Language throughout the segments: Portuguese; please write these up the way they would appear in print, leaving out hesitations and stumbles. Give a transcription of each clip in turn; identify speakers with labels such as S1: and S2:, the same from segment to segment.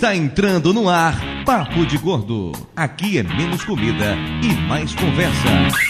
S1: Está entrando no ar Papo de Gordo. Aqui é menos comida e mais conversa.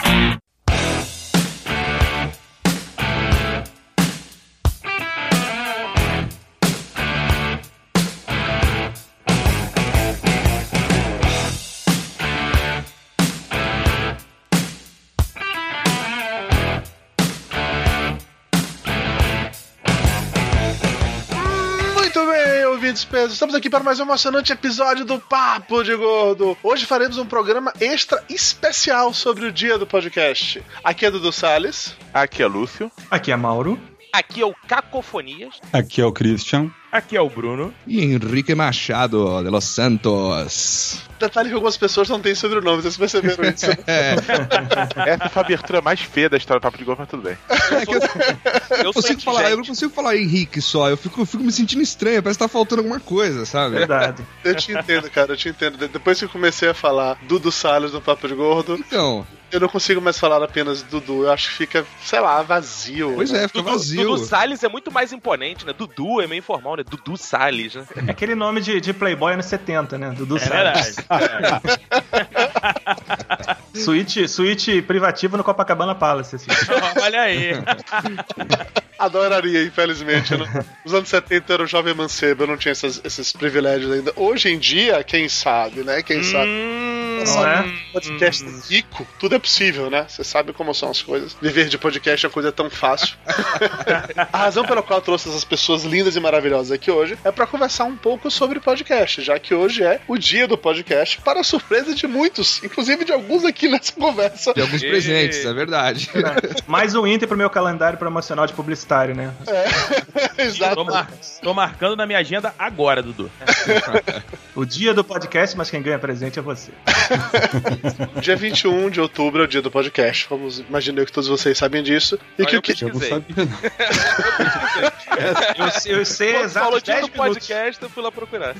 S2: Estamos aqui para mais um emocionante episódio do Papo de Gordo. Hoje faremos um programa extra especial sobre o dia do podcast. Aqui é Dudu Salles.
S3: Aqui é Lúcio.
S4: Aqui é Mauro.
S5: Aqui é o Cacofonias.
S6: Aqui é o Christian.
S7: Aqui é o Bruno.
S8: E Henrique Machado de Los Santos.
S2: Detalhe que algumas pessoas não têm sobrenome, vocês perceberam isso?
S3: Essa foi a abertura mais feia da história do Papo de Gordo, mas tudo bem.
S8: Eu não consigo falar Henrique só, eu fico me sentindo estranho, parece que tá faltando alguma coisa, sabe?
S4: Verdade.
S2: Eu te entendo, cara, eu te entendo. Depois que eu comecei a falar Dudu Salles no Papo de Gordo,
S8: então,
S2: eu não consigo mais falar apenas Dudu, eu acho que fica, sei lá, vazio.
S8: Pois é, fica vazio.
S5: Dudu Salles é muito mais imponente, né? Dudu é meio informal, né? Dudu Salles, né?
S4: É aquele nome de Playboy anos 70, né? Dudu Salles. Suíte privativa no Copacabana Palace, assim.
S7: Olha aí.
S2: Adoraria, infelizmente. Nos anos 70 eu era um jovem mancebo, eu não tinha esses privilégios ainda. Hoje em dia, quem sabe, né? Quem sabe? Podcast rico, tudo é possível, né? Você sabe como são as coisas. Viver de podcast é uma coisa tão fácil. A razão pela qual eu trouxe essas pessoas lindas e maravilhosas aqui hoje é pra conversar um pouco sobre podcast, já que hoje é o dia do podcast, para a surpresa de muitos, inclusive de alguns aqui nessa conversa.
S8: De alguns presentes, é verdade.
S4: Mais um item pro meu calendário promocional de publicitário, né?
S2: Exato.
S7: Tô marcando na minha agenda agora, Dudu.
S4: O dia do podcast, mas quem ganha presente é você.
S2: Dia 21 de outubro é o dia do podcast. Imaginei que todos vocês sabem disso. E que o que
S6: Eu não sabia, não.
S4: Eu sei
S5: Quando falou
S4: exato
S5: dia
S4: 10
S5: do
S4: minutos.
S5: podcast, eu fui lá procurar.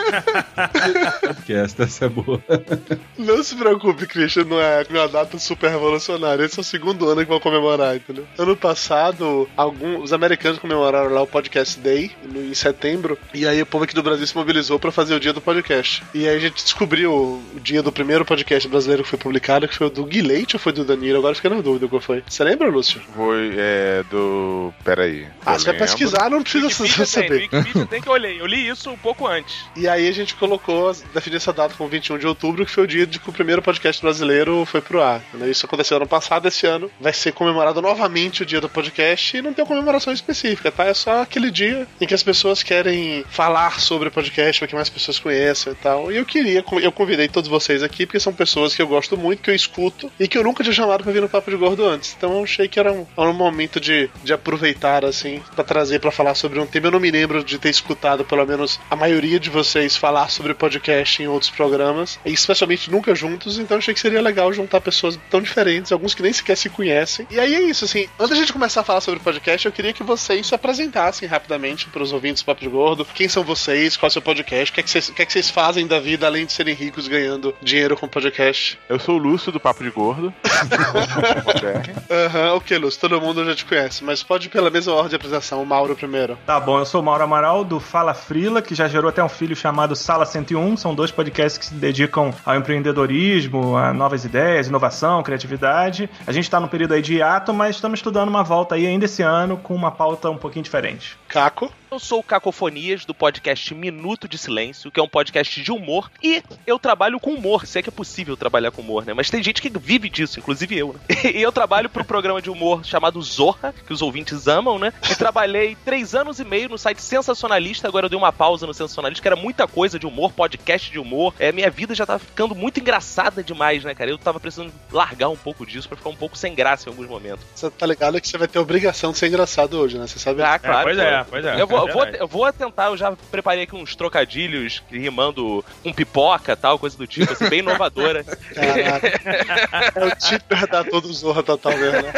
S6: Essa é boa.
S2: Não se preocupe, Christian, não é uma data super revolucionária. Esse é o segundo ano que vão comemorar, entendeu? Ano passado, os americanos comemoraram lá o Podcast Day, em setembro, e aí o povo aqui do Brasil se mobilizou pra fazer o dia do podcast. E aí a gente descobriu o dia do primeiro podcast brasileiro que foi publicado, que foi o do Gui Leite ou foi do Danilo? Agora fiquei na dúvida qual foi. Você lembra, Lúcio?
S3: Foi do... Peraí.
S2: Você quer pesquisar, não precisa saber.
S5: Wikipedia tem que eu olhei. Eu li isso um pouco antes.
S2: E aí a gente colocou, definiu essa data como 21 de outubro, que foi o dia de que o primeiro podcast brasileiro foi pro ar. Isso aconteceu ano passado, esse ano vai ser comemorado novamente o dia do podcast e não tem uma comemoração específica, tá? É só aquele dia em que as pessoas querem falar sobre o podcast para que mais pessoas conheçam e tal. E eu convidei todos vocês aqui porque são pessoas que eu gosto muito, que eu escuto e que eu nunca tinha chamado pra vir no Papo de Gordo antes. Então eu achei que era um momento de aproveitar, assim, pra trazer pra falar sobre um tema. Eu não me lembro de ter escutado, pelo menos, a maioria de vocês falar sobre podcast em outros programas, e especialmente nunca juntos, então eu achei que seria legal juntar pessoas tão diferentes, alguns que nem sequer se conhecem. E aí é isso, assim, antes da gente começar a falar sobre podcast, eu queria que vocês se apresentassem rapidamente pros ouvintes do Papo de Gordo. Quem são vocês? Qual é o seu podcast? O que é que vocês fazem da vida, além de serem ricos ganhando dinheiro com podcast?
S3: Eu sou o Lúcio do Papo de Gordo.
S2: O que, Lúcio? Todo mundo já te conhece, mas pode ir pela mesma ordem de apresentação. O Mauro primeiro.
S4: Tá bom, eu sou o Mauro Amaral, do Fala Frila, que já gerou até um filho chamado Sala 101. São 2 podcasts que se dedicam ao empreendedorismo, a novas ideias, inovação, criatividade. A gente tá no período aí de hiato, mas estamos estudando uma volta aí ainda esse ano com uma pauta um pouquinho diferente.
S2: Caco?
S5: Eu sou o Cacofonias, do podcast Minuto de Silêncio, que é um podcast de humor, e eu trabalho com humor, se é que é possível trabalhar com humor, né? Mas tem gente que vive disso, inclusive eu, né? E eu trabalho para um programa de humor chamado Zorra, que os ouvintes amam, né? E trabalhei 3 anos e meio no site Sensacionalista, agora eu dei uma pausa no Sensacionalista, que era muita coisa de humor, podcast de humor. Minha vida já tava ficando muito engraçada demais, né, cara? Eu tava precisando largar um pouco disso pra ficar um pouco sem graça em alguns momentos.
S2: Você tá ligado que você vai ter a obrigação de ser engraçado hoje, né? Você sabe?
S5: Ah, claro.
S7: Pois é.
S5: Eu vou tentar, eu já preparei aqui uns trocadilhos rimando com pipoca, tal, coisa do tipo, assim, bem inovadora.
S2: Caraca. É o tipo redator do Zorra Total mesmo, né?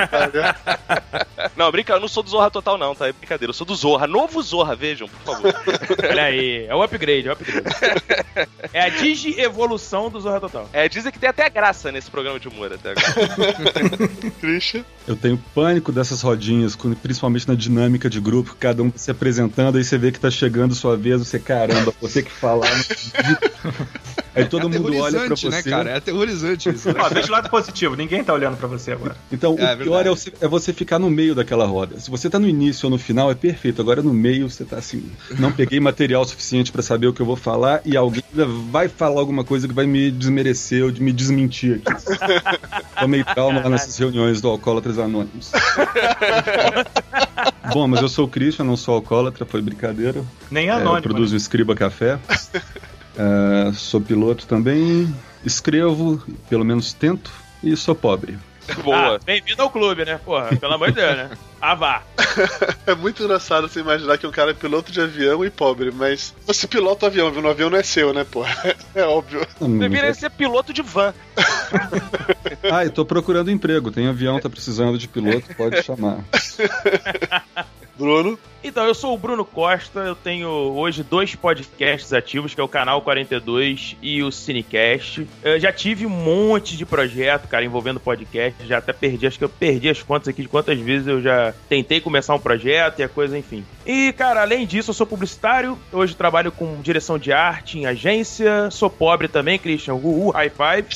S5: Não, brinca, eu não sou do Zorra Total não, tá? É brincadeira, eu sou do Zorra, novo Zorra, vejam, por favor.
S7: Olha aí, é o upgrade. É a digi-evolução do Zorra Total.
S5: Dizem que tem até graça nesse programa de humor até agora.
S2: Christian?
S6: Eu tenho pânico dessas rodinhas, principalmente na dinâmica de grupo, cada um se apresentando, aí você vê que tá chegando sua vez, você, caramba, você que falar. Aí todo mundo olha pra você.
S8: Né, cara? É aterrorizante isso. Né?
S4: Ó, deixa o lado positivo, ninguém tá olhando pra você agora.
S6: Então, o pior é você ficar no meio daquela roda. Se você tá no início ou no final, é perfeito. Agora no meio, você tá assim, não peguei material suficiente pra saber o que eu vou falar e alguém vai falar alguma coisa que vai me desmerecer ou me desmentir aqui. Tomei calma lá nessas reuniões do Alcoólatras Anônimos. Bom, mas eu sou o Christian, não sou alcoólatra, foi brincadeira.
S4: Nem anônimo.
S6: Eu produzo Escriba Café. Sou piloto também. Escrevo, pelo menos tento, e sou pobre.
S7: Boa. Bem-vindo ao clube, né? Porra, pelo amor de Deus, né? Vá.
S2: É muito engraçado você imaginar que um cara é piloto de avião e pobre, mas você pilota o avião, viu? O avião não é seu, né, porra? É óbvio.
S5: Deveria ser piloto de van.
S6: Eu tô procurando emprego. Tem avião, tá precisando de piloto, pode chamar.
S2: Bruno?
S7: Então, eu sou o Bruno Costa, eu tenho hoje 2 podcasts ativos, que é o Canal 42 e o Cinecast. Eu já tive um monte de projeto, cara, envolvendo podcast, já até acho que eu perdi as contas aqui de quantas vezes eu já tentei começar um projeto e a coisa, enfim. E, cara, além disso, eu sou publicitário, hoje trabalho com direção de arte em agência, sou pobre também, Christian, high five.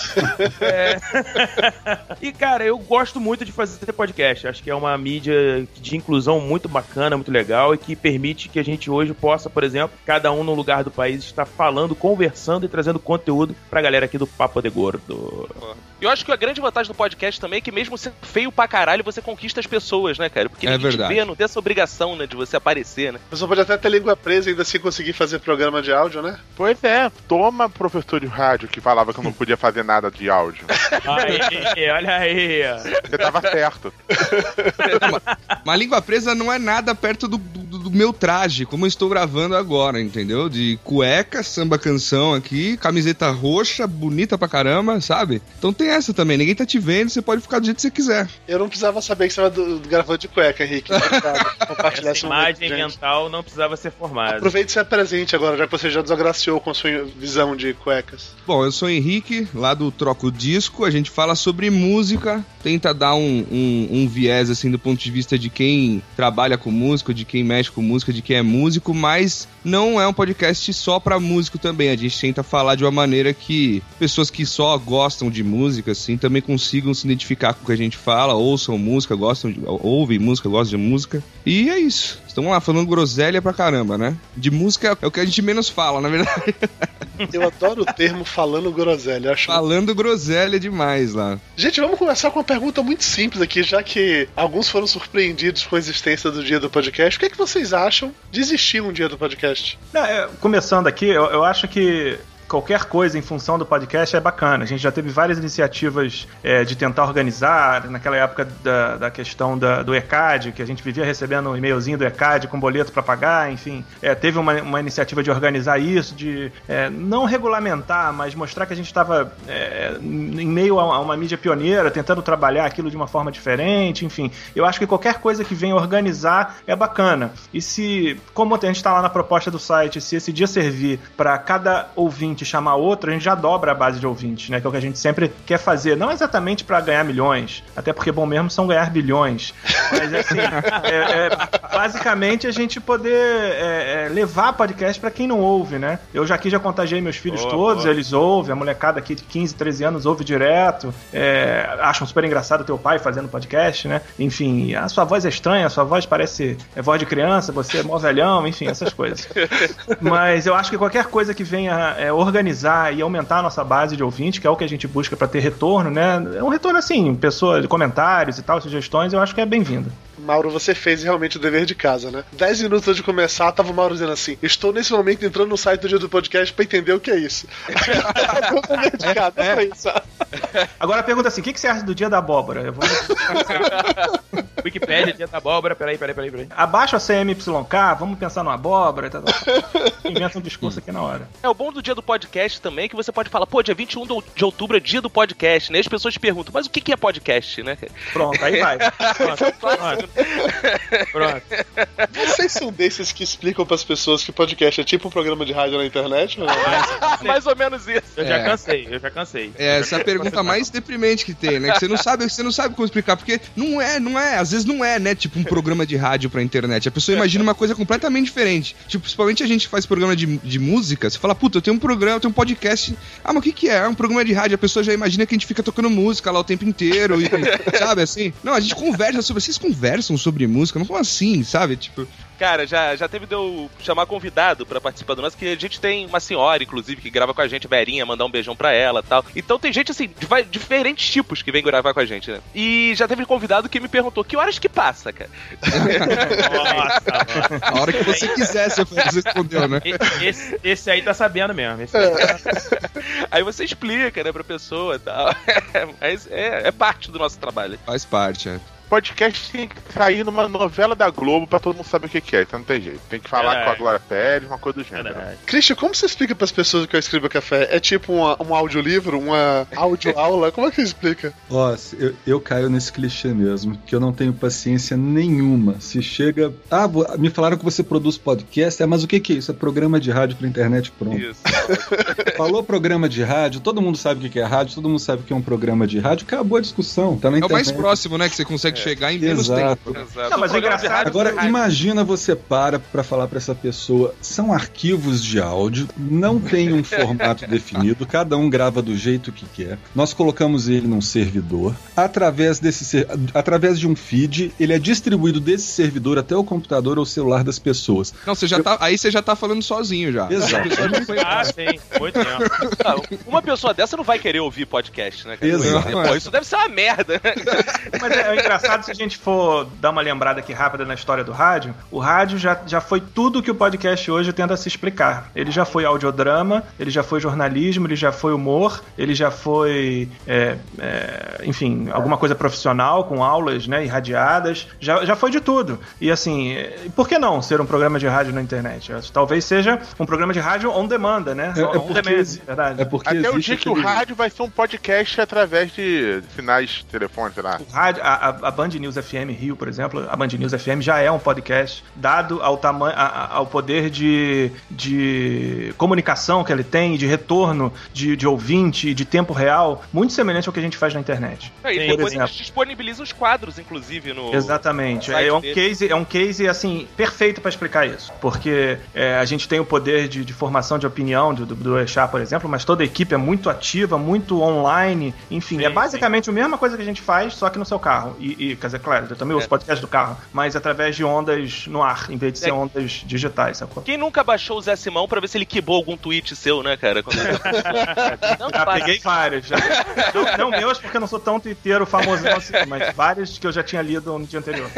S7: E, cara, eu gosto muito de fazer podcast, acho que é uma mídia de inclusão muito bacana, muito legal, e que permite que a gente hoje possa, por exemplo, cada um no lugar do país estar falando, conversando e trazendo conteúdo pra galera aqui do Papo de Gordo.
S5: Eu acho que a grande vantagem do podcast também é que mesmo sendo feio pra caralho, você conquista as pessoas, né, cara? Porque ninguém te vê, não tem essa obrigação, né, de você aparecer, né?
S2: A pessoa pode até ter língua presa e ainda assim conseguir fazer programa de áudio, né?
S3: Pois é, toma professor de rádio que falava que eu não podia fazer nada de áudio.
S7: Aí, olha aí.
S3: Você tava certo.
S8: Uma língua presa não é nada perto do meu traje, como eu estou gravando agora, entendeu? De cueca, samba canção aqui, camiseta roxa, bonita pra caramba, sabe? Então tem essa também, ninguém tá te vendo, você pode ficar do jeito que você quiser.
S2: Eu não precisava saber que você estava gravando de cueca, Henrique. Compartilhar
S7: essa imagem mental não precisava ser formada.
S2: Aproveite e se presente agora, já que você já desagraciou com a sua visão de cuecas.
S8: Bom, eu sou o Henrique, lá do Troco Disco, a gente fala sobre música, tenta dar um viés, assim, do ponto de vista de quem trabalha com música, de quem mexe com música, de quem é músico, mas não é um podcast só pra músico também, a gente tenta falar de uma maneira que pessoas que só gostam de música, assim, também consigam se identificar com o que a gente fala, ouçam música, ouvem música, gostam de música, e é isso. Estamos lá falando groselha pra caramba, né? De música é o que a gente menos fala, na verdade.
S2: Eu adoro o termo falando groselha.
S8: Falando groselha demais lá.
S2: Gente, vamos começar com uma pergunta muito simples aqui, já que alguns foram surpreendidos com a existência do dia do podcast. O que é que vocês acham de existir um dia do podcast?
S4: Começando aqui, eu acho que qualquer coisa em função do podcast é bacana. A gente já teve várias iniciativas de tentar organizar, naquela época da questão do ECAD, que a gente vivia recebendo um e-mailzinho do ECAD com boleto para pagar, enfim. Teve uma iniciativa de organizar isso, de não regulamentar, mas mostrar que a gente estava em meio a uma mídia pioneira, tentando trabalhar aquilo de uma forma diferente, enfim. Eu acho que qualquer coisa que venha organizar é bacana. E se, como a gente está lá na proposta do site, se esse dia servir para cada ouvinte chamar outro, a gente já dobra a base de ouvintes, né? Que é o que a gente sempre quer fazer. Não exatamente para ganhar milhões, até porque bom mesmo são ganhar bilhões. Mas assim, basicamente a gente poder levar podcast para quem não ouve, né? Eu já contagiei meus filhos todos, eles ouvem, a molecada aqui de 15, 13 anos ouve direto, acham super engraçado teu pai fazendo podcast, né? Enfim, a sua voz é estranha, a sua voz parece voz de criança, você é mó velhão, enfim, essas coisas. Mas eu acho que qualquer coisa que venha organizar e aumentar a nossa base de ouvinte, que é o que a gente busca para ter retorno, né? É um retorno assim, pessoa de comentários e tal, sugestões, eu acho que é bem-vindo.
S2: Mauro, você fez realmente o dever de casa, né? 10 minutos antes de começar, tava o Mauro dizendo assim: estou nesse momento entrando no site do Dia do Podcast pra entender o que é isso. O dever de casa pra isso.
S4: Agora a pergunta assim: o que você acha do Dia da Abóbora? Eu vou...
S7: Wikipédia, Dia da Abóbora, peraí.
S4: Abaixa a CMYK, vamos pensar numa abóbora e tal. Inventa um discurso aqui na hora.
S5: O bom do Dia do Podcast também é que você pode falar, pô, dia 21 de outubro é Dia do Podcast, né? As pessoas perguntam, mas o que é podcast, né?
S4: Pronto, aí vai.
S7: Pronto.
S2: Vocês são desses que explicam pras pessoas que podcast é tipo um programa de rádio na internet?
S5: Mais ou menos isso.
S7: Eu já cansei.
S8: Essa é a pergunta mais deprimente que tem, né? Que você não sabe como explicar, porque não é. Às vezes não é, né, tipo um programa de rádio pra internet. A pessoa imagina uma coisa completamente diferente. Tipo, principalmente a gente que faz programa de música, você fala, puta, eu tenho um programa, eu tenho um podcast. Ah, mas o que é? É um programa de rádio. A pessoa já imagina que a gente fica tocando música lá o tempo inteiro, e, sabe, assim? Não, a gente conversa sobre... Vocês conversam sobre música? Não como assim, sabe? Tipo...
S5: Cara, já teve de eu chamar convidado pra participar do nosso, que a gente tem uma senhora, inclusive, que grava com a gente, a Verinha, mandar um beijão pra ela e tal. Então tem gente, assim, de diferentes tipos que vem gravar com a gente, né? E já teve convidado que me perguntou, que horas que passa, cara?
S7: Nossa,
S8: a hora que você quiser, você respondeu, né?
S7: Esse aí tá sabendo mesmo.
S5: Aí você explica, né, pra pessoa e tal. Mas é parte do nosso trabalho.
S8: Faz parte, é.
S3: Podcast tem que sair numa novela da Globo pra todo mundo saber o que é, então não tem jeito. Tem que falar com a Glória Pérez, uma coisa do gênero.
S2: Christian, como você explica pras pessoas que eu escrevo café? É tipo um audiolivro, uma audioaula? Como é que você explica?
S6: Ó, eu caio nesse clichê mesmo, que eu não tenho paciência nenhuma. Se chega... Ah, me falaram que você produz podcast, mas o que é isso? É programa de rádio pra internet, pronto.
S5: Isso.
S6: Falou programa de rádio, todo mundo sabe o que é rádio, todo mundo sabe o que é um programa de rádio, acabou a discussão, tá na internet.
S8: É o mais próximo, né, que você consegue chegar em menos tempo.
S5: Exato.
S4: Não, mas é engraçado.
S6: Agora, imagina você pra falar pra essa pessoa, são arquivos de áudio, não tem um formato definido, cada um grava do jeito que quer. Nós colocamos ele num servidor, através de um feed, ele é distribuído desse servidor até o computador ou celular das pessoas.
S8: Não, aí você já tá falando sozinho já.
S6: Exato.
S7: Sim, muito tempo.
S5: Não, uma pessoa dessa não vai querer ouvir podcast, né, cara?
S6: Exato.
S5: Pô, isso deve ser uma merda.
S4: Mas é engraçado, se a gente for dar uma lembrada aqui rápida na história do rádio, o rádio já foi tudo que o podcast hoje tenta se explicar. Ele já foi audiodrama, ele já foi jornalismo, ele já foi humor, ele já foi, enfim, alguma coisa profissional, com aulas, né, irradiadas, já foi de tudo. E assim, por que não ser um programa de rádio na internet? Talvez seja um programa de rádio on demand, né?
S6: É porque
S3: até o dia que o rádio vai ser um podcast através de sinais de telefone, sei lá.
S4: O rádio, a Band News FM Rio, por exemplo, a Band News FM já é um podcast, dado ao poder de comunicação que ele tem, de retorno de ouvinte, de tempo real, muito semelhante ao que a gente faz na internet.
S5: E depois eles disponibilizam os quadros, inclusive, no...
S4: Exatamente.
S5: No
S4: é um case, assim, perfeito para explicar isso. Porque a gente tem o poder de formação de opinião do Echá, por exemplo, mas toda a equipe é muito ativa, muito online, enfim, é basicamente a mesma coisa que a gente faz, só que no seu carro. Quer dizer, claro, eu também ouço podcast do carro, mas através de ondas no ar, em vez de ser ondas digitais, sacou?
S5: Quem nunca baixou o Zé Simão pra ver se ele quibou algum tweet seu, né, cara?
S4: Já peguei vários. Não meus, porque eu não sou tão twitteiro famosão assim, mas vários que eu já tinha lido no dia anterior.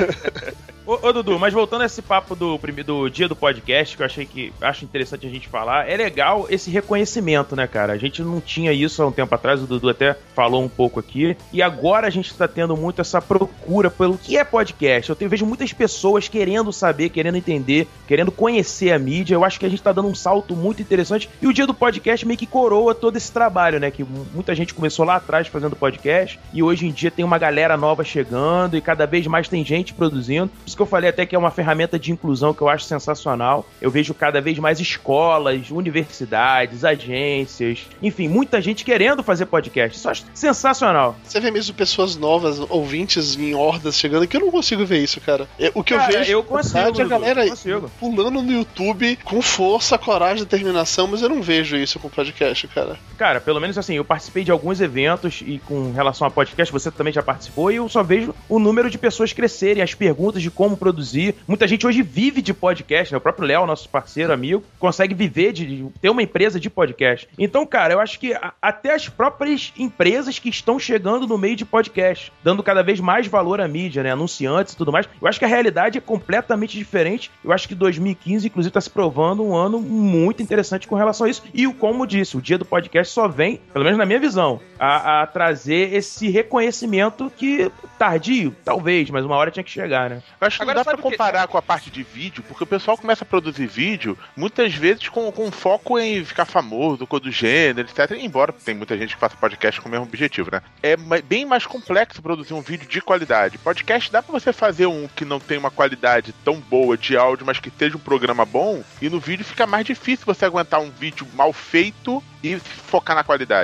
S7: Ô Dudu, mas voltando a esse papo do dia do podcast, que eu acho interessante a gente falar, é legal esse reconhecimento, né, cara? A gente não tinha isso há um tempo atrás, o Dudu até falou um pouco aqui, e agora a gente tá tendo muito essa procura pelo que é podcast. Eu vejo muitas pessoas querendo saber, querendo entender, querendo conhecer a mídia. Eu acho que a gente tá dando um salto muito interessante, e o dia do podcast meio que coroa todo esse trabalho, né? Que muita gente começou lá atrás fazendo podcast, e hoje em dia tem uma galera nova chegando, e cada vez mais tem gente produzindo. Por isso que eu falei até que é uma ferramenta de inclusão que eu acho sensacional. Eu vejo cada vez mais escolas, universidades, agências, enfim, muita gente querendo fazer podcast. Isso eu acho sensacional.
S2: Você vê mesmo pessoas novas, ouvintes em hordas chegando, que eu não consigo ver isso, cara. O que eu vejo
S7: eu consigo,
S2: é a galera pulando no YouTube com força, coragem, determinação, mas eu não vejo isso com podcast, cara.
S7: Cara, pelo menos assim, eu participei de alguns eventos e com relação a podcast, você também já participou, e eu só vejo o número de pessoas crescerem, as perguntas de como produzir. Muita gente hoje vive de podcast, né? O próprio Léo, nosso parceiro, amigo, consegue viver de ter uma empresa de podcast. Então, cara, eu acho que até as próprias empresas que estão chegando no meio de podcast, dando cada vez mais valor à mídia, né? Anunciantes e tudo mais. Eu acho que a realidade é completamente diferente. Eu acho que 2015, inclusive, está se provando um ano muito interessante com relação a isso. E, como disse, o dia do podcast só vem, pelo menos na minha visão, a trazer esse reconhecimento que, tardio, talvez, mas uma hora tinha que chegar, né?
S3: Eu acho que não dá pra comparar com a parte de vídeo, porque o pessoal começa a produzir vídeo, muitas vezes com foco em ficar famoso, com do gênero, etc. Embora tem muita gente que faça podcast com o mesmo objetivo, né? É bem mais complexo produzir um vídeo de qualidade. Podcast dá pra você fazer um que não tem uma qualidade tão boa de áudio, mas que esteja um programa bom, e no vídeo fica mais difícil você aguentar um vídeo mal feito e focar na qualidade.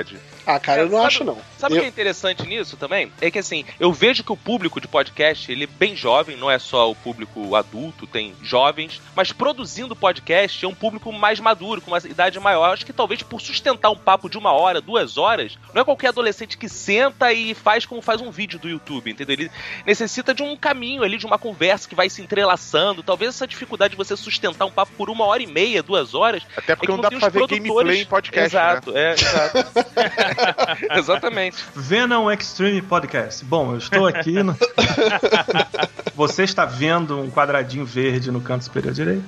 S2: Ah, cara, eu não acho, não.
S5: Sabe o que é interessante nisso também? É que, assim, eu vejo que o público de podcast, ele é bem jovem, não é só o público adulto, tem jovens, mas produzindo podcast é um público mais maduro, com uma idade maior. Eu acho que talvez por sustentar um papo de 1 hora, 2 horas, não é qualquer adolescente que senta e faz como faz um vídeo do YouTube, entendeu? Ele necessita de um caminho ali, de uma conversa que vai se entrelaçando. Talvez essa dificuldade de você sustentar um papo por 1h30, 2 horas...
S3: Até porque não dá pra fazer gameplay em podcast,
S5: exato,
S3: né?
S5: Exato. Exatamente.
S4: Venom Extreme Podcast. Bom, eu estou aqui no... Você está vendo um quadradinho verde no canto superior direito?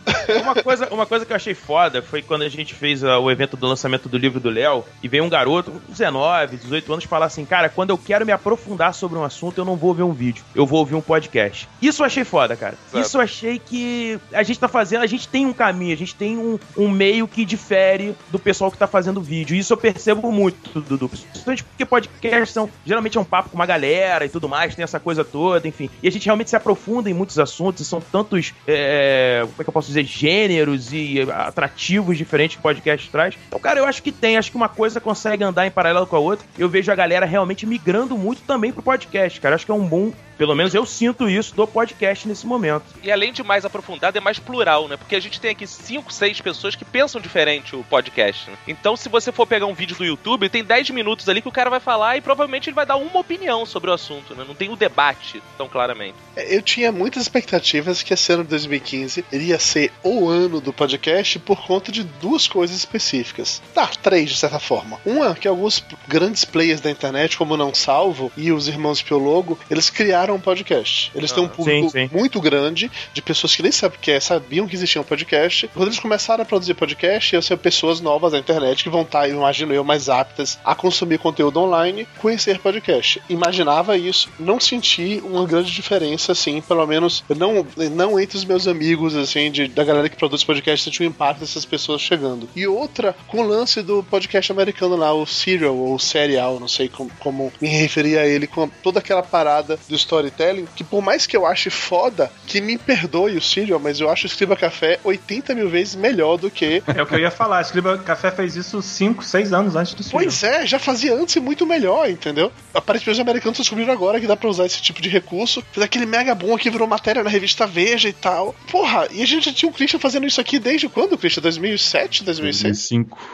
S7: Uma coisa que eu achei foda foi quando a gente fez o evento do lançamento do livro do Léo e veio um garoto, 19, 18 anos, falar assim, cara, quando eu quero me aprofundar sobre um assunto, eu não vou ver um vídeo, eu vou ouvir um podcast. Isso eu achei foda, cara. Exato. Isso eu achei que a gente tá fazendo, a gente tem um caminho, a gente tem um meio que difere do pessoal que tá fazendo vídeo. Isso eu percebo muito, Dudu. Principalmente porque podcasts geralmente é um papo com uma galera e tudo mais, tem essa coisa toda, enfim. E a gente realmente se aprofunda em muitos assuntos e são tantos, como é que eu posso dizer, gêneros e atrativos diferentes que o podcast traz. Então, cara, eu acho que uma coisa consegue andar em paralelo com a outra. Eu vejo a galera realmente migrando muito também pro podcast, cara. Eu acho que é um bom, pelo menos eu sinto isso do podcast nesse momento.
S5: E além de mais aprofundado, é mais plural, né? Porque a gente tem aqui 5, 6 pessoas que pensam diferente o podcast, né? Então, se você for pegar um vídeo do YouTube, tem 10 minutos ali que o cara vai falar e provavelmente ele vai dar uma opinião sobre o assunto, né? Não tem o debate tão claramente.
S2: Eu tinha muitas expectativas que esse ano de 2015 iria ser o ano do podcast por conta de 2 coisas específicas. 3, de certa forma. Uma, que alguns grandes players da internet, como o Não Salvo e os irmãos Piologo, eles criaram um podcast. Eles têm um público muito grande de pessoas que nem sabiam que existia um podcast. Quando eles começaram a produzir podcast, iam ser pessoas novas da internet que vão estar, imagino eu, mais aptas a consumir conteúdo online, conhecer podcast. Imaginava isso, não senti uma grande diferença, assim, pelo menos não entre os meus amigos, assim, da galera que produz podcast, senti o impacto dessas pessoas chegando. E outra, com o lance do podcast americano lá, o Serial, ou Serial, não sei como me referir a ele, com toda aquela parada do storytelling, que por mais que eu ache foda, que me perdoe o Serial, mas eu acho o Escriba Café 80 mil vezes melhor do que...
S4: É o que eu ia falar, o Escriba Café fez isso 5, 6 anos antes do Serial.
S2: Pois é, já fazia antes e muito melhor, entendeu? Aparentemente os americanos descobriram agora que dá pra usar esse tipo de recurso. Fez aquele mega boom que virou matéria na revista Veja e tal. Porra, e a gente já tinha o Christian fazendo isso aqui desde quando, Christian? 2007, 2006?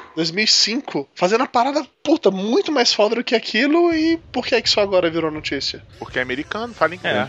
S2: 2005. Fazendo a parada, puta, muito mais foda do que aquilo. E por que é que isso agora virou notícia?
S3: Porque é americano, fala inglês.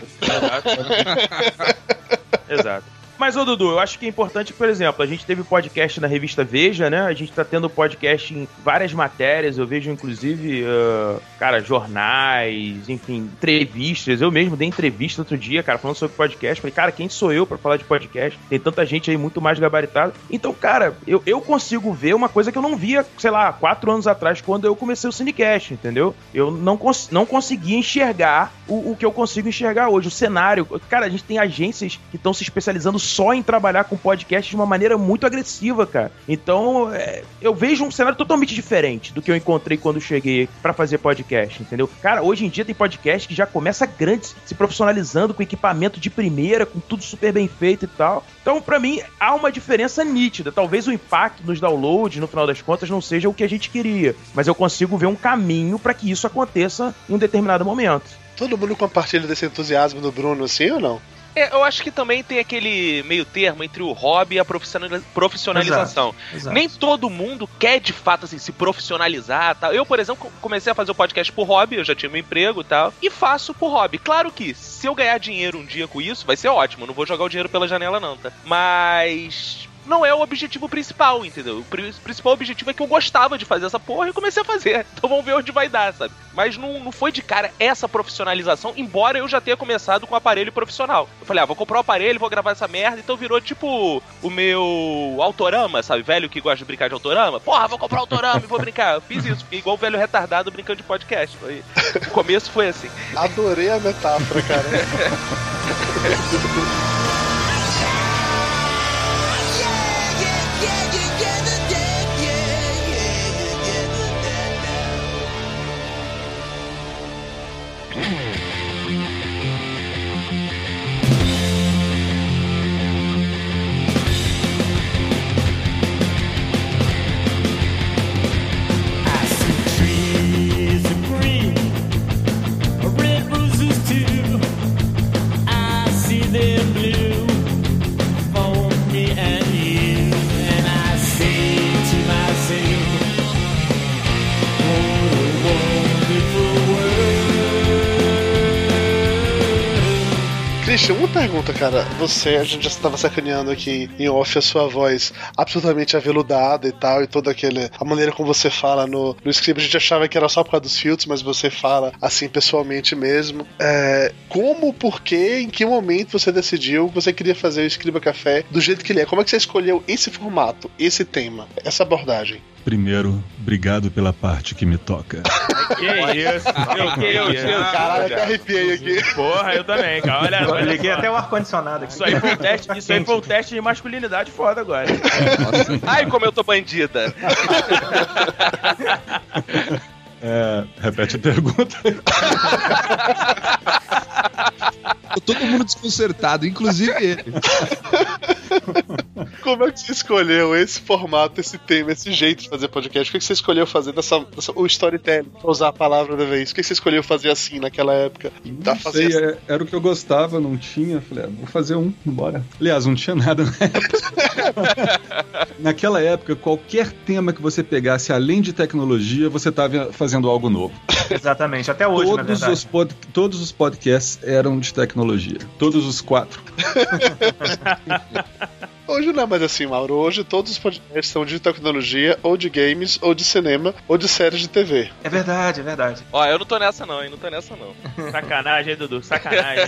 S7: Exato. Mas, ô Dudu, eu acho que é importante, por exemplo, a gente teve podcast na revista Veja, né? A gente tá tendo podcast em várias matérias, eu vejo, inclusive, jornais, enfim, entrevistas. Eu mesmo dei entrevista outro dia, cara, falando sobre podcast. Falei, cara, quem sou eu pra falar de podcast? Tem tanta gente aí muito mais gabaritada. Então, cara, eu consigo ver uma coisa que eu não via, sei lá, 4 anos atrás, quando eu comecei o Cinecast, entendeu? Eu não conseguia enxergar o que eu consigo enxergar hoje. O cenário, cara, a gente tem agências que estão se especializando só em trabalhar com podcast de uma maneira muito agressiva, cara. Então, eu vejo um cenário totalmente diferente do que eu encontrei quando cheguei pra fazer podcast, entendeu? Cara, hoje em dia tem podcast que já começa grande, se profissionalizando com equipamento de primeira, com tudo super bem feito e tal. Então, pra mim, há uma diferença nítida. Talvez o impacto nos downloads, no final das contas, não seja o que a gente queria, mas eu consigo ver um caminho pra que isso aconteça em um determinado momento.
S2: Todo mundo compartilha desse entusiasmo do Bruno, assim, ou não?
S5: Eu acho que também tem aquele meio termo entre o hobby e a profissionalização.
S4: Exato.
S5: Nem todo mundo quer, de fato, assim, se profissionalizar, tal. Eu, por exemplo, comecei a fazer o podcast por hobby, eu já tinha meu emprego e tal, e faço por hobby. Claro que, se eu ganhar dinheiro um dia com isso, vai ser ótimo, não vou jogar o dinheiro pela janela não, tá? Mas... não é o objetivo principal, entendeu? O principal objetivo é que eu gostava de fazer essa porra e comecei a fazer. Então vamos ver onde vai dar, sabe? Mas não foi de cara essa profissionalização, embora eu já tenha começado com um aparelho profissional. Eu falei, vou comprar um aparelho, vou gravar essa merda, então virou tipo o meu Autorama, sabe? Velho que gosta de brincar de Autorama. Porra, vou comprar Autorama e vou brincar. Eu fiz isso, fiquei igual o velho retardado brincando de podcast. O começo foi assim.
S2: Adorei a metáfora, cara. pergunta, cara. A gente já estava sacaneando aqui em off a sua voz absolutamente aveludada e tal, e toda a maneira como você fala no script. A gente achava que era só por causa dos filtros, mas você fala assim pessoalmente mesmo. Como, por quê, em que momento você decidiu que você queria fazer o Escriba Café do jeito que ele é? Como é que você escolheu esse formato, esse tema, essa abordagem?
S6: Primeiro, obrigado pela parte que me toca.
S7: Que isso?
S2: Caralho, até arrepiei aqui.
S7: Porra, eu também, cara. Olha,
S4: Eu liguei até o ar-condicionado aqui.
S7: Isso aí foi um teste de masculinidade foda agora.
S5: Ai, como eu tô bandida.
S6: Repete a pergunta.
S8: Todo mundo desconcertado, inclusive ele.
S2: Como é que você escolheu esse formato, esse tema, esse jeito de fazer podcast? O que você escolheu fazer o storytelling, pra usar a palavra da vez? O que você escolheu fazer assim naquela época?
S6: Não sei, era o que eu gostava, não tinha. Falei, vou fazer bora. Aliás, não tinha nada na época. Naquela época, qualquer tema que você pegasse além de tecnologia, você estava fazendo algo novo.
S4: Exatamente, até hoje, na verdade.
S6: Todos os podcasts eram de tecnologia. Todos os 4.
S2: Hoje não é mais assim, Mauro. Hoje todos os podcasts são de tecnologia, ou de games, ou de cinema, ou de séries de TV.
S4: É verdade, é verdade.
S5: Ó, eu não tô nessa não, hein? Não tô nessa não.
S7: Sacanagem, hein, Dudu? Sacanagem.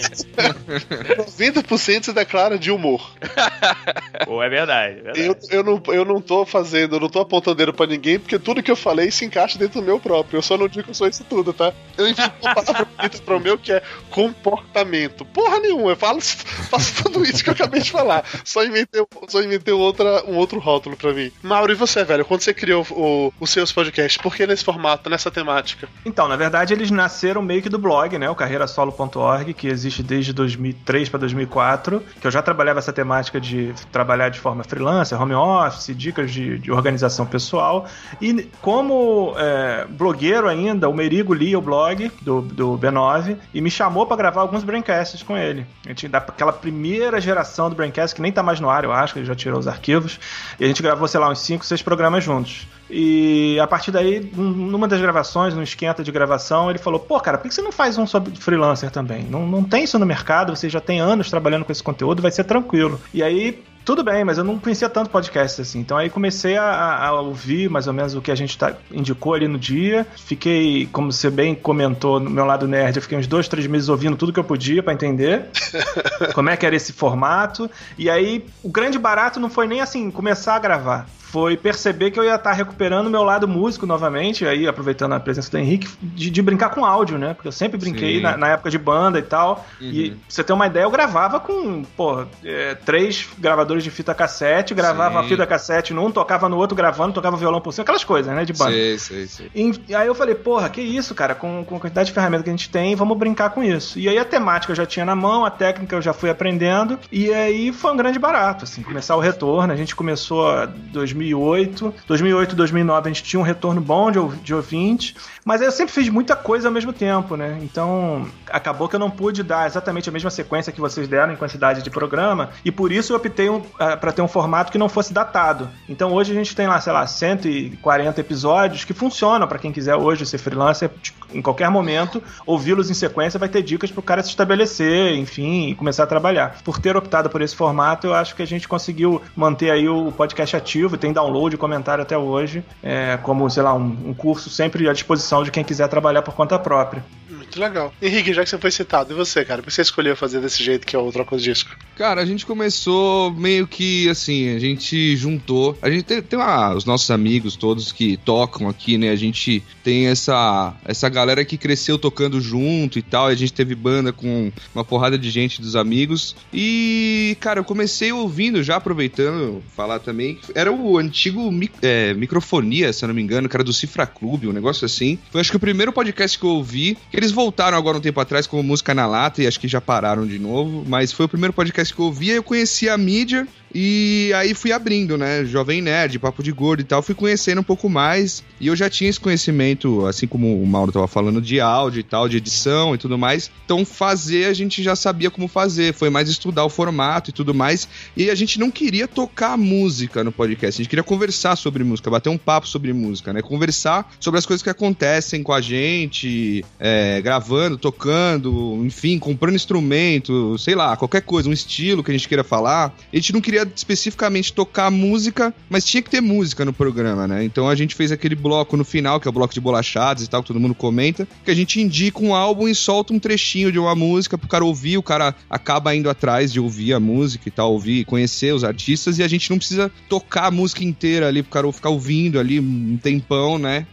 S2: 90% se declara de humor.
S7: Pô, é verdade.
S2: Eu não tô fazendo, eu não tô apontando dedo pra ninguém, porque tudo que eu falei se encaixa dentro do meu próprio. Eu só não digo que eu sou isso tudo, tá? Eu invento uma palavra bonita pro meu que é comportamento. Porra nenhuma, eu faço tudo isso que eu acabei de falar. Só inventei um outro rótulo pra mim. Mauro, e você, velho? Quando você criou os seus podcasts, por que nesse formato, nessa temática?
S4: Então, na verdade, eles nasceram meio que do blog, né? O carreirasolo.org, que existe desde 2003 para 2004, que eu já trabalhava essa temática de trabalhar de forma freelancer, home office, dicas de organização pessoal. E como blogueiro ainda, o Merigo lia o blog do B9 e me chamou pra gravar alguns Braincasts com ele. A gente, daquela primeira geração do Braincast, que nem tá mais no ar, eu acho, que ele já tirou os arquivos, e a gente gravou, sei lá, uns 5, 6 programas juntos. E a partir daí, numa das gravações, num esquenta de gravação, ele falou, pô, cara, por que você não faz um sobre freelancer também? Não tem isso no mercado, você já tem anos trabalhando com esse conteúdo, vai ser tranquilo. E aí, tudo bem, mas eu não conhecia tanto podcast assim. Então aí comecei a ouvir mais ou menos o que a gente indicou ali no dia. Fiquei, como você bem comentou, no meu lado nerd, eu fiquei uns 2, 3 meses ouvindo tudo que eu podia pra entender como é que era esse formato. E aí, o grande barato não foi nem assim, começar a gravar. Foi perceber que eu ia estar recuperando o meu lado músico novamente, aí aproveitando a presença do Henrique, de brincar com áudio, né? Porque eu sempre brinquei na época de banda e tal. Uhum. E pra você ter uma ideia, eu gravava com, 3 gravadores de fita cassete, gravava a fita cassete num, tocava no outro gravando, tocava violão por cima, aquelas coisas, né? De banda.
S8: Sei.
S2: E
S4: aí eu falei, que isso, cara? Com a quantidade de ferramentas que a gente tem, vamos brincar com isso. E aí a temática eu já tinha na mão, a técnica eu já fui aprendendo, e aí foi um grande barato, assim, começar o retorno. A gente começou 2008, 2009 a gente tinha um retorno bom de ouvinte, mas eu sempre fiz muita coisa ao mesmo tempo, né? Então acabou que eu não pude dar exatamente a mesma sequência que vocês deram em quantidade de programa, e por isso eu optei para ter um formato que não fosse datado. Então hoje a gente tem lá, sei lá, 140 episódios que funcionam para quem quiser hoje ser freelancer, em qualquer momento, ouvi-los em sequência, vai ter dicas pro cara se estabelecer, enfim, e começar a trabalhar. Por ter optado por esse formato, eu acho que a gente conseguiu manter aí o podcast ativo, tem download e comentário até hoje, como, sei lá, um curso sempre à disposição de quem quiser trabalhar por conta própria.
S2: Muito legal. Henrique, já que você foi citado, e você, cara? Por que você escolheu fazer desse jeito que é o Troca Disco?
S8: Cara, a gente começou meio que assim, a gente juntou. A gente tem os nossos amigos todos que tocam aqui, né? A gente tem essa galera que cresceu tocando junto e tal. E a gente teve banda com uma porrada de gente dos amigos. E, cara, eu comecei ouvindo, já aproveitando falar também, era o antigo Microfonia, se eu não me engano, que era do Cifra Clube, um negócio assim. Foi acho que o primeiro podcast que eu ouvi. Eles voltaram agora um tempo atrás com Música na Lata e acho que já pararam de novo, mas foi o primeiro podcast que eu ouvi, eu conheci a mídia E aí fui abrindo, né? Jovem Nerd, Papo de Gordo e tal, fui conhecendo um pouco mais. E eu já tinha esse conhecimento, assim como o Mauro tava falando, de áudio e tal, de edição e tudo mais. Então fazer, a gente já sabia como fazer. Foi mais estudar o formato e tudo mais. E a gente não queria tocar música no podcast. A gente queria conversar sobre música, bater um papo sobre música, né? Conversar sobre as coisas que acontecem com a gente, gravando, tocando, enfim, comprando instrumento, sei lá, qualquer coisa, um estilo que a gente queira falar. A gente não queria especificamente tocar música, mas tinha que ter música no programa, né? Então a gente fez aquele bloco no final, que é o bloco de bolachadas e tal, que todo mundo comenta, que a gente indica um álbum e solta um trechinho de uma música pro cara ouvir, o cara acaba indo atrás de ouvir a música e tal, ouvir, conhecer os artistas, e a gente não precisa tocar a música inteira ali pro cara ficar ouvindo ali um tempão, né?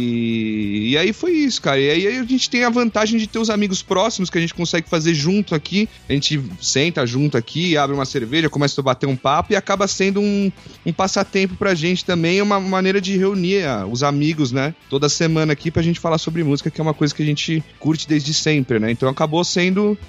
S8: E aí foi isso, cara. E aí a gente tem a vantagem de ter os amigos próximos que a gente consegue fazer junto aqui. A gente senta junto aqui, abre uma cerveja, começa a bater um papo e acaba sendo um passatempo pra gente também, uma maneira de reunir os amigos, né? Toda semana aqui pra gente falar sobre música, que é uma coisa que a gente curte desde sempre, né? Então acabou sendo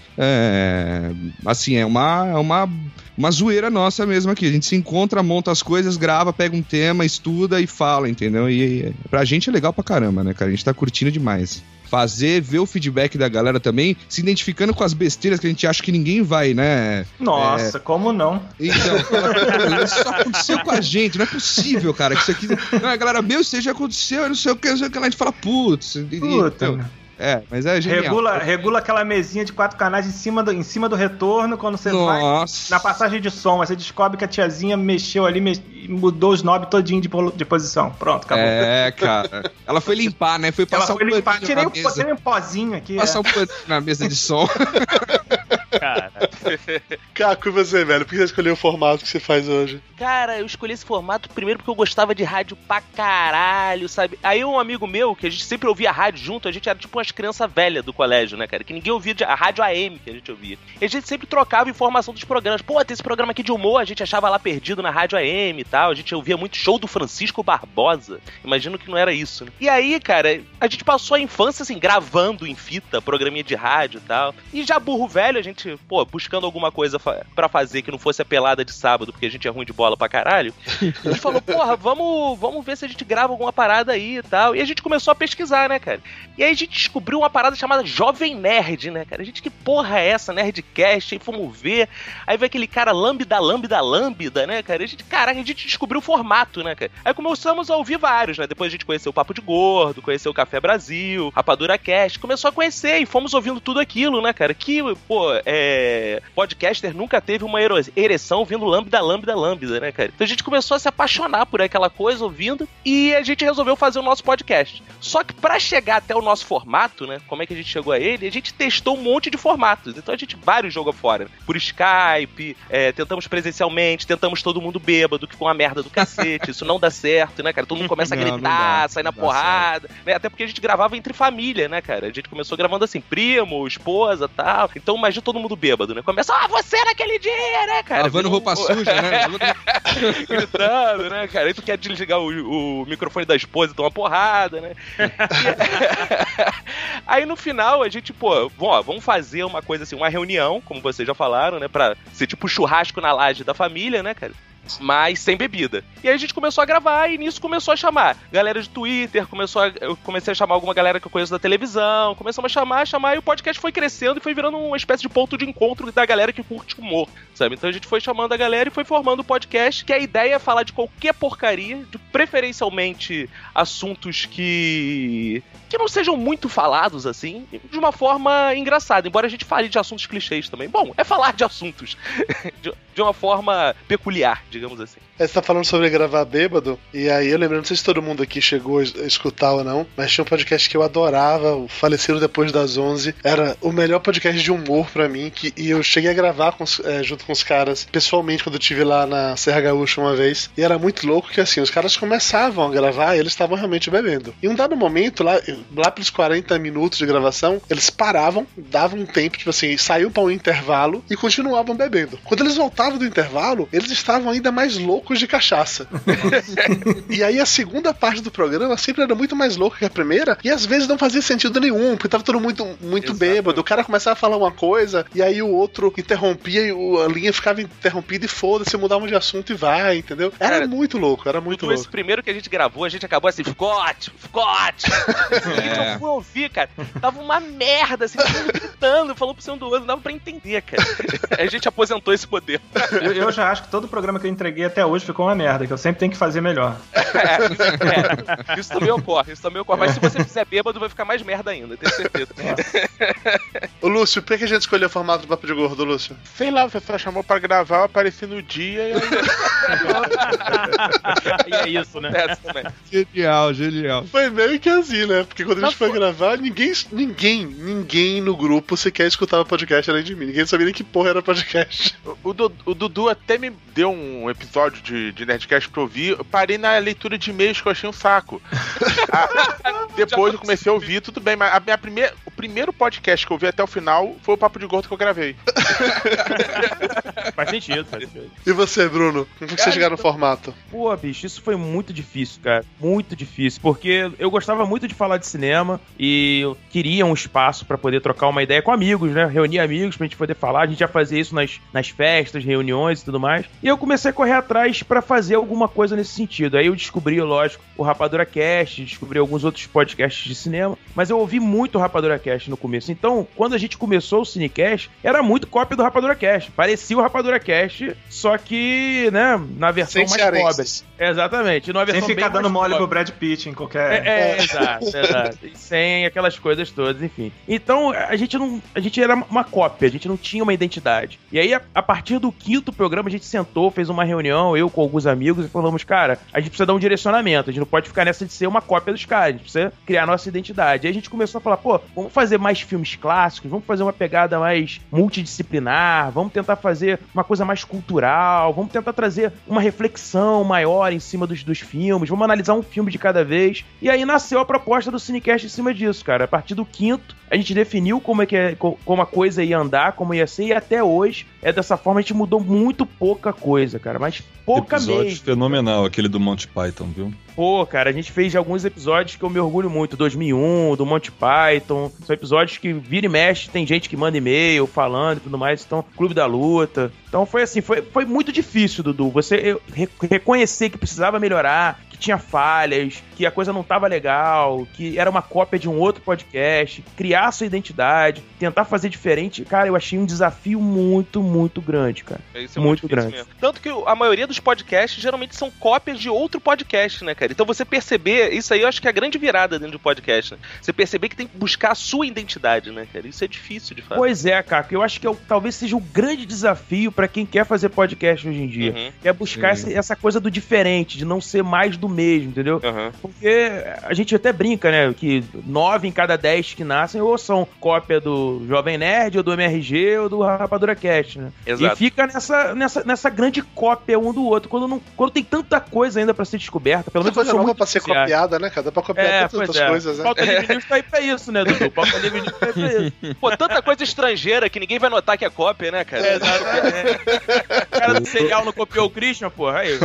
S8: assim, é uma zoeira nossa mesmo aqui. A gente se encontra, monta as coisas, grava, pega um tema, estuda e fala, entendeu? E pra gente é legal pra caramba, né, cara? A gente tá curtindo demais. Fazer, ver o feedback da galera também, se identificando com as besteiras que a gente acha que ninguém vai, né?
S4: Nossa, como não?
S8: Então, isso só aconteceu com a gente, não é possível, cara, que isso aqui... Não, a galera, isso já aconteceu, não sei o que, a gente fala, putz...
S4: Puta,
S8: mas é genial.
S4: Regula aquela mesinha de 4 canais em cima do retorno, quando você vai na passagem de som, aí você descobre que a tiazinha mexeu ali, mudou os knobs todinho de posição. Pronto, acabou.
S8: Cara. Ela foi limpar, né? Foi passar um paninho
S4: tirei um pozinho aqui.
S8: Passar um paninho na mesa de som.
S2: Cara. Caco, e você, velho? Por que você escolheu o formato que você faz hoje?
S5: Cara, eu escolhi esse formato primeiro porque eu gostava de rádio pra caralho, sabe? Aí um amigo meu, que a gente sempre ouvia rádio junto, a gente era tipo umas crianças velhas do colégio, né, cara? Que ninguém ouvia a rádio AM que a gente ouvia. E a gente sempre trocava informação dos programas. Pô, tem esse programa aqui de humor, a gente achava lá perdido na rádio AM e tal. A gente ouvia muito show do Francisco Barbosa. Imagino que não era isso, né? E aí, cara, a gente passou a infância, assim, gravando em fita, programinha de rádio e tal. E já burro velho, a gente, buscando alguma coisa pra fazer que não fosse a pelada de sábado, porque a gente é ruim de bola pra caralho. A gente falou, vamos ver se a gente grava alguma parada aí e tal. E a gente começou a pesquisar, né, cara? E aí a gente descobriu uma parada chamada Jovem Nerd, né, cara? A gente, que porra é essa? Nerdcast? Aí fomos ver. Aí veio aquele cara Lambda, né, cara? A gente descobriu o formato, né, cara? Aí começamos a ouvir vários, né? Depois a gente conheceu o Papo de Gordo, conheceu o Café Brasil, Rapadura Cast, começou a conhecer e fomos ouvindo tudo aquilo, né, cara? Que, podcaster nunca teve uma ereção ouvindo Lambda, né, cara? Então a gente começou a se apaixonar por aquela coisa ouvindo e a gente resolveu fazer o nosso podcast. Só que pra chegar até o nosso formato, né, como é que a gente chegou a ele? A gente testou um monte de formatos. Então a gente vários jogou fora. Né? Por Skype, tentamos presencialmente, tentamos todo mundo bêbado, que ficou uma merda do cacete. Isso não dá certo, né, cara? Todo mundo começa a gritar, sair na porrada. Né? Até porque a gente gravava entre família, né, cara? A gente começou gravando assim, primo, esposa e tal. Então imagina todo mundo bêbado, né? Começa, você naquele dia, né, cara?
S8: Lavando roupa suja, né?
S5: Gritando, né, cara? Aí tu quer desligar o microfone da esposa e tomar uma porrada, né? Aí no final a gente, vamos fazer uma coisa assim, uma reunião, como vocês já falaram, né? Pra ser tipo churrasco na laje da família, né, cara? Mas sem bebida. E aí a gente começou a gravar e nisso começou a chamar galera de Twitter, eu comecei a chamar alguma galera que eu conheço da televisão, começamos a chamar e o podcast foi crescendo e foi virando uma espécie de ponto de encontro da galera que curte humor, sabe? Então a gente foi chamando a galera e foi formando o podcast, que a ideia é falar de qualquer porcaria, de preferencialmente assuntos que não sejam muito falados, assim, de uma forma engraçada, embora a gente fale de assuntos clichês também. Bom, é falar de assuntos de uma forma peculiar, digamos assim.
S2: Você tá falando sobre gravar bêbado, e aí eu lembro, não sei se todo mundo aqui chegou a escutar ou não, mas tinha um podcast que eu adorava, o Falecido Depois das 11, era o melhor podcast de humor pra mim, e eu cheguei a gravar junto com os caras, pessoalmente, quando eu estive lá na Serra Gaúcha uma vez, e era muito louco que assim, os caras começavam a gravar e eles estavam realmente bebendo. Em um dado momento, lá pelos 40 minutos de gravação, eles paravam, davam um tempo, tipo assim, saiu para um intervalo e continuavam bebendo. Quando eles voltavam do intervalo, eles estavam ainda mais loucos de cachaça. E aí a segunda parte do programa sempre era muito mais louca que a primeira, e às vezes não fazia sentido nenhum, porque tava todo muito bêbado. O cara começava a falar uma coisa, e aí o outro interrompia, e a linha ficava interrompida e foda-se, mudavam de assunto e vai, entendeu? Era muito louco, era muito louco.
S5: Esse primeiro que a gente gravou, a gente acabou assim, ficou ótimo. Eu fui ouvir, cara, tava uma merda, assim, todo mundo gritando, falou pro seu do outro, não dava pra entender, cara. A gente aposentou esse modelo.
S4: Eu já acho que todo programa que eu entreguei até hoje ficou uma merda, que eu sempre tenho que fazer melhor.
S5: Isso também ocorre. Mas se você fizer bêbado, vai ficar mais merda ainda, tenho certeza.
S2: Ô Lúcio, por que a gente escolheu o formato do Papo de Gordo, Lúcio?
S3: Sei lá, você só chamou pra gravar, eu apareci no dia e aí...
S7: E é isso, né?
S8: Genial.
S2: Foi meio que assim, né? Porque quando a gente foi gravar, ninguém no grupo sequer escutava podcast além de mim. Ninguém sabia nem que porra era podcast.
S3: O Dudu até me deu um episódio de Nerdcast pra ouvir. Eu parei na leitura de e-mails que eu achei um saco. Depois eu comecei a ouvir, tudo bem, mas o primeiro podcast que eu ouvi até o final foi o Papo de Gordo que eu gravei.
S7: Faz sentido.
S2: E você, Bruno? Como que você chegar no formato?
S7: Pô, bicho, isso foi muito difícil, cara. Muito difícil, porque eu gostava muito de falar de cinema e eu queria um espaço pra poder trocar uma ideia com amigos, né? Reunir amigos pra gente poder falar. A gente já fazia isso nas festas, reuniões e tudo mais. E eu comecei a correr atrás pra fazer alguma coisa nesse sentido. Aí eu descobri, lógico, o Rapadura Cast, descobri alguns outros podcasts de cinema, mas eu ouvi muito o Rapadura Cast no começo. Então, quando a gente começou o Cinecast, era muito cópia do Rapadura Cast. Parecia o Rapadura Cast, só que, né, na versão
S2: sem
S7: mais pobre. Exatamente. Numa versão
S4: sem ficar dando mole
S7: pobre
S4: pro Brad Pitt em qualquer...
S7: Exato. E sem aquelas coisas todas, enfim. Então, a gente era uma cópia, a gente não tinha uma identidade. E aí, a partir do 5º programa, a gente sentou, fez uma reunião, eu com alguns amigos, e falamos, cara, a gente precisa dar um direcionamento, a gente não pode ficar nessa de ser uma cópia dos caras, a gente precisa criar a nossa identidade. Aí a gente começou a falar, pô, vamos fazer mais filmes clássicos, vamos fazer uma pegada mais multidisciplinar, vamos tentar fazer uma coisa mais cultural, vamos tentar trazer uma reflexão maior em cima dos filmes, vamos analisar um filme de cada vez. E aí nasceu a proposta do Cinecast em cima disso, cara. A partir do 5º, a gente definiu como a coisa ia andar, como ia ser, e até hoje é dessa forma. A gente mudou muito pouca coisa, cara, mas pouca
S6: episódio
S7: mesmo.
S6: Fenomenal, aquele do Monty Python, viu?
S7: Pô, cara, a gente fez alguns episódios que eu me orgulho muito, 2001, do Monty Python, são episódios que vira e mexe, tem gente que manda e-mail falando e tudo mais, então, Clube da Luta. Então foi assim, foi muito difícil, Dudu, você reconhecer que precisava melhorar, que tinha falhas, que a coisa não tava legal, que era uma cópia de um outro podcast, criar sua identidade, tentar fazer diferente. Cara, eu achei um desafio muito, muito grande, cara.
S5: Isso é muito grande mesmo. Tanto que a maioria dos podcasts geralmente são cópias de outro podcast, né, cara? Então você perceber, isso aí eu acho que é a grande virada dentro do podcast, né? Você perceber que tem que buscar a sua identidade, né, cara? Isso é difícil de fazer.
S7: Pois é, cara, eu acho que talvez seja o grande desafio pra quem quer fazer podcast hoje em dia. É buscar essa coisa do diferente, de não ser mais do mesmo, entendeu? Porque a gente até brinca, né, que 9 em cada 10 que nascem ou são cópia do Jovem Nerd, ou do MRG, ou do Rapadura Cast, né?
S5: Exato.
S7: E fica nessa grande cópia um do outro, quando tem tanta coisa ainda pra ser descoberta, pelo menos
S2: coisa nova pra ser copiada, né, cara? Dá pra copiar tantas coisas, né?
S7: Pauta Livre News tá aí pra isso, né, Dudu? Pauta Livre News tá aí pra isso.
S5: Pô, tanta coisa estrangeira que ninguém vai notar que é cópia, né, cara?
S7: O cara do serial não copiou o Christian, porra, aí.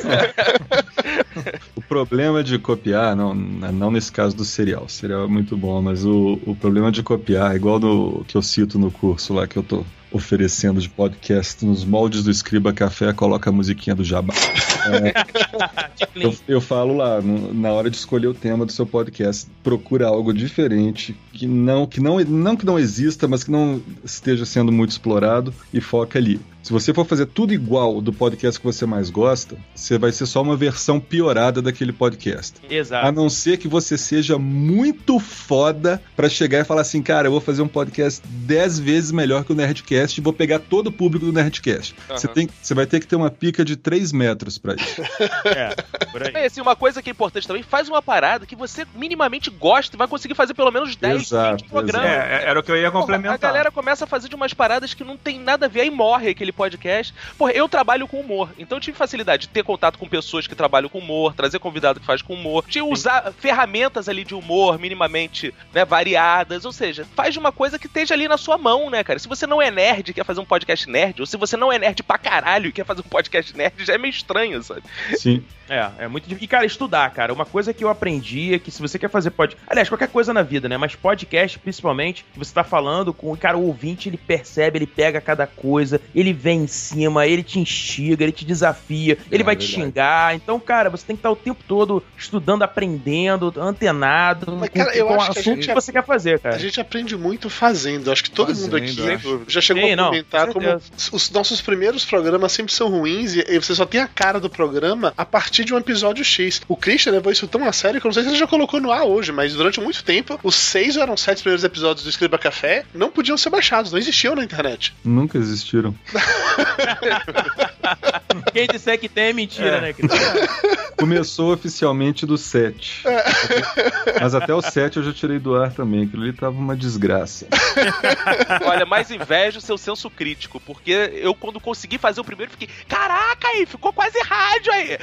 S6: O problema de copiar, não nesse caso do serial. O serial é muito bom, mas o problema de copiar, igual no que eu cito no curso lá que eu tô oferecendo de podcast, nos moldes do Escriba Café, coloca a musiquinha do Jabá. Eu falo lá, na hora de escolher o tema do seu podcast, procura algo diferente, que não exista, mas que não esteja sendo muito explorado, e foca ali. Se você for fazer tudo igual do podcast que você mais gosta, você vai ser só uma versão piorada daquele podcast.
S7: Exato.
S6: A não ser que você seja muito foda pra chegar e falar assim, cara, eu vou fazer um podcast 10 vezes melhor que o Nerdcast e vou pegar todo o público do Nerdcast. Você vai ter que ter uma pica de 3 metros pra isso.
S5: Por aí. Assim, uma coisa que é importante também, faz uma parada que você minimamente gosta e vai conseguir fazer pelo menos 10, 20 programas.
S4: Era o que eu ia complementar.
S5: A galera começa a fazer de umas paradas que não tem nada a ver, aí morre aquele podcast. Porra, eu trabalho com humor, então eu tive facilidade de ter contato com pessoas que trabalham com humor, trazer convidado que faz com humor, de usar ferramentas ali de humor minimamente, né, variadas, ou seja, faz de uma coisa que esteja ali na sua mão, né, cara? Se você não é nerd e quer fazer um podcast nerd, ou se você não é nerd pra caralho e quer fazer um podcast nerd, já é meio estranho, sabe?
S6: Sim.
S7: É muito difícil. E, cara, estudar, cara. Uma coisa que eu aprendi é que se você quer fazer podcast... Aliás, qualquer coisa na vida, né? Mas podcast, principalmente, você tá falando com... Cara, o ouvinte, ele percebe, ele pega cada coisa, ele vem em cima, ele te instiga, ele te desafia, ele vai te xingar. Então, cara, você tem que estar o tempo todo estudando, aprendendo, antenado,
S2: mas, cara, eu
S7: com o
S2: acho
S7: assunto que você quer fazer, cara.
S2: A gente aprende muito fazendo. Acho que todo mundo aqui já chegou a comentar como os nossos primeiros programas sempre são ruins e você só tem a cara do programa a partir de um episódio X. O Christian levou isso tão a sério que eu não sei se ele já colocou no ar hoje, mas durante muito tempo, os 6 ou eram 7 primeiros episódios do Escriba Café não podiam ser baixados, não existiam na internet.
S6: Nunca existiram.
S7: Quem disser que tem é mentira, né, Christian?
S6: Começou oficialmente do 7. Mas até o 7 eu já tirei do ar também. Aquilo ali tava uma desgraça.
S5: Olha, mais inveja o seu senso crítico, porque eu, quando consegui fazer o primeiro, fiquei, caraca aí, ficou quase rádio aí.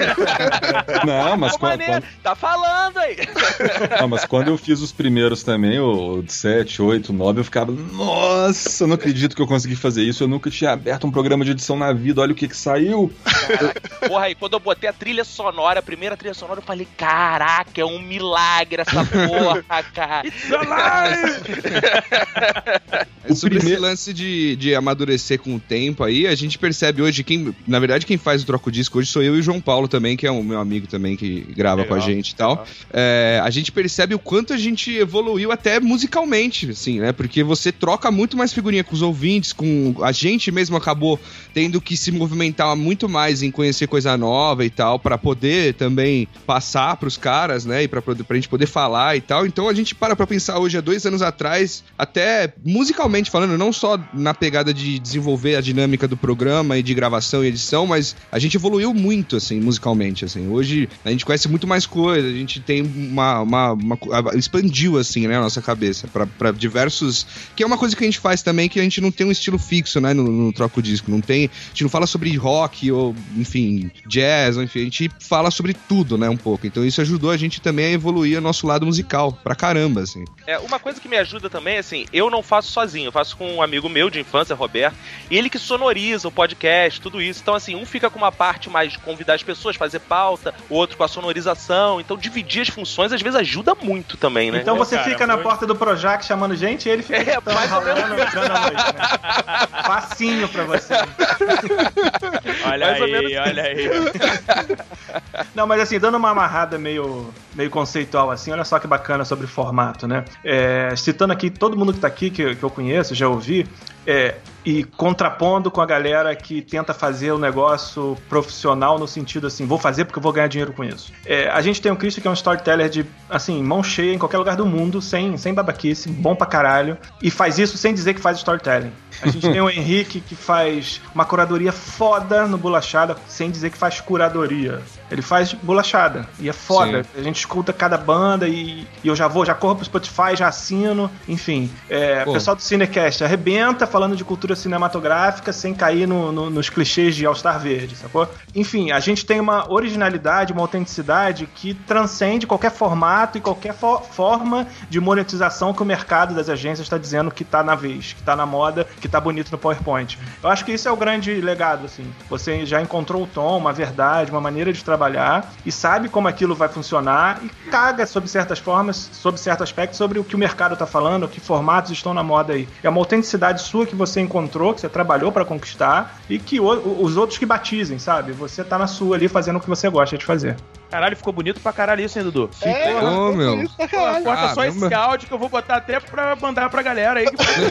S6: Não, mas
S5: tá falando aí.
S6: Não, mas quando eu fiz os primeiros também, o 7, 8, 9, eu ficava, nossa, eu não acredito que eu consegui fazer isso, eu nunca tinha aberto um programa de edição na vida, olha o que saiu.
S5: Porra, aí quando eu botei a trilha sonora, a primeira trilha sonora, eu falei, caraca, é um milagre essa porra, cara.
S8: It's alive! Sobre esse lance de amadurecer com o tempo aí, a gente percebe hoje, na verdade quem faz o Troco Disco hoje sou eu e o João Paulo também, que é o meu amigo também, que grava com a gente e tal. A gente percebe o quanto a gente evoluiu até musicalmente, assim, né? Porque você troca muito mais figurinha com os ouvintes, com a gente mesmo acabou tendo que se movimentar muito mais em conhecer coisa nova e tal, pra poder também passar pros caras, né? E pra gente poder falar e tal. Então a gente pra pensar hoje, há 2 anos atrás, até musicalmente falando, não só na pegada de desenvolver a dinâmica do programa e de gravação e edição, mas a gente evoluiu muito, assim, musicalmente, assim. Hoje a gente conhece muito mais coisa, a gente tem expandiu, assim, né, a nossa cabeça pra diversos... Que é uma coisa que a gente faz também, que a gente não tem um estilo fixo, né, no Troco Disco. Não tem... A gente não fala sobre rock ou, enfim, jazz, ou, enfim, a gente fala sobre tudo, né, um pouco. Então isso ajudou a gente também a evoluir o nosso lado musical, pra caramba, assim.
S5: Uma coisa que me ajuda também, assim, eu não faço sozinho, eu faço com um amigo meu de infância, Roberto, e ele que sonoriza o podcast, tudo isso. Então, assim, um fica com uma parte mais de convidar as pessoas, fazer pauta, o outro com a sonorização. Então, dividir as funções, às vezes, ajuda muito também, né?
S4: Então você fica na porta do Projac chamando gente e ele fica
S5: mais ou menos
S4: entrando à noite, né? Facinho pra você.
S7: Olha aí.
S4: Não, mas assim, dando uma amarrada meio conceitual assim, olha só que bacana sobre formato, né? Citando aqui todo mundo que tá aqui, que eu conheço, já ouvi, e contrapondo com a galera que tenta fazer o negócio profissional no sentido assim, vou fazer porque eu vou ganhar dinheiro com isso. A gente tem o Christian, que é um storyteller de, assim, mão cheia em qualquer lugar do mundo, sem babaquice, bom pra caralho, e faz isso sem dizer que faz storytelling. A gente tem o Henrique, que faz uma curadoria foda no Bolachada, sem dizer que faz curadoria. Ele faz bolachada, e é foda. Sim. A gente escuta cada banda e eu já corro pro Spotify, já assino, enfim. O pessoal do Cinecast arrebenta falando de cultura cinematográfica sem cair nos clichês de All-Star Verde, sacou? Enfim, a gente tem uma originalidade, uma autenticidade que transcende qualquer formato e qualquer forma de monetização que o mercado das agências está dizendo que tá na vez, que tá na moda, que tá bonito no PowerPoint. Eu acho que isso é o grande legado, assim. Você já encontrou o tom, uma verdade, uma maneira de trabalhar e sabe como aquilo vai funcionar e caga sob certas formas, sob certo aspecto, sobre o que o mercado tá falando, que formatos estão na moda aí. É uma autenticidade sua que você encontrou, que você trabalhou pra conquistar e que os outros que batizem, sabe? Você tá na sua ali fazendo o que você gosta de fazer.
S7: Caralho, ficou bonito pra caralho isso, hein, Dudu?
S8: Ficou, meu.
S7: Corta só esse áudio que eu vou botar até pra mandar pra galera aí.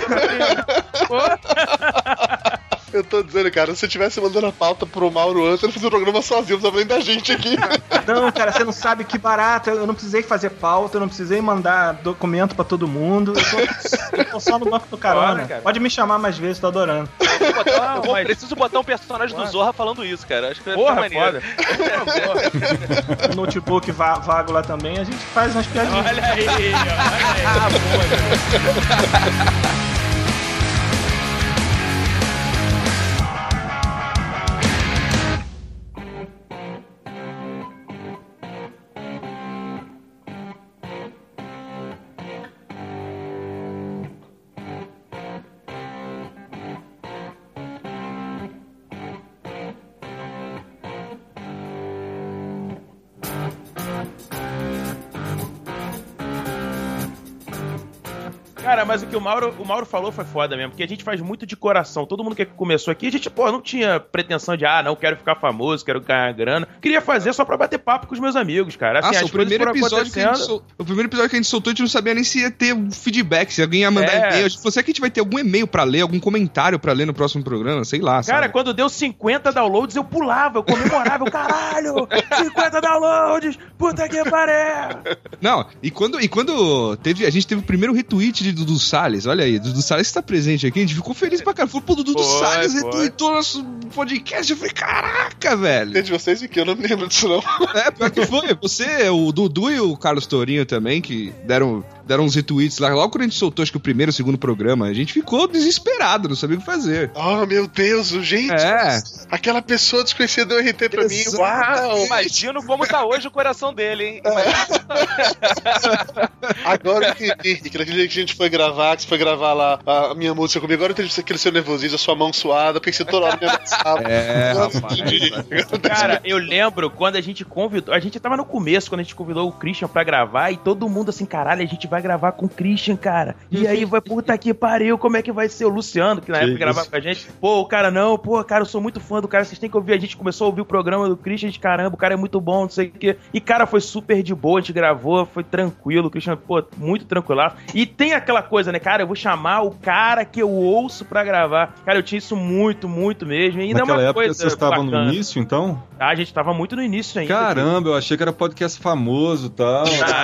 S2: Eu tô dizendo, cara, se eu tivesse mandando a pauta pro Mauro antes, ele fazia o programa sozinho, não precisava nem da gente aqui.
S4: Não, cara, você não sabe que barato. Eu não precisei fazer pauta, eu não precisei mandar documento pra todo mundo. Eu tô só no banco do carona. Cara. Pode me chamar mais vezes, tô adorando.
S5: Preciso botar um personagem do Zorra falando isso, cara. Acho que vai
S7: ficar
S5: maneiro.
S4: O notebook vago lá também, a gente faz umas piadinhas.
S7: Olha aí. Boa, Cara, mas o que o Mauro falou foi foda mesmo, porque a gente faz muito de coração. Todo mundo que começou aqui, a gente, não tinha pretensão de, não quero ficar famoso, quero ganhar grana. Queria fazer só pra bater papo com os meus amigos, cara. Assim,
S8: o primeiro episódio que a gente soltou, a gente não sabia nem se ia ter um feedback, se alguém ia mandar e-mail. A gente falou, será que a gente vai ter algum e-mail pra ler, algum comentário pra ler no próximo programa? Sei lá,
S7: cara,
S8: sabe?
S7: quando deu 50 downloads, eu pulava, eu comemorava, caralho, 50 downloads, puta que pariu.
S8: Não, e quando a gente teve o primeiro retweet de Dudu Salles, olha aí, Dudu Salles que tá presente aqui, a gente ficou feliz pra caralho. Falou, pô, Dudu Salles retweetou nosso podcast. Eu falei, caraca, velho.
S2: Tem de vocês aqui, eu não me lembro disso, não.
S8: Pior que foi. Você, o Dudu e o Carlos Tourinho também, que deram uns retweets lá. Logo quando a gente soltou, acho que o primeiro, o segundo programa, a gente ficou desesperado, não sabia o que fazer.
S2: Oh, meu Deus, gente. Aquela pessoa desconhecida deu RT pra mim. Uau.
S5: Imagino como tá hoje o coração dele, hein?
S2: Agora que naquele dia que a gente foi gravar, que você foi gravar lá a minha música comigo, agora eu entendi aquele seu nervosismo, a sua mão suada, porque você toda hora me abraçava.
S7: Cara, eu lembro quando a gente convidou, a gente tava no começo, quando a gente convidou o Christian pra gravar, e todo mundo assim, caralho, a gente vai gravar com o Christian, cara. E aí vai, puta que pariu, como é que vai ser? O Luciano, que na época gravava com a gente. Pô, o cara não, cara, eu sou muito fã do cara, vocês têm que ouvir. A gente começou a ouvir o programa do Christian, de caramba, o cara é muito bom, não sei o quê. E, cara, foi super de boa, a gente gravou, foi tranquilo, o Christian, muito tranquilo. E tem aquela coisa, né, cara, eu vou chamar o cara que eu ouço pra gravar. Cara, eu tinha isso muito, muito mesmo. E
S6: naquela época
S7: coisa
S6: vocês estavam no início, então?
S7: A gente tava muito no início ainda.
S6: Caramba, eu achei que era podcast famoso e tal.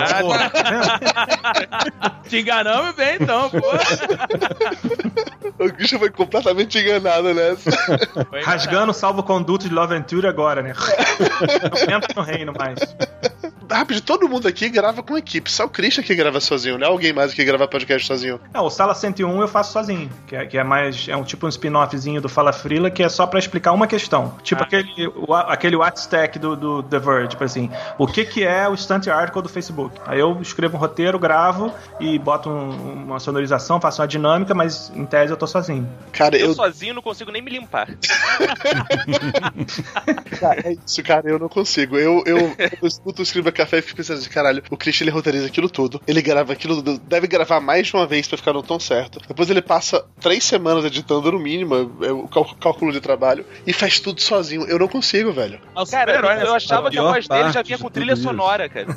S7: Te enganamos bem, então, pô.
S2: O Christian foi completamente enganado nessa.
S4: Rasgando o salvo-conduto de Love Venture agora, né? Não entra no reino mais.
S2: Rápido, todo mundo aqui grava com equipe. Só o Christian que grava sozinho, não é alguém mais que grava podcast sozinho.
S4: Não, o Sala 101 eu faço sozinho. Que é mais. É um tipo um spin-offzinho do Fala Frila, que é só pra explicar uma questão. Tipo aquele Whatstack do The Verge, tipo assim. O que é o Stunt Article do Facebook? Aí eu escrevo um roteiro, gravo e boto uma sonorização, faço uma dinâmica, mas em tese eu tô sozinho.
S5: Cara, eu sozinho não consigo nem me limpar.
S2: Cara, é isso, cara, eu não consigo. Eu escuto o Escriba Café e fico pensando assim, caralho, o Christian ele roteiriza aquilo tudo. Ele grava aquilo, deve gravar mais de uma vez pra ficar no tom certo. Depois ele passa 3 semanas editando no mínimo, é o cálculo de trabalho, e faz tudo sozinho. Eu não consigo, velho.
S5: Cara, eu achava que a voz dele já vinha com trilha sonora, cara.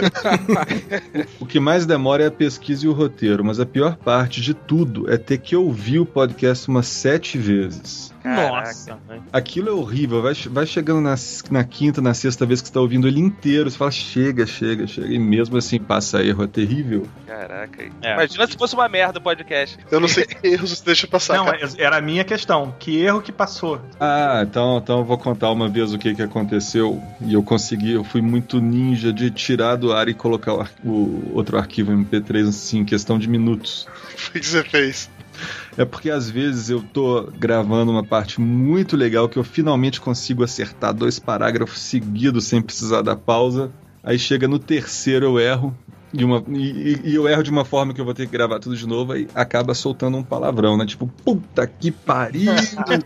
S6: O que mais demora é a pesquisa e o roteiro, mas a pior parte de tudo é ter que ouvir o podcast umas 7 vezes.
S7: Nossa,
S6: aquilo é horrível. Vai chegando na quinta, na sexta vez que você tá ouvindo ele inteiro, você fala, chega. E mesmo assim passa erro, é terrível.
S5: Caraca. Imagina se fosse uma merda o podcast.
S2: Eu não sei que erros você deixa passar.
S4: Não, era a minha questão. Que erro que passou?
S6: Então eu vou contar uma vez o que aconteceu. E eu fui muito ninja de tirar do ar e colocar o outro arquivo MP3 assim, em questão de minutos.
S2: O que você fez?
S6: É porque às vezes eu tô gravando uma parte muito legal que eu finalmente consigo acertar 2 parágrafos seguidos sem precisar da pausa. Aí chega no terceiro eu erro. E eu erro de uma forma que eu vou ter que gravar tudo de novo, aí acaba soltando um palavrão, né? Tipo, puta que pariu!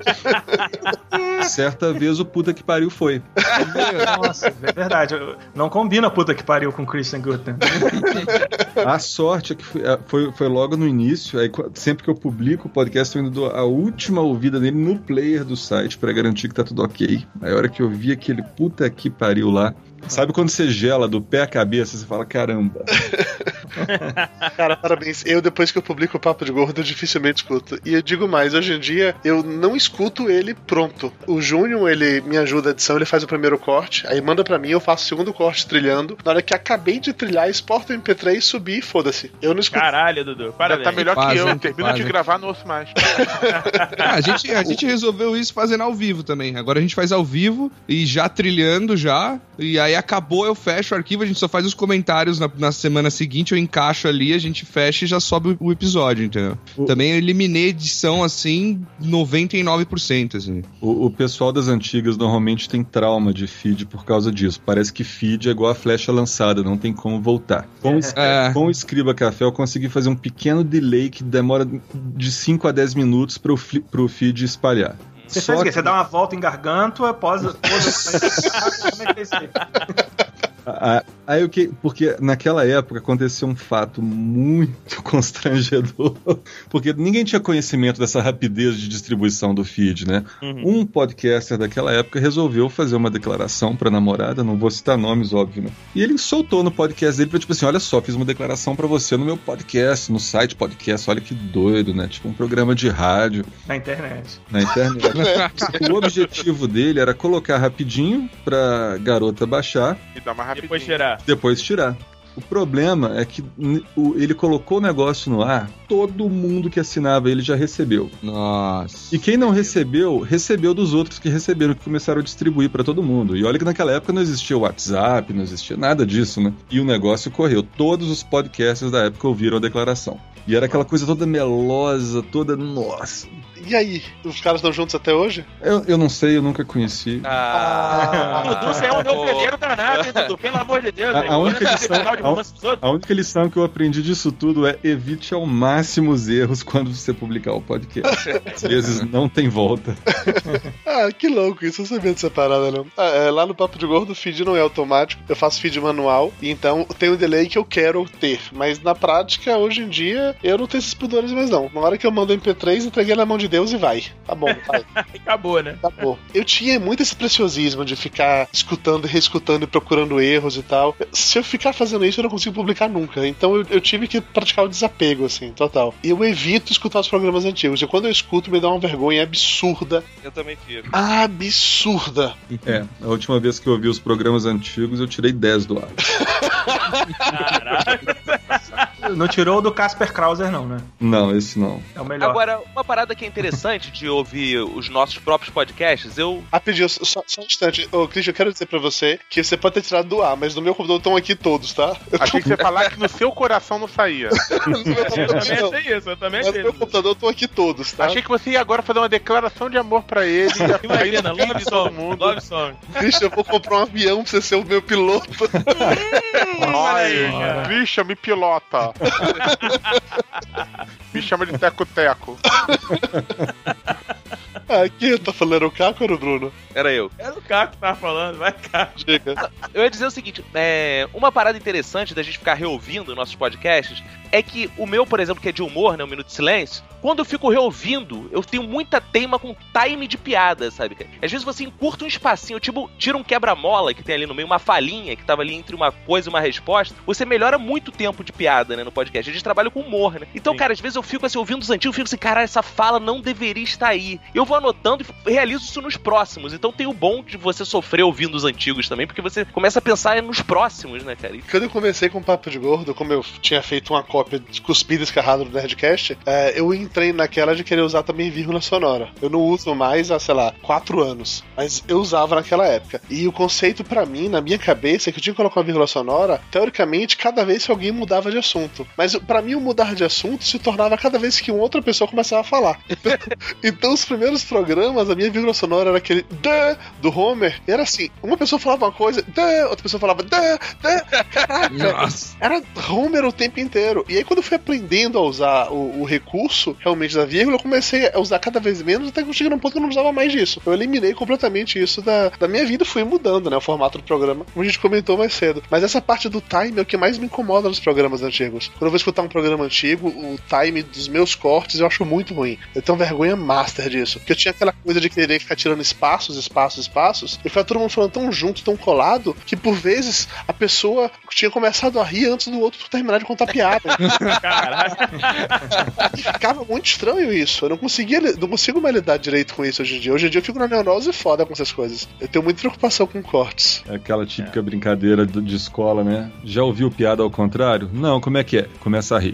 S6: Certa vez o puta que pariu foi.
S4: Nossa, é verdade. Não combina puta que pariu com Christian Gutman.
S6: A sorte é que foi logo no início, aí sempre que eu publico o podcast eu ainda dou a última ouvida nele no player do site pra garantir que tá tudo ok. Aí a hora que eu vi aquele puta que pariu lá, sabe quando você gela do pé à cabeça, você fala, caramba.
S2: Cara, parabéns. Eu, depois que eu publico o Papo de Gordo, eu dificilmente escuto. E eu digo mais, hoje em dia, eu não escuto ele pronto. O Júnior, ele me ajuda a edição, ele faz o primeiro corte, aí manda pra mim, eu faço o segundo corte trilhando. Na hora que acabei de trilhar, exporto o MP3, subi e foda-se. Eu não escuto.
S7: Caralho, Dudu, parabéns.
S3: Tá melhor que eu, termina de gravar, não ouço mais.
S8: A gente resolveu isso fazendo ao vivo também. Agora a gente faz ao vivo e já trilhando já, e aí acabou, eu fecho o arquivo, a gente só faz os comentários na semana seguinte, eu encaixo ali, a gente fecha e já sobe o episódio, entendeu? Também eu eliminei edição, assim, 99%, assim.
S6: O pessoal das antigas normalmente tem trauma de feed por causa disso. Parece que feed é igual a flecha lançada, não tem como voltar. Com o Escriba Café eu consegui fazer um pequeno delay que demora de 5 a 10 minutos pro feed espalhar.
S4: Você faz o quê? Você dá uma volta em Gargantua, posa como é que é isso aí?
S6: Aí porque naquela época aconteceu um fato muito constrangedor, porque ninguém tinha conhecimento dessa rapidez de distribuição do feed, né? Um podcaster daquela época resolveu fazer uma declaração pra namorada, não vou citar nomes, óbvio, né? E ele soltou no podcast dele pra tipo assim, olha só, fiz uma declaração pra você no meu podcast, no site podcast, olha que doido, né? Tipo um programa de rádio.
S4: Na internet.
S6: O objetivo dele era colocar rapidinho pra garota baixar
S3: E dá mais rapidinho.
S6: depois tirar. O problema é que ele colocou o negócio no ar, todo mundo que assinava ele já recebeu.
S8: Nossa.
S6: E quem não recebeu, recebeu dos outros que receberam, que começaram a distribuir pra todo mundo. E olha que naquela época não existia o WhatsApp, não existia nada disso, né? E o negócio correu. Todos os podcasters da época ouviram a declaração. E era aquela coisa toda melosa, toda... Nossa.
S2: E aí? Os caras estão juntos até hoje?
S6: Eu não sei, eu nunca conheci.
S7: Dudu, você é um neofeleiro danado, hein, Dudu? Pelo amor de Deus.
S6: A única lição que eu aprendi disso tudo é evite ao máximo os erros quando você publicar o podcast. Às vezes não tem volta.
S2: Que louco isso, eu não sabia dessa parada, não. Lá no Papo de Gordo o feed não é automático, eu faço feed manual, e então tem um delay que eu quero ter, mas na prática, hoje em dia, eu não tenho esses pudores mais não. Na hora que eu mando MP3, entreguei na mão de Deus e vai. Tá bom, vai.
S7: Acabou, né?
S2: Acabou. Eu tinha muito esse preciosismo de ficar escutando e reescutando e procurando erros e tal. Se eu ficar fazendo isso, eu não consigo publicar nunca. Então eu tive que praticar o desapego, assim, total. E eu evito escutar os programas antigos. E quando eu escuto, me dá uma vergonha absurda.
S5: Eu também fico.
S2: Absurda.
S6: A última vez que eu ouvi os programas antigos, eu tirei 10 do ar.
S7: Caralho.
S4: Não tirou o do Casper Krauser, não, né?
S6: Não, esse não.
S4: É o melhor.
S5: Agora, uma parada que é interessante de ouvir os nossos próprios podcasts,
S2: Rapidinho, só um instante. Ô, Christian, eu quero dizer pra você que você pode ter tirado do ar, mas no meu computador estão aqui todos, tá?
S3: Achei que você ia falar que no seu coração não saía.
S2: No meu computador não.
S7: Eu também
S2: Mas no meu computador estão aqui todos, tá?
S3: Achei que você ia agora fazer uma declaração de amor pra ele.
S7: Imagina, love song.
S2: Christian, eu vou comprar um avião pra você ser o meu piloto.
S3: Ai, Christian, me pilota. Me chama de teco-teco.
S2: Quem tá falando? Era o Caco ou era o Bruno?
S5: era eu.
S7: Era o Caco que tava falando, vai, Caco.
S5: Eu ia dizer o seguinte, uma parada interessante da gente ficar reouvindo nossos podcasts é que o meu, por exemplo, que é de humor, né, o Minuto de Silêncio, quando eu fico reouvindo, eu tenho muita teima com time de piada, sabe? Às vezes você encurta um espacinho, tipo, tira um quebra-mola que tem ali no meio, uma falinha que tava ali entre uma coisa e uma resposta, você melhora muito o tempo de piada, né, no podcast. A gente trabalha com humor, né? Então, cara, às vezes eu fico assim, ouvindo os antigos, eu fico assim, cara, essa fala não deveria estar aí. Eu vou anotando e realizo isso nos próximos. Então tem o bom de você sofrer ouvindo os antigos também, porque você começa a pensar nos próximos, né, cara?
S2: Quando eu comecei com o Papo de Gordo, como eu tinha feito uma cópia de cuspida escarrada do Nerdcast, eu entrei naquela de querer usar também vírgula sonora. Eu não uso mais há, sei lá, 4 anos, mas eu usava naquela época. E o conceito pra mim, na minha cabeça, é que eu tinha que colocar uma vírgula sonora, teoricamente, cada vez que alguém mudava de assunto. Mas pra mim, o mudar de assunto se tornava cada vez que uma outra pessoa começava a falar. Então, os primeiros programas, a minha vírgula sonora era aquele do Homer. Era assim, uma pessoa falava uma coisa, outra pessoa falava caraca, era Homer o tempo inteiro. E aí, quando eu fui aprendendo a usar o recurso, realmente, da vírgula, eu comecei a usar cada vez menos, até que eu cheguei num ponto que eu não usava mais disso. Eu eliminei completamente isso da minha vida, fui mudando, né, o formato do programa, como a gente comentou mais cedo. Mas essa parte do time é o que mais me incomoda nos programas antigos. Quando eu vou escutar um programa antigo, o time dos meus cortes eu acho muito ruim. Eu tenho vergonha master disso. Porque eu tinha aquela coisa de querer ficar tirando espaços, e ficar todo mundo falando tão junto, tão colado, que por vezes a pessoa tinha começado a rir antes do outro terminar de contar piada.
S7: Caraca.
S2: E ficava muito estranho isso. Eu não consigo mais lidar direito com isso hoje em dia. Hoje em dia eu fico na neurose foda com essas coisas. Eu tenho muita preocupação com cortes.
S6: É aquela típica brincadeira de escola, né? Já ouviu piada ao contrário? Não, como é que é? Começa a rir.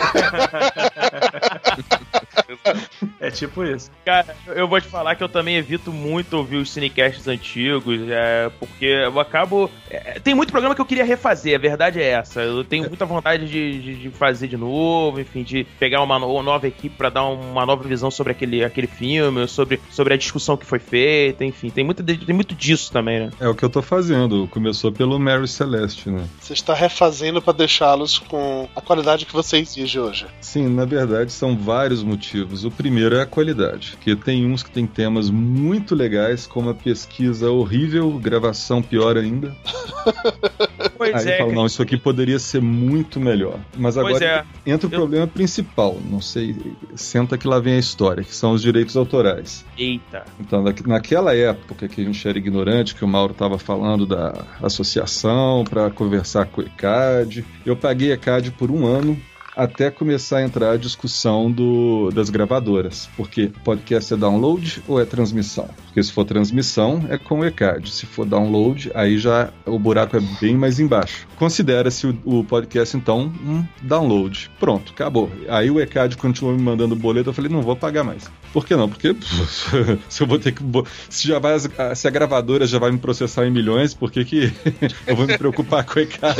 S4: É tipo isso.
S7: Cara, eu vou te falar que eu também evito muito ouvir os cinecasts antigos, porque eu acabo... tem muito programa que eu queria refazer, a verdade é essa. Eu tenho muita vontade de fazer de novo, enfim, de pegar uma nova equipe pra dar uma nova visão sobre aquele filme, sobre a discussão que foi feita, enfim, tem muito disso também, né?
S6: É o que eu tô fazendo, começou pelo Mary Celeste, né?
S2: Você está refazendo pra deixá-los com a qualidade que você exige hoje.
S6: Sim, na verdade são vários motivos. motivos. O primeiro é a qualidade, que tem uns que tem temas muito legais, como a pesquisa horrível, gravação pior ainda.
S7: Pois
S6: Aí eu falo, não, isso aqui poderia ser muito melhor. Mas agora entra o problema principal, não sei, senta que lá vem a história, que são os direitos autorais.
S7: Eita.
S6: Então, naquela época que a gente era ignorante, que o Mauro estava falando da associação para conversar com o ECAD, eu paguei ECAD por 1 ano, até começar a entrar a discussão das gravadoras. Porque podcast é download ou é transmissão? Porque se for transmissão, é com o ECAD. Se for download, aí já o buraco é bem mais embaixo. Considera-se o podcast, então, um download. Pronto, acabou. Aí o ECAD continuou me mandando boleto, eu falei, não vou pagar mais. Por que não? Porque se eu vou ter que... Se a gravadora já vai me processar em milhões, por que eu vou me preocupar com o ECAD?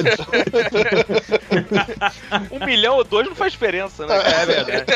S5: 1 milhão ou 2 não faz diferença, né? É verdade.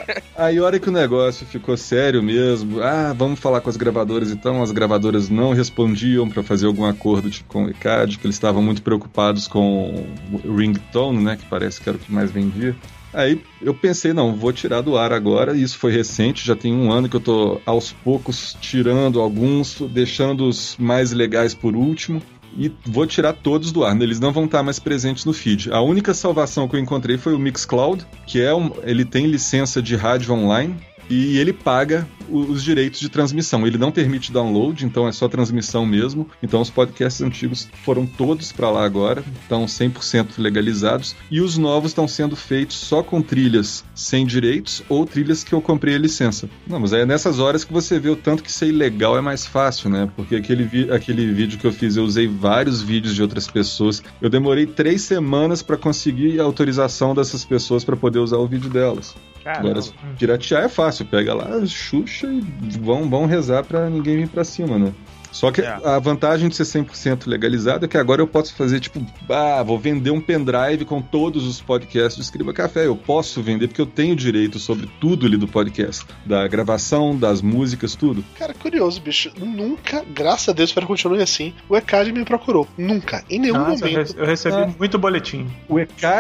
S6: Aí a hora que o negócio ficou sério mesmo, vamos falar com as gravadoras, então as gravadoras não respondiam para fazer algum acordo com o ECAD, que eles estavam muito preocupados com o ringtone, né, que parece que era o que mais vendia. Aí eu pensei, não, vou tirar do ar agora, isso foi recente, já tem 1 ano que eu tô aos poucos tirando alguns, deixando os mais legais por último, e vou tirar todos do ar, eles não vão estar mais presentes no feed. A única salvação que eu encontrei foi o Mixcloud, que ele tem licença de rádio online, e ele paga os direitos de transmissão. Ele não permite download, então é só transmissão mesmo. Então os podcasts antigos foram todos para lá agora, estão 100% legalizados, e os novos estão sendo feitos só com trilhas sem direitos ou trilhas que eu comprei a licença. Não, mas é nessas horas que você vê o tanto que ser ilegal é mais fácil, né? Porque aquele vídeo que eu fiz, eu usei vários vídeos de outras pessoas. Eu demorei 3 semanas para conseguir a autorização dessas pessoas para poder usar o vídeo delas.
S7: Caramba.
S6: Agora, piratear é fácil, pega lá, Xuxa e vão rezar pra ninguém vir pra cima, né? Só que a vantagem de ser 100% legalizado é que agora eu posso fazer, tipo, vou vender um pendrive com todos os podcasts do Escriba Café. Eu posso vender porque eu tenho direito sobre tudo ali do podcast. Da gravação, das músicas, tudo.
S2: Cara, curioso, bicho. Nunca, graças a Deus, espero que continue assim, o ECAD me procurou. Nunca. Em nenhum momento.
S4: Eu recebi muito boletim.
S6: O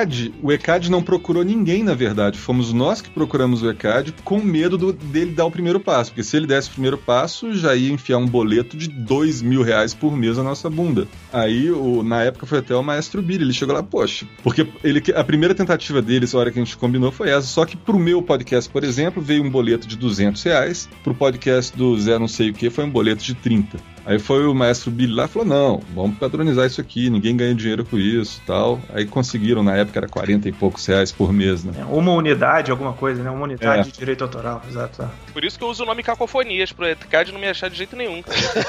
S6: ECAD não procurou ninguém, na verdade. Fomos nós que procuramos o ECAD com medo dele dar o primeiro passo. Porque se ele desse o primeiro passo, já ia enfiar um boleto de R$2.000 por mês na nossa bunda. Aí, na época, foi até o Maestro Billy. Ele chegou lá, poxa, porque a primeira tentativa dele, essa hora que a gente combinou, foi essa. Só que pro meu podcast, por exemplo, veio um boleto de R$200. Pro podcast do Zé não sei o que, foi um boleto de 30. Aí foi o Maestro Billy lá e falou, não, vamos padronizar isso aqui, ninguém ganha dinheiro com isso e tal. Aí conseguiram, na época era 40 e poucos reais por mês, né?
S4: Uma unidade, alguma coisa, né? Uma unidade de direito autoral, exato.
S5: Por isso que eu uso o nome Cacofonias, pro ECAD não me achar de jeito nenhum.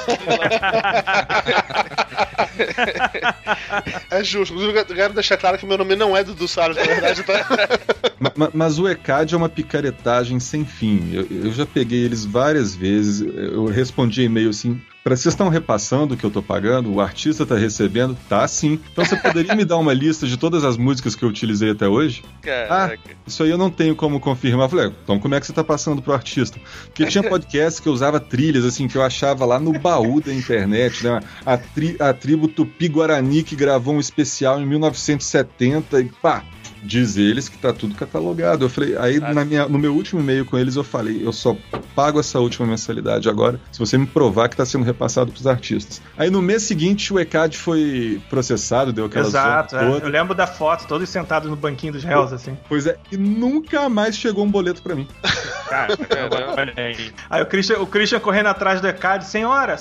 S2: É justo, inclusive eu quero deixar claro que meu nome não é Dudu Salles, na verdade, tá?
S6: Mas o ECAD é uma picaretagem sem fim. Eu já peguei eles várias vezes, eu respondi e-mail assim... Vocês estão repassando o que eu tô pagando? O artista tá recebendo? Tá sim. Então você poderia me dar uma lista de todas as músicas que eu utilizei até hoje?
S5: Caraca.
S6: Isso aí eu não tenho como confirmar. Eu falei, então como é que você tá passando pro artista? Porque tinha podcast que eu usava trilhas, assim, que eu achava lá no baú da internet, né? A tribo Tupi-Guarani que gravou um especial em 1970 e pá! Diz eles que tá tudo catalogado. Eu falei, aí no meu último e-mail com eles eu falei, eu só pago essa última mensalidade agora se você me provar que tá sendo repassado pros artistas. Aí no mês seguinte o ECAD foi processado, deu aquela
S4: exato, eu lembro da foto, todos sentados no banquinho dos réus, assim.
S6: Pois é, e nunca mais chegou um boleto pra mim.
S7: Cara, olha aí.
S4: Aí o Christian correndo atrás do ECAD, senhora.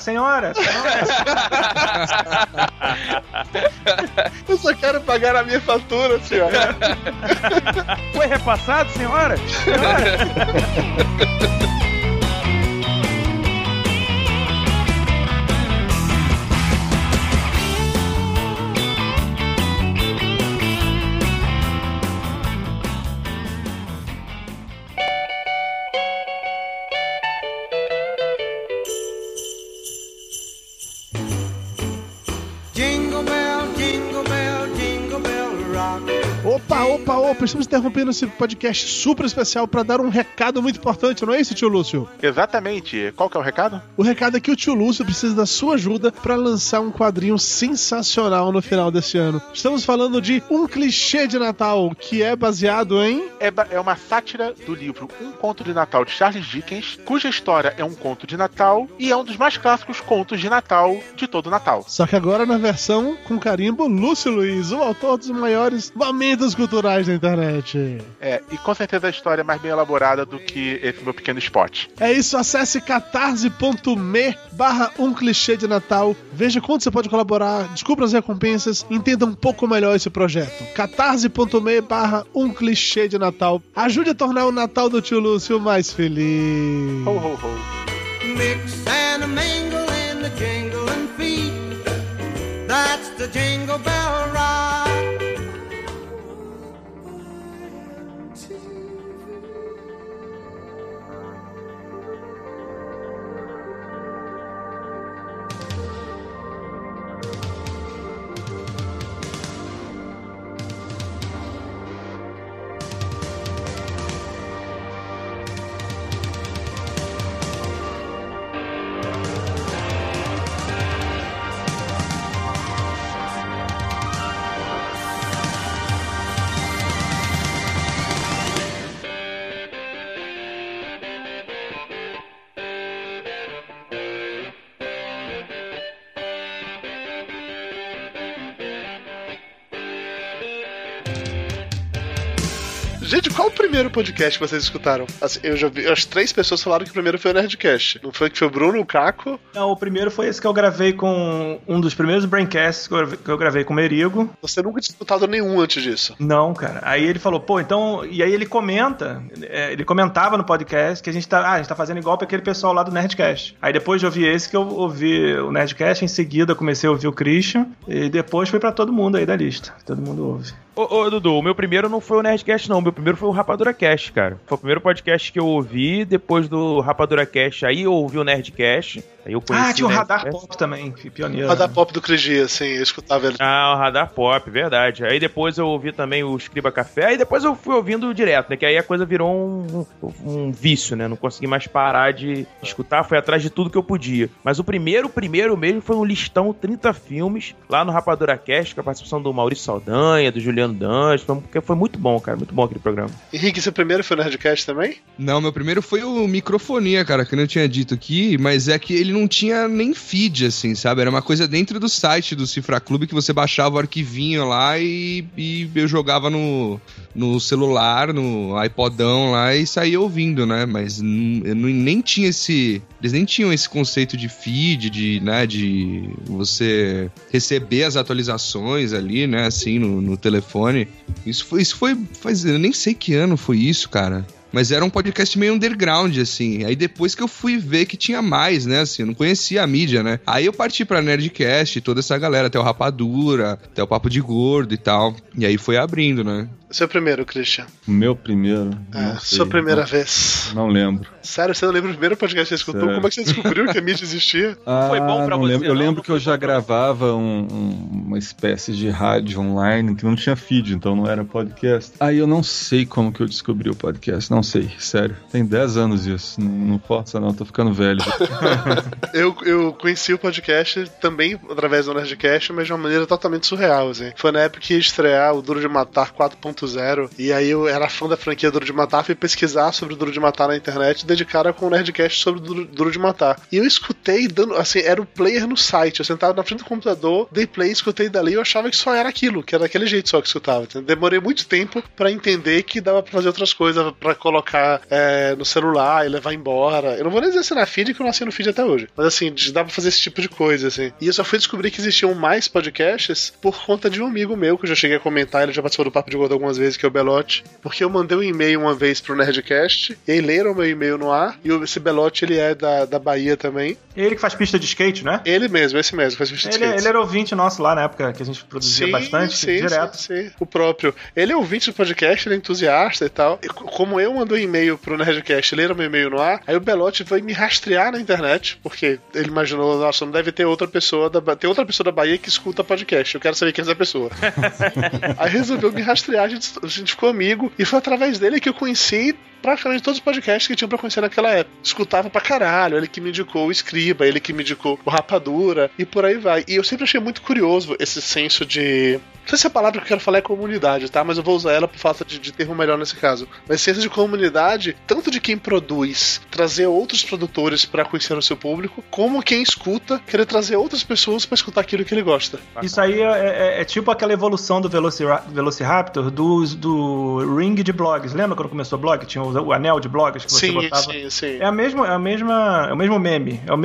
S2: Eu só quero pagar a minha fatura, senhora.
S7: Foi repassado, senhora?
S9: Opa, estamos interrompendo esse podcast super especial para dar um recado muito importante, não é isso, tio Lúcio?
S3: Exatamente. Qual que é o recado?
S9: O recado é que o tio Lúcio precisa da sua ajuda para lançar um quadrinho sensacional no final desse ano. Estamos falando de Um Clichê de Natal, que é baseado em...
S3: É uma sátira do livro Um Conto de Natal de Charles Dickens, cuja história é um conto de Natal e é um dos mais clássicos contos de Natal de todo o Natal.
S9: Só que agora na versão com carimbo Lúcio Luiz, o autor dos maiores momentos culturais da internet.
S3: E com certeza a história é mais bem elaborada do que esse meu pequeno spot.
S9: É isso, acesse catarse.me/Um Clichê de Natal. Veja quanto você pode colaborar, descubra as recompensas, entenda um pouco melhor esse projeto. catarse.me/Um Clichê de Natal. Ajude a tornar o Natal do tio Lúcio mais feliz.
S3: Ho, ho, ho.
S10: Mix and a mingle in the jingling feet. That's the Jingle Bell Ride.
S2: Gente, qual o primeiro podcast que vocês escutaram? Assim, eu já vi, as 3 pessoas falaram que o primeiro foi o Nerdcast. Não foi que foi o Bruno, o Caco?
S4: Não, o primeiro foi esse que eu gravei com um dos primeiros Braincasts que eu gravei com o Merigo.
S2: Você nunca tinha escutado nenhum antes disso?
S4: Não, cara. Aí ele falou, pô, então... E aí ele comentava no podcast que a gente tá fazendo igual pra aquele pessoal lá do Nerdcast. Aí depois de ouvir esse que eu ouvi o Nerdcast, em seguida comecei a ouvir o Christian, e depois foi pra todo mundo aí da lista. Todo mundo ouve.
S7: Ô, Dudu, o meu primeiro não foi o Nerdcast, não. O meu primeiro foi o Rapadura Cast, cara. Foi o primeiro podcast que eu ouvi. Depois do Rapadura Cast, aí eu ouvi o Nerdcast. Aí eu conheci
S4: tinha o Radar Pop também, pioneiro.
S2: O Radar Pop do Crigia, sim, eu escutava ele.
S7: O Radar Pop, verdade. Aí depois eu ouvi também o Escriba Café. Aí depois eu fui ouvindo direto, né? Que aí a coisa virou um vício, né? Não consegui mais parar de escutar. Fui atrás de tudo que eu podia. Mas o primeiro mesmo foi um listão 30 filmes lá no Rapadura Cast, com a participação do Maurício Saldanha, do Juliano Dantas, porque foi muito bom, cara, muito bom aquele programa.
S2: Henrique, seu primeiro foi o Nerdcast também?
S8: Não, meu primeiro foi o Microfonia, cara, que eu não tinha dito aqui, mas é que ele não tinha nem feed, assim, sabe? Era uma coisa dentro do site do Cifra Clube que você baixava o arquivinho lá e eu jogava no celular, no iPodão lá e saía ouvindo, né? Mas nem tinha eles nem tinham esse conceito de feed, de você receber as atualizações ali, né, assim, no telefone. Isso foi eu nem sei que ano foi isso, cara. Mas era um podcast meio underground, assim. Aí depois que eu fui ver que tinha mais, né, assim, eu não conhecia a mídia, né. Aí eu parti pra Nerdcast, toda essa galera, até o Rapadura, até o Papo de Gordo e tal. E aí foi abrindo, né.
S2: Seu primeiro, Christian?
S6: O meu primeiro?
S2: Sua primeira vez.
S6: Não lembro.
S2: Sério, você não lembra o primeiro podcast que você escutou?
S6: Sério?
S2: Como é que você descobriu que a mídia existia?
S5: Foi bom pra
S6: não
S5: você?
S6: Lembro. Eu lembro que eu já
S5: foi bom.
S6: gravava uma espécie de rádio online que não tinha feed, então não era podcast. Aí eu não sei como que eu descobri o podcast, não sei, sério. Tem 10 anos isso, não força não, tô ficando velho.
S2: Eu conheci o podcast também através do Nerdcast, mas de uma maneira totalmente surreal, assim. Foi na época que ia estrear o Duro de Matar 4.0, e aí eu era fã da franquia Duro de Matar, fui pesquisar sobre o Duro de Matar na internet, dedicara com o Nerdcast sobre o Duro de Matar. E eu escutei, era o player no site, eu sentava na frente do computador, dei play, escutei dali, e eu achava que só era aquilo, que era daquele jeito só que escutava. Então, demorei muito tempo pra entender que dava pra fazer outras coisas, pra colocar no celular e levar embora. Eu não vou nem dizer se na feed, que eu não assino feed até hoje, mas assim, dá pra fazer esse tipo de coisa, assim. E eu só fui descobrir que existiam mais podcasts por conta de um amigo meu, que eu já cheguei a comentar, ele já participou do Papo de Gordo algumas vezes, que é o Belote, porque eu mandei um e-mail uma vez pro Nerdcast, e aí leram meu e-mail no ar, e esse Belote, ele é da Bahia também.
S4: Ele que faz pista de skate, né?
S2: Ele mesmo, esse mesmo, faz pista de skate.
S4: Ele era ouvinte nosso lá na época, que a gente produzia bastante, direto.
S2: Sim, o próprio. Ele é ouvinte do podcast, ele é entusiasta e tal. E como eu mandei um e-mail pro Nerdcast, leram meu e-mail no ar, aí o Belote foi me rastrear na internet, porque ele imaginou, nossa, não deve ter outra pessoa da Bahia que escuta podcast, eu quero saber quem é essa pessoa. Aí resolveu me rastrear a gente ficou amigo, e foi através dele que eu conheci praticamente todos os podcasts que tinham pra conhecer naquela época. Escutava pra caralho, ele que me indicou o Escriba, ele que me indicou o Rapadura, e por aí vai. E eu sempre achei muito curioso esse senso de... Não sei se a palavra que eu quero falar é comunidade, tá? Mas eu vou usar ela por falta de termo melhor nesse caso. Mas senso de comunidade, tanto de quem produz, trazer outros produtores pra conhecer o seu público, como quem escuta, querer trazer outras pessoas pra escutar aquilo que ele gosta.
S4: Isso aí é tipo aquela evolução do Velociraptor do ring de blogs. Lembra quando começou o blog? Tinha o anel de blogs que você botava?
S2: Sim.
S4: É o mesmo meme, é o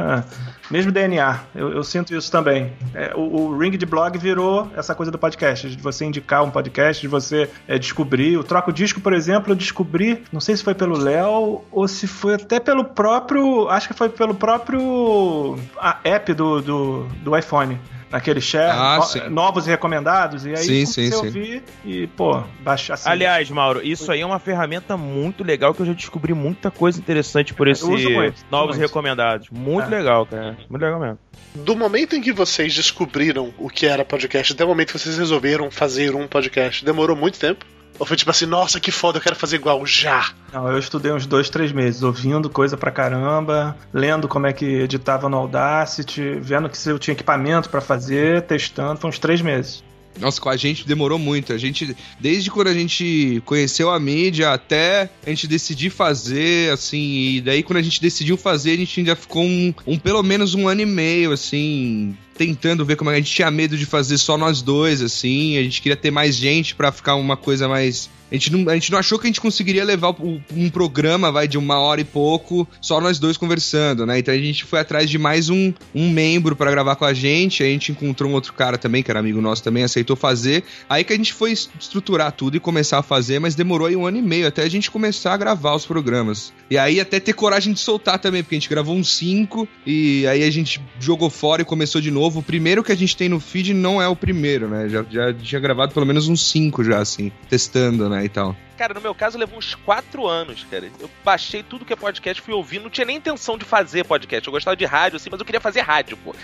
S4: mesmo DNA. Eu sinto isso também. O ring de blog virou essa coisa do podcast, de você indicar um podcast, de você descobrir. O Troca o Disco, por exemplo, eu descobri, não sei se foi pelo Léo ou se foi até pelo próprio, acho que foi pelo próprio app do iPhone. Naquele share, novos e recomendados, e aí você ouvir e, baixar assim.
S7: Aliás, Mauro, isso aí é uma ferramenta muito legal que eu já descobri muita coisa interessante por esse novos e recomendados. Muito legal, cara. Muito legal mesmo.
S2: Do momento em que vocês descobriram o que era podcast até o momento que vocês resolveram fazer um podcast, demorou muito tempo? Ou foi tipo assim, nossa, que foda, eu quero fazer igual já?
S4: Não, eu estudei uns 2-3 meses, ouvindo coisa pra caramba, lendo como é que editava no Audacity, vendo que se eu tinha equipamento pra fazer, testando, foi uns 3 meses.
S8: Nossa, com a gente demorou muito. A gente, desde quando a gente conheceu a mídia até a gente decidir fazer, assim, e daí quando a gente decidiu fazer, a gente ainda ficou pelo menos 1 ano e meio, assim, tentando ver como a gente tinha medo de fazer só nós dois, assim, a gente queria ter mais gente pra ficar uma coisa mais... A gente não achou que a gente conseguiria levar um programa, de 1 hora e pouco, só nós dois conversando, né? Então a gente foi atrás de mais um membro pra gravar com a gente gente encontrou um outro cara também, que era amigo nosso também, aceitou fazer. Aí que a gente foi estruturar tudo e começar a fazer, mas demorou aí 1 ano e meio até a gente começar a gravar os programas. E aí até ter coragem de soltar também, porque a gente gravou uns 5 e aí a gente jogou fora e começou de novo. O primeiro que a gente tem no feed não é o primeiro, né? Já tinha gravado pelo menos uns 5 já, assim, testando, né? E tal.
S5: Cara, no meu caso levou uns 4 anos, cara. Eu baixei tudo que é podcast, fui ouvindo, não tinha nem intenção de fazer podcast. Eu gostava de rádio, assim, mas eu queria fazer rádio, pô.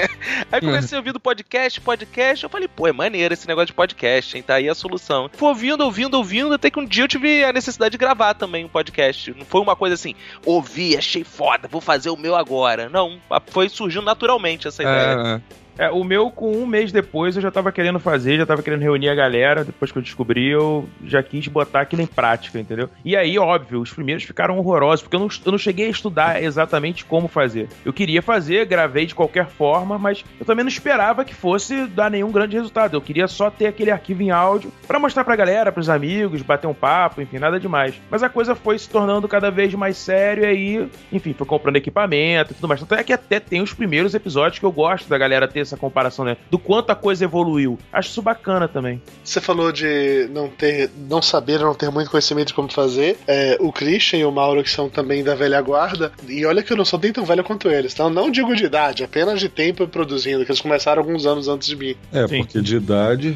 S5: Aí comecei ouvindo podcast, eu falei, é maneiro esse negócio de podcast, hein? Tá aí a solução. Fui ouvindo, até que um dia eu tive a necessidade de gravar também um podcast. Não foi uma coisa assim, ouvi, achei foda, vou fazer o meu agora. Não, foi surgindo naturalmente essa ideia.
S7: O meu, com 1 mês depois, eu já tava querendo fazer, já tava querendo reunir a galera. Depois que eu descobri, eu já quis botar aquilo em prática, entendeu? E aí, óbvio, os primeiros ficaram horrorosos, porque eu não cheguei a estudar exatamente como fazer. Eu queria fazer, gravei de qualquer forma, mas eu também não esperava que fosse dar nenhum grande resultado. Eu queria só ter aquele arquivo em áudio pra mostrar pra galera, pros amigos, bater um papo, enfim, nada demais. Mas a coisa foi se tornando cada vez mais sério, e aí, enfim, fui comprando equipamento e tudo mais. Tanto é que até tem os primeiros episódios que eu gosto da galera ter essa comparação, né? Do quanto a coisa evoluiu. Acho isso bacana também.
S2: Você falou de não saber, não ter muito conhecimento de como fazer. O Christian e o Mauro, que são também da velha guarda, e olha que eu não sou nem tão velho quanto eles, então não digo de idade, apenas de tempo produzindo, que eles começaram alguns anos antes de mim.
S6: Sim. Porque de idade...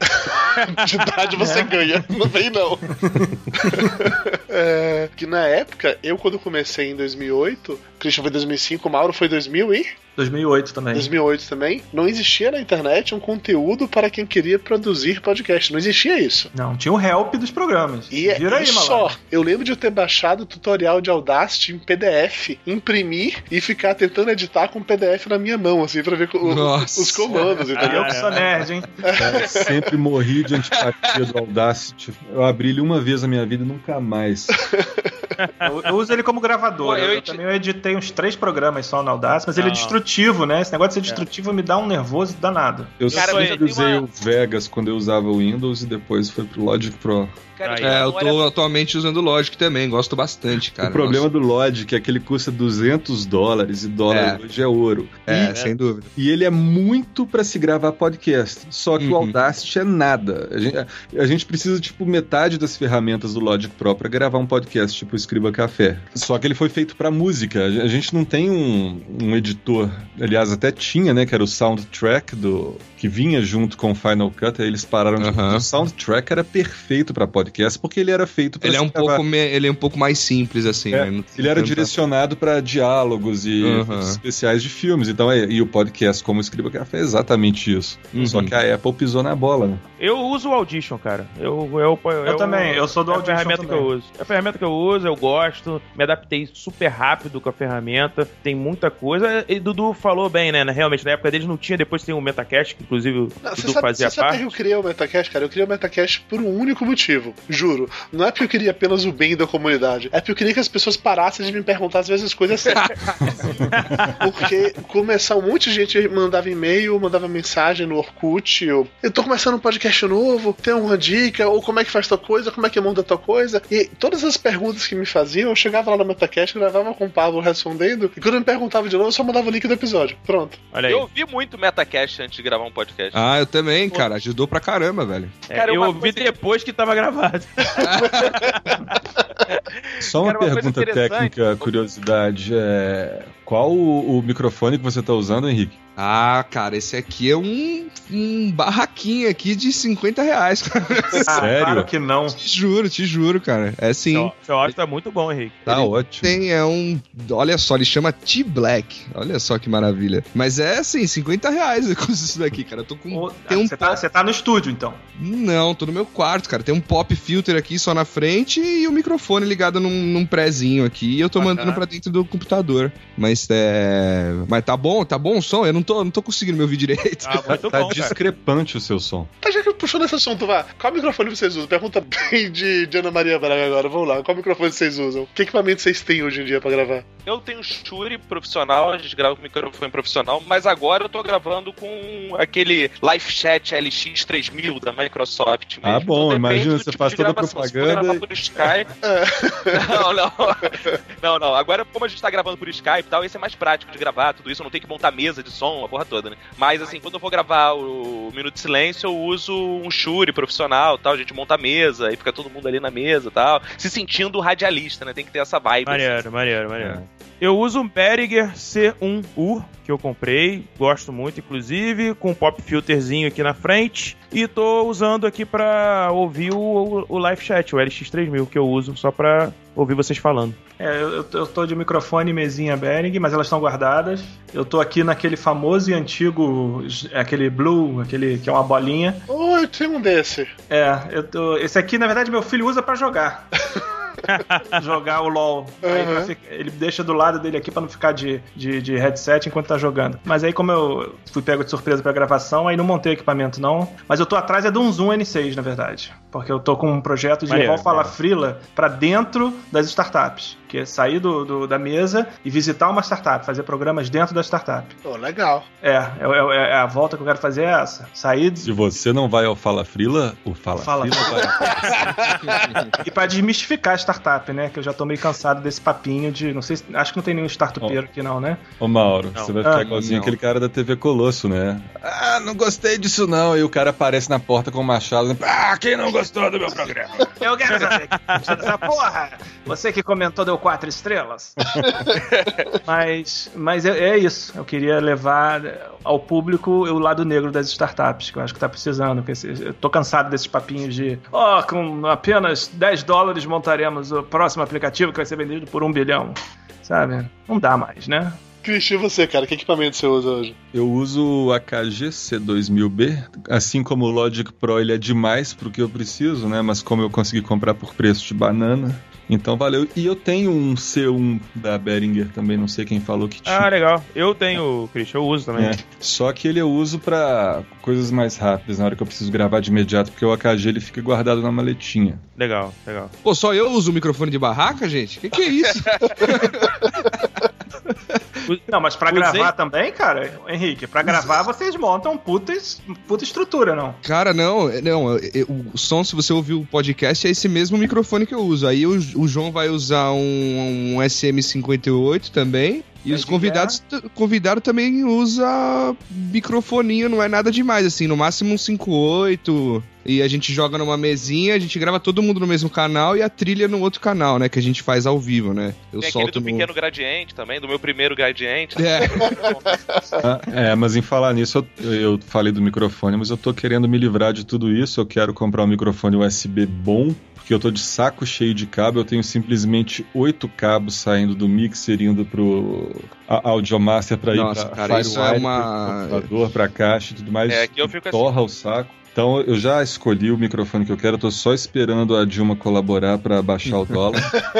S2: De idade você ganha, não vem não. Que na época, eu quando comecei em 2008, o Christian foi em 2005, o Mauro foi em
S4: 2008 também.
S2: 2008 também. Não existia na internet um conteúdo para quem queria produzir podcast. Não existia isso.
S4: Não, tinha o help dos programas.
S2: E só. Eu lembro de eu ter baixado o tutorial de Audacity em PDF, imprimir e ficar tentando editar com o PDF na minha mão, assim, pra ver os comandos.
S4: Eu que sou nerd, hein?
S6: Sempre morri de antipatia do Audacity. Eu abri ele uma vez na minha vida e nunca mais.
S4: Eu uso ele como gravador. Eu também editei uns 3 programas só no Audacity, mas ele é destrutivo, né? Esse negócio de ser destrutivo me dá um nervoso danado.
S6: Eu sempre usei o Vegas quando eu usava o Windows e depois foi pro Logic Pro.
S8: Eu tô atualmente usando o Logic também, gosto bastante, cara.
S6: O problema do Logic é que ele custa $200 e dólar hoje é ouro.
S8: Sem dúvida.
S6: E ele é muito pra se gravar podcast, só que o Audacity é nada. A gente precisa, metade das ferramentas do Logic Pro pra gravar um podcast, tipo Escriba Café. Só que ele foi feito pra música. A gente não tem um editor, aliás, até tinha, né, que era o Soundtrack que vinha junto com o Final Cut, aí eles pararam de... O Soundtrack era perfeito pra podcast, porque ele era feito pra...
S8: Ele é um pouco mais simples, assim, né?
S6: Ele era direcionado pra diálogos e especiais de filmes, então, e o podcast como Escriba Café é exatamente isso. Só que a Apple pisou na bola, né?
S7: Eu uso o Audition, cara. Eu
S4: também, eu sou do Audition.
S7: É a ferramenta
S4: também.
S7: que eu uso. É a ferramenta que eu uso, eu gosto, me adaptei super rápido com a ferramenta, tem muita coisa. E Dudu falou bem, né? Realmente, na época deles não tinha, depois tem o Metacast, que inclusive o Dudu fazia parte.
S2: Você sabe que eu criei o Metacast, cara? Eu criei o Metacast por um único motivo, juro. Não é porque eu queria apenas o bem da comunidade, é porque eu queria que as pessoas parassem de me perguntar às vezes as coisas certas. Porque começar um monte de gente mandava e-mail, mandava mensagem no Orkut, eu tô começando um podcast novo, tem uma dica, ou como é que faz tal coisa, como é que monta tal coisa, e todas as perguntas que me faziam, eu chegava lá no Metacast, gravava com o Pablo respondendo, e quando eu me perguntava de novo, eu só mandava o link do episódio. Pronto.
S7: Olha aí.
S5: Eu ouvi muito Metacast antes de gravar um podcast.
S8: Ah, eu também, cara. Ajudou pra caramba, velho.
S7: Cara, eu ouvi depois que tava gravado.
S6: Só uma pergunta técnica, curiosidade. Qual o microfone que você tá usando, Henrique?
S8: Ah, cara, esse aqui é um barraquinho aqui de R$50.
S6: Sério?
S4: Claro que não.
S8: Te juro, cara. É sim.
S7: Seu áudio tá muito bom, Henrique.
S6: Tá ótimo.
S8: Olha só, ele chama T-Black. Olha só que maravilha. Mas é assim, R$50 com isso daqui, cara. Eu tô com...
S4: Você tá no estúdio, então?
S8: Não, tô no meu quarto, cara. Tem um pop filter aqui só na frente e o microfone ligado num prézinho aqui. E eu tô mandando pra dentro do computador. Mas tá bom o som? Eu não tô conseguindo me ouvir direito.
S6: Tá discrepante o seu som.
S2: Tá, já que puxou nesse assunto, qual microfone vocês usam? Pergunta bem de Ana Maria Braga agora, vamos lá. Qual microfone vocês usam? Que equipamento vocês têm hoje em dia pra gravar?
S5: Eu tenho Shure profissional, a gente grava com microfone profissional, mas agora eu tô gravando com aquele Live Chat LX3000 da Microsoft mesmo.
S6: Ah, bom,
S5: então,
S6: imagina, você
S5: tipo
S6: faz toda a
S5: gravação.
S6: propaganda.
S5: Se for gravar por Skype... Não. Agora, como a gente tá gravando por Skype e tal, esse é mais prático de gravar, tudo isso, eu não tenho que montar mesa de som, a porra toda, né? Mas, assim, quando eu vou gravar o Minuto de Silêncio, eu uso um Shure profissional, tal, a gente monta a mesa, e fica todo mundo ali na mesa, tal, se sentindo radialista, né? Tem que ter essa vibe.
S7: Maneiro. Eu uso um Behringer C1U, que eu comprei, gosto muito, inclusive, com um pop filterzinho aqui na frente, e tô usando aqui pra ouvir o Live Chat, o LX3000, que eu uso só pra ouvir vocês falando.
S4: Eu tô de microfone e mesinha Behringer, mas elas estão guardadas. Eu tô aqui naquele famoso e antigo, aquele Blue, aquele que é uma bolinha.
S2: Eu tenho um desse.
S4: Esse aqui, na verdade, meu filho usa pra jogar. Jogar o LOL. Aí ele deixa do lado dele aqui pra não ficar de headset enquanto tá jogando. Mas aí, como eu fui pego de surpresa pra gravação, aí não montei equipamento não. Mas eu tô atrás de um Zoom N6, na verdade. Porque eu tô com um projeto de levar o Fala Frila pra dentro das startups. Que é sair da mesa e visitar uma startup, fazer programas dentro da startup.
S2: Legal.
S4: A volta que eu quero fazer é essa. Sair...
S6: Se você não vai ao Fala Frila, o Fala Frila vai.
S4: E pra desmistificar a startup, né? Que eu já tô meio cansado desse papinho de... Não sei, acho que não tem nenhum startupeiro aqui não, né?
S6: Ô Mauro, você vai ficar igualzinho aquele cara da TV Colosso, né? Não gostei disso não. E o cara aparece na porta com o machado. Né? Quem não gostou do meu programa?
S4: Eu quero saber essa porra! Você que comentou deu 4 estrelas. Mas é isso. Eu queria levar ao público o lado negro das startups, que eu acho que tá precisando. Eu tô cansado desses papinhos de com apenas $10 montaremos o próximo aplicativo que vai ser vendido por 1 bilhão. Sabe? Não dá mais, né?
S2: Christian, e você, cara? Que equipamento você usa hoje?
S6: Eu uso o AKG C2000B. Assim como o Logic Pro, ele é demais pro que eu preciso, né? Mas como eu consegui comprar por preço de banana, então valeu. E eu tenho um C1 da Behringer também, não sei quem falou que tinha.
S7: Legal. Eu tenho, Christian, eu uso também.
S6: Só que ele eu uso pra coisas mais rápidas, na hora que eu preciso gravar de imediato, porque o AKG ele fica guardado na maletinha.
S7: Legal.
S8: Pô, só eu uso o microfone de barraca, gente? Que é isso?
S4: Não, mas pra gravar também, cara, Henrique, pra gravar vocês montam puta estrutura, não?
S8: Cara, não, o som, se você ouvir o podcast, é esse mesmo microfone que eu uso. Aí o João vai usar um SM58 também. E os convidados também usa microfoninho, não é nada demais, assim, no máximo um 5.8. e a gente joga numa mesinha, a gente grava todo mundo no mesmo canal e a trilha no outro canal, né? Que a gente faz ao vivo, né? Eu
S5: Tem
S8: solto
S5: aquele do pequeno gradiente também, do meu primeiro gradiente.
S6: Mas em falar nisso, eu falei do microfone, mas eu tô querendo me livrar de tudo isso. Eu quero comprar um microfone USB bom, porque eu tô de saco cheio de cabo. Eu tenho simplesmente 8 cabos saindo do mixer, indo pro Audiomaster pra ir pra Firewire, pro computador, pra caixa e tudo mais.
S5: Que eu fico
S6: torra
S5: assim.
S6: o saco. Então eu já escolhi o microfone que eu quero, eu tô só esperando a Dilma colaborar pra baixar o dólar.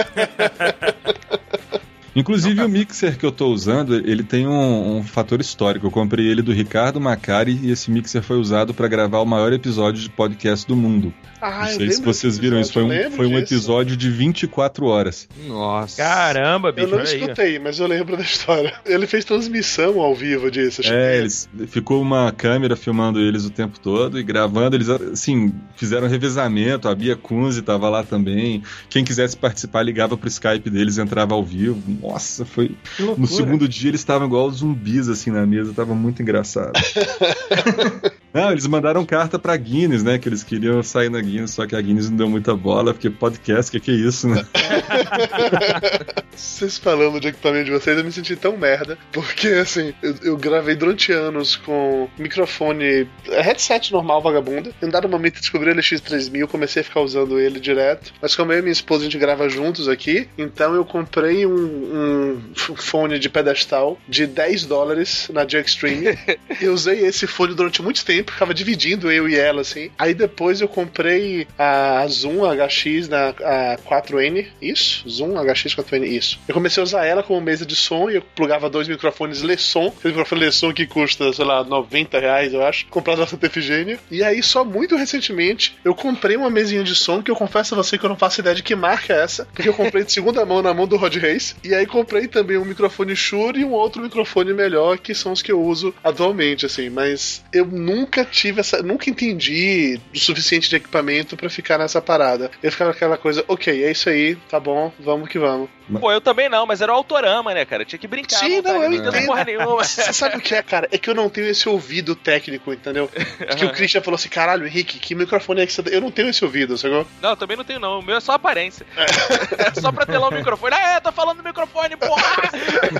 S6: Inclusive o mixer que eu tô usando, ele tem um fator histórico. Eu comprei ele do Ricardo Macari e esse mixer foi usado para gravar o maior episódio de podcast do mundo. Não sei se vocês viram isso, foi um episódio de 24 horas.
S8: Nossa.
S7: Caramba, bicho.
S2: Eu não escutei, mas eu lembro da história. Ele fez transmissão ao vivo disso.
S6: Ficou uma câmera filmando eles o tempo todo e gravando. Eles, assim, fizeram revezamento. A Bia Kunze tava lá também. Quem quisesse participar ligava pro Skype deles, entrava ao vivo. Nossa, foi... No segundo dia eles estavam igual zumbis, assim, na mesa. Tava muito engraçado. Não, eles mandaram carta pra Guinness, né? Que eles queriam sair na Guinness, só que a Guinness não deu muita bola, porque podcast, que é isso, né?
S2: Vocês falando de equipamento de vocês, eu me senti tão merda, porque, assim, eu gravei durante anos com microfone, headset normal, vagabunda. Em um dado momento eu descobri o LX3000, comecei a ficar usando ele direto. Mas como eu e minha esposa, a gente grava juntos aqui, então eu comprei um fone de pedestal de $10 na Jugstream. Eu usei esse fone durante muito tempo, ficava dividindo eu e ela, assim. Aí depois eu comprei a Zoom HX na 4N, isso? Zoom HX 4N, isso. Eu comecei a usar ela como mesa de som e eu plugava 2 microfones Leson, aquele microfone Leson que custa, sei lá, R$90, eu acho, comprado na Santa Efigênia. E aí, só muito recentemente, eu comprei uma mesinha de som que eu confesso a você que eu não faço ideia de que marca é essa, porque eu comprei de segunda mão na mão do Rod Reis. E aí comprei também um microfone Shure e um outro microfone melhor, que são os que eu uso atualmente, assim. Mas eu nunca entendi o suficiente de equipamento pra ficar nessa parada. Eu ficava aquela coisa, ok, é isso aí, tá bom, vamos que vamos.
S5: Pô, eu também não, mas era o Autorama, né, cara? Tinha que brincar.
S2: Sim, não, eu entendo.
S5: Porra nenhuma.
S2: Você sabe o que é, cara? É que eu não tenho esse ouvido técnico, entendeu? Que o Christian falou assim, caralho, Henrique, que microfone é que você... Eu não tenho esse ouvido, sacou?
S5: Não, eu também não tenho, não. O meu é só aparência. É só pra ter lá o microfone. Tô falando do microfone, porra!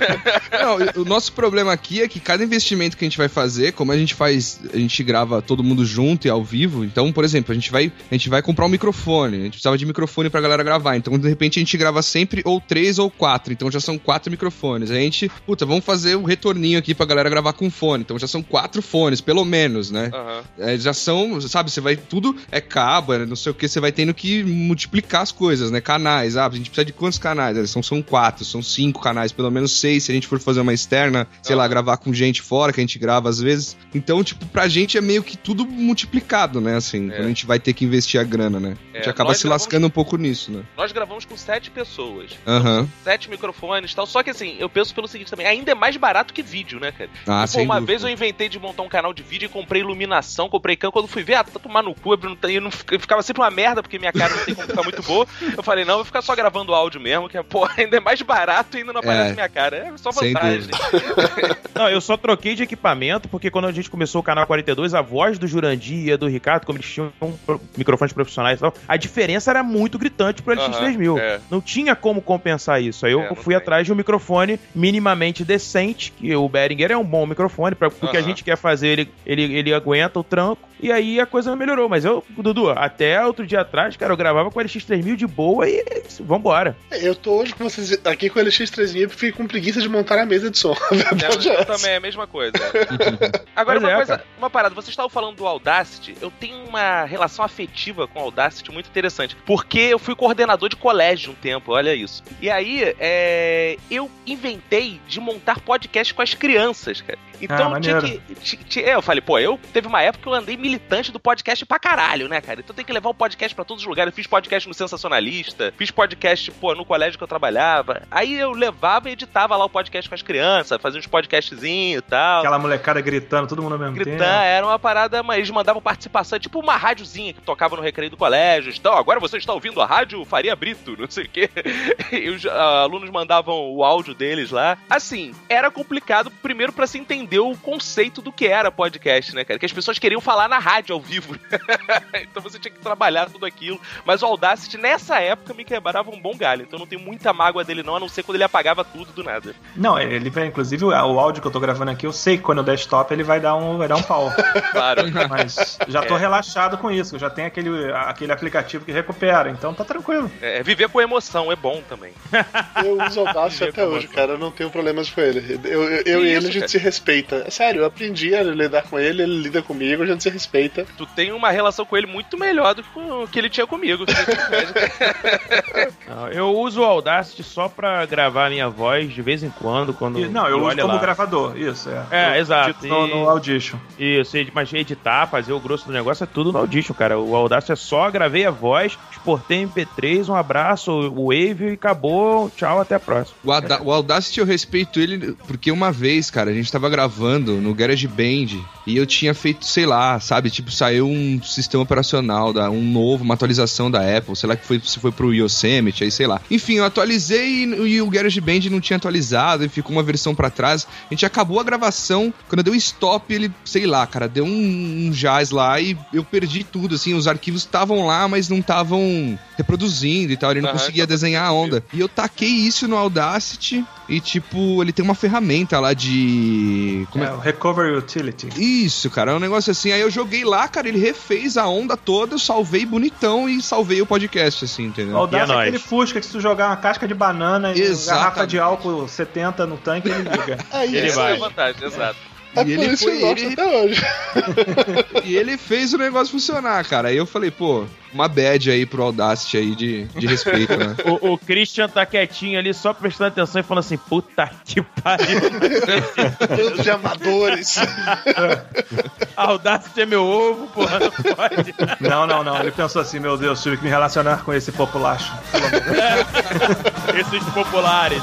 S8: Não, o nosso problema aqui é que cada investimento que a gente vai fazer, como a gente grava todo mundo junto e ao vivo, então, por exemplo, a gente vai comprar um microfone, a gente precisava de microfone pra galera gravar, então de repente a gente grava sempre ou 3 ou 4, então já são 4 microfones. A gente, vamos fazer o retorninho aqui pra galera gravar com fone, então já são 4 fones, pelo menos, né? Já são, sabe, você vai, tudo é cabo, não sei o que, você vai tendo que multiplicar as coisas, né? Canais, a gente precisa de quantos canais? São 4, são 5 canais, pelo menos 6, se a gente for fazer uma externa, sei lá, gravar com gente fora, que a gente grava às vezes. Então, tipo, pra gente é meio que tudo multiplicado, né, assim, quando a gente vai ter que investir a grana, né? A gente acaba se lascando um pouco nisso, né?
S5: Nós gravamos com 7 pessoas.
S8: 7
S5: microfones e tal, só que assim, eu penso pelo seguinte também, ainda é mais barato que vídeo, né, cara? Uma vez eu inventei de montar um canal de vídeo e comprei iluminação, comprei câmera, quando fui ver, tá tomar no cu, eu ficava sempre uma merda, porque minha cara não tem como ficar muito boa. Eu falei, não, vou ficar só gravando áudio mesmo, que ainda é mais barato e ainda não aparece minha cara. É só vantagem.
S7: Não, eu só troquei de equipamento, porque quando a gente começou o canal 42, a voz do Jurandir e do Ricardo, como eles tinham microfones profissionais e tal, a diferença era muito gritante pro LX3000. Não tinha como compensar isso. Aí eu fui atrás de um microfone minimamente decente, que o Behringer é um bom microfone, para o que a gente quer fazer, ele aguenta o tranco, e aí a coisa melhorou. Mas Dudu, até outro dia atrás, cara, eu gravava com o LX3000 de boa e vambora.
S2: Eu tô hoje com vocês aqui com o LX3000 e fiquei com preguiça de montar a mesa de som.
S5: Eu também, é a mesma coisa. Agora, uma parada, vocês estavam falando do Audacity, eu tenho uma relação afetiva com o Audacity muito interessante, porque eu fui coordenador de colégio um tempo, olha isso. E aí, eu inventei de montar podcast com as crianças, cara. Então, eu falei, teve uma época que eu andei militante do podcast pra caralho, né, cara? Então tem que levar o podcast pra todos os lugares. Eu fiz podcast no Sensacionalista, fiz podcast, no colégio que eu trabalhava. Aí eu levava e editava lá o podcast com as crianças, fazia uns podcastzinhos e tal.
S4: Aquela molecada gritando, todo mundo ao mesmo tempo.
S5: Era uma parada, mas eles mandavam participação, tipo uma rádiozinha que tocava no recreio do colégio. Então, agora você está ouvindo a rádio Faria Brito, não sei o quê. E os alunos mandavam o áudio deles lá. Assim, era complicado primeiro pra se entender o conceito do que era podcast, né, cara? Que as pessoas queriam falar na rádio ao vivo. Então você tinha que trabalhar tudo aquilo. Mas o Audacity, nessa época, me quebrava um bom galho. Então não tenho muita mágoa dele não, a não ser quando ele apagava tudo do nada.
S4: Não, ele inclusive o áudio que eu tô gravando aqui, eu sei que quando o desktop ele vai dar um pau.
S5: Claro.
S4: Mas já tô relaxado com isso. Já tem aquele aplicativo que recupera, então tá tranquilo.
S5: Viver com emoção é bom também.
S2: Eu uso o Audacity até hoje, cara. Eu não tenho problemas com ele. Eu e ele, a gente se respeita. É sério, eu aprendi a lidar com ele lida comigo, a gente se respeita.
S5: Tu tem uma relação com ele muito melhor do que ele tinha comigo.
S7: Não, eu uso o Audacity só pra gravar a minha voz de vez em quando.
S4: Eu uso como gravador, isso.
S7: Exato.
S4: No Audition.
S7: Isso, mas editar, fazer o grosso do negócio é tudo no Audition, cara. O Audacity é só gravei a voz, exportei MP3, um abraço, o Wave e acabou. Tchau, até a próxima.
S8: O Audacity eu respeito ele porque uma vez, cara, a gente tava gravando no GarageBand e eu tinha feito, sei lá, sabe, tipo, saiu um sistema operacional, uma atualização da Apple, sei lá, se foi pro Yosemite, aí sei lá. Enfim, eu atualizei e o GarageBand não tinha atualizado e ficou uma versão pra trás. A gente acabou a gravação, quando eu dei o stop, ele, sei lá, cara, deu um jazz lá e eu perdi tudo, assim, os arquivos estavam lá, mas não estavam reproduzindo e tal, ele não conseguia desenhar a onda. E eu taquei isso no Audacity e, tipo, ele tem uma ferramenta lá de...
S4: o Recovery Utility.
S8: Isso, cara, é um negócio assim. Aí eu joguei lá, cara, ele refez a onda toda, eu salvei bonitão e salvei o podcast, assim, entendeu?
S4: O Audacity é aquele Fusca que se tu jogar uma casca de banana e uma garrafa de álcool 70 no tanque, ele liga.
S5: Ele vai. É a vantagem, exato.
S2: E ele até hoje.
S8: E ele fez o negócio funcionar, cara. Aí eu falei, pô, uma bad aí pro Audacity aí de respeito, né?
S7: O Christian tá quietinho ali, só prestando atenção e falando assim, puta que pariu.
S2: Todos de amadores.
S7: Audacity é meu ovo, porra, não pode.
S4: Não. Ele pensou assim, meu Deus, tive que me relacionar com esse populacho.
S7: Esses populares.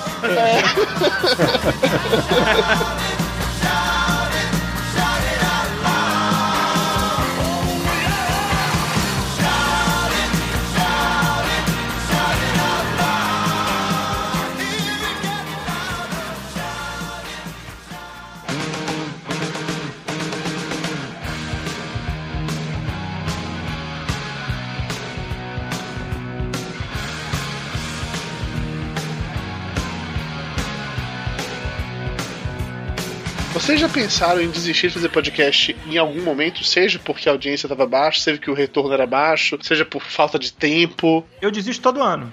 S2: Vocês já pensaram em desistir de fazer podcast em algum momento? Seja porque a audiência estava baixa, seja que o retorno era baixo, seja por falta de tempo?
S4: Eu desisto todo ano.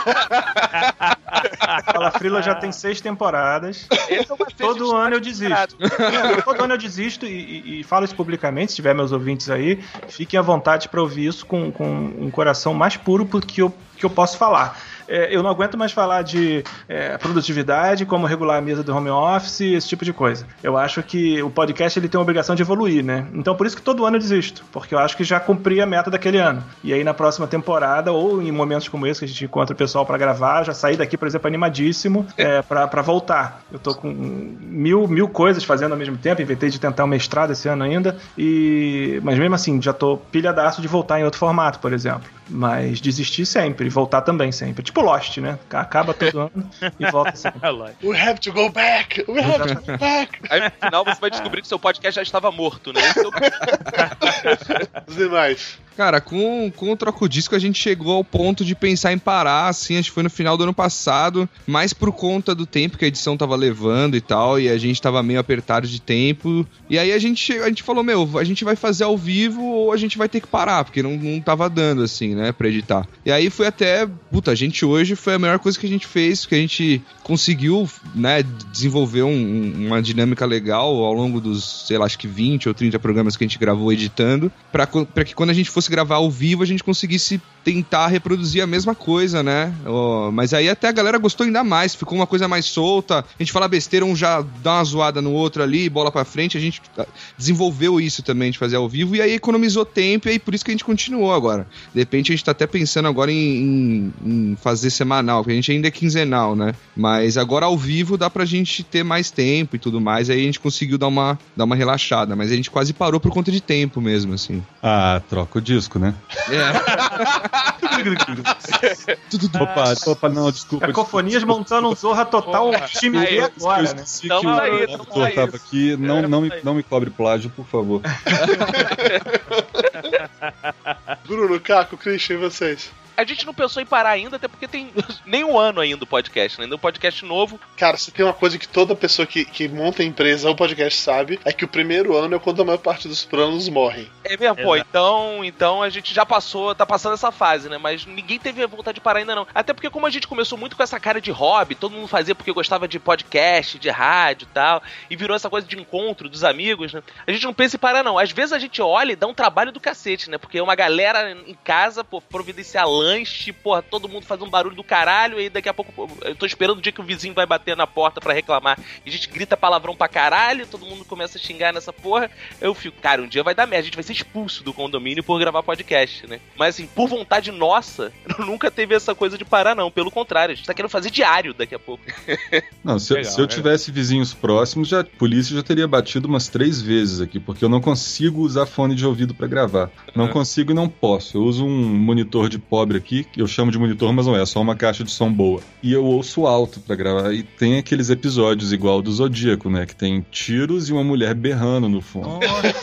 S4: Fala Frila já tem 6 temporadas. Todo ano eu desisto. Todo ano eu desisto e falo isso publicamente, se tiver meus ouvintes aí, fiquem à vontade para ouvir isso com um coração mais puro porque eu posso falar. Eu não aguento mais falar de produtividade, como regular a mesa do home office, esse tipo de coisa. Eu acho que o podcast ele tem a obrigação de evoluir, né? Então por isso que todo ano eu desisto, porque eu acho que já cumpri a meta daquele ano. E aí na próxima temporada, ou em momentos como esse que a gente encontra o pessoal pra gravar, já saí daqui, por exemplo, animadíssimo pra voltar. Eu tô com mil coisas fazendo ao mesmo tempo, inventei de tentar um mestrado esse ano ainda, mas mesmo assim, já tô pilhadaço de voltar em outro formato, por exemplo. Mas desistir sempre, voltar também sempre. Tipo Lost, né? Acaba todo ano e volta sempre.
S2: We have to go back! We have to go back!
S5: Aí no final você vai descobrir que seu podcast já estava morto, né?
S2: Os demais.
S8: Cara, com o Troco Disco a gente chegou ao ponto de pensar em parar, assim, acho que foi no final do ano passado, mais por conta do tempo que a edição tava levando e tal, e a gente tava meio apertado de tempo, e aí a gente falou, a gente vai fazer ao vivo ou a gente vai ter que parar, porque não tava dando, assim, né, pra editar. E aí foi até, a gente hoje foi a melhor coisa que a gente fez, que a gente conseguiu, né, desenvolver uma dinâmica legal ao longo dos, sei lá, acho que 20 ou 30 programas que a gente gravou editando, pra que quando a gente fosse gravar ao vivo, a gente conseguisse tentar reproduzir a mesma coisa, né? Mas aí até a galera gostou ainda mais, ficou uma coisa mais solta, a gente fala besteira, um já dá uma zoada no outro ali, bola pra frente, a gente desenvolveu isso também de fazer ao vivo, e aí economizou tempo, e aí por isso que a gente continuou agora. De repente a gente tá até pensando agora em fazer semanal, porque a gente ainda é quinzenal, né? Mas agora ao vivo dá pra gente ter mais tempo e tudo mais, aí a gente conseguiu dar uma relaxada, mas a gente quase parou por conta de tempo mesmo, assim.
S6: Troco disso. disco, né? Opa, não, desculpa.
S4: Cacofonias montando um Zorra Total time B agora, né?
S6: Que o editor tava aqui. Não me cobre plágio, por favor.
S2: Bruno, Caco, Christian, e vocês?
S5: A gente não pensou em parar ainda, até porque tem nem um ano ainda o podcast, né? Ainda um podcast novo.
S2: Cara, se tem uma coisa que toda pessoa que monta empresa ou podcast sabe, é que o primeiro ano é quando a maior parte dos planos morrem.
S5: É mesmo, pô, então a gente já tá passando essa fase, né? Mas ninguém teve vontade de parar ainda não. Até porque como a gente começou muito com essa cara de hobby, todo mundo fazia porque gostava de podcast, de rádio e tal, e virou essa coisa de encontro dos amigos, né? A gente não pensa em parar não. Às vezes a gente olha e dá um trabalho do cacete, né? Porque uma galera em casa, pô, providenciar lanche, porra, todo mundo faz um barulho do caralho, e daqui a pouco eu tô esperando o dia que o vizinho vai bater na porta pra reclamar, e a gente grita palavrão pra caralho, todo mundo começa a xingar nessa porra. Eu fico, cara, um dia vai dar merda, a gente vai ser expulso do condomínio por gravar podcast, né? Mas assim, por vontade nossa, nunca teve essa coisa de parar não, pelo contrário, a gente tá querendo fazer diário daqui a pouco.
S6: Não, se eu tivesse vizinhos próximos, a polícia já teria batido umas 3 vezes aqui, porque eu não consigo usar fone de ouvido pra gravar. Não consigo e não posso. Eu uso um monitor de pobre aqui, que eu chamo de monitor, mas não é só uma caixa de som boa. E eu ouço alto pra gravar. E tem aqueles episódios igual do Zodíaco, né? Que tem tiros e uma mulher berrando no fundo.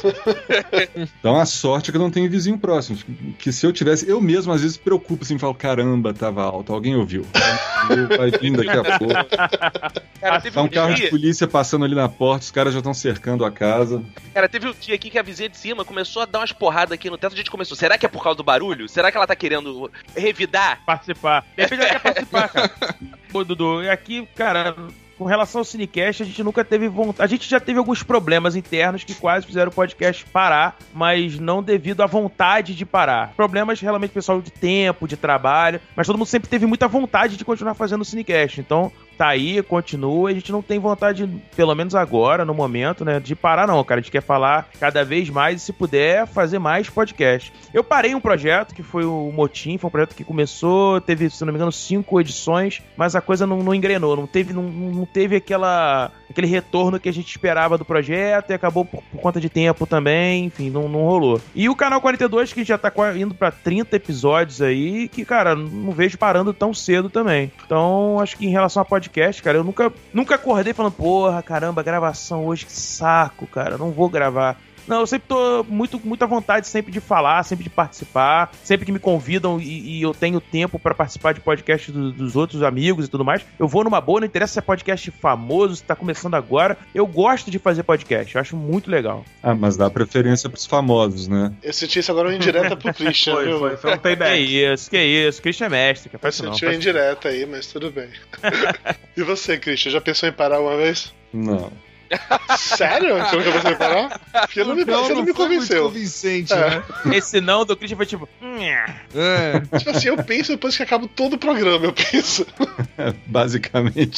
S6: Então a sorte é que eu não tenho vizinho próximo. Que se eu tivesse, eu mesmo às vezes me preocupo assim, falo, caramba, tava alto, alguém ouviu. Vai vir daqui a pouco.
S5: Cara,
S6: tá um carro de polícia passando ali na porta, os caras já estão cercando a casa.
S5: Cara, teve um dia aqui que a vizinha de cima começou a dar umas porradas aqui no teto, a gente começou, será que é por causa do barulho? Será que ela tá querendo revidar?
S7: Participar. De repente ela quer participar, cara. Pô, Dudu, aqui, cara, com relação ao Cinecast, a gente nunca teve vontade. A gente já teve alguns problemas internos que quase fizeram o podcast parar, mas não devido à vontade de parar. Problemas realmente pessoal de tempo, de trabalho, mas todo mundo sempre teve muita vontade de continuar fazendo o Cinecast. Então, tá aí, continua, a gente não tem vontade, pelo menos agora, no momento, né, de parar não, cara. A gente quer falar cada vez mais e, se puder, fazer mais podcast. Eu parei um projeto, que foi o Motim, foi um projeto que começou, teve, se não me engano, 5 edições, mas a coisa não engrenou, não teve aquele retorno que a gente esperava do projeto, e acabou por conta de tempo também, enfim, não rolou. E o Canal 42, que já tá indo pra 30 episódios aí, que, cara, não vejo parando tão cedo também. Então, acho que em relação a podcast, cara, eu nunca acordei falando, porra, caramba, gravação hoje, que saco, cara, não vou gravar. Não, eu sempre tô muita vontade sempre de falar, sempre de participar, sempre que me convidam e eu tenho tempo pra participar de podcast dos outros amigos e tudo mais, eu vou numa boa, não interessa se é podcast famoso, se tá começando agora, eu gosto de fazer podcast, eu acho muito legal.
S6: Ah, mas dá preferência pros famosos, né?
S2: Eu senti isso agora uma indireta pro Christian,
S4: Foi um payback.
S7: Que isso, Christian é mestre, que faz isso não.
S2: Eu senti uma indireta aí, mas tudo bem. E você, Christian, já pensou em parar uma vez?
S6: Não.
S2: Sério? Você nunca pensou em parar? Porque você não me convenceu.
S8: Convincente, né?
S7: Esse não do Christian foi tipo...
S2: Tipo assim, eu penso depois que acaba todo o programa, eu penso.
S6: Basicamente.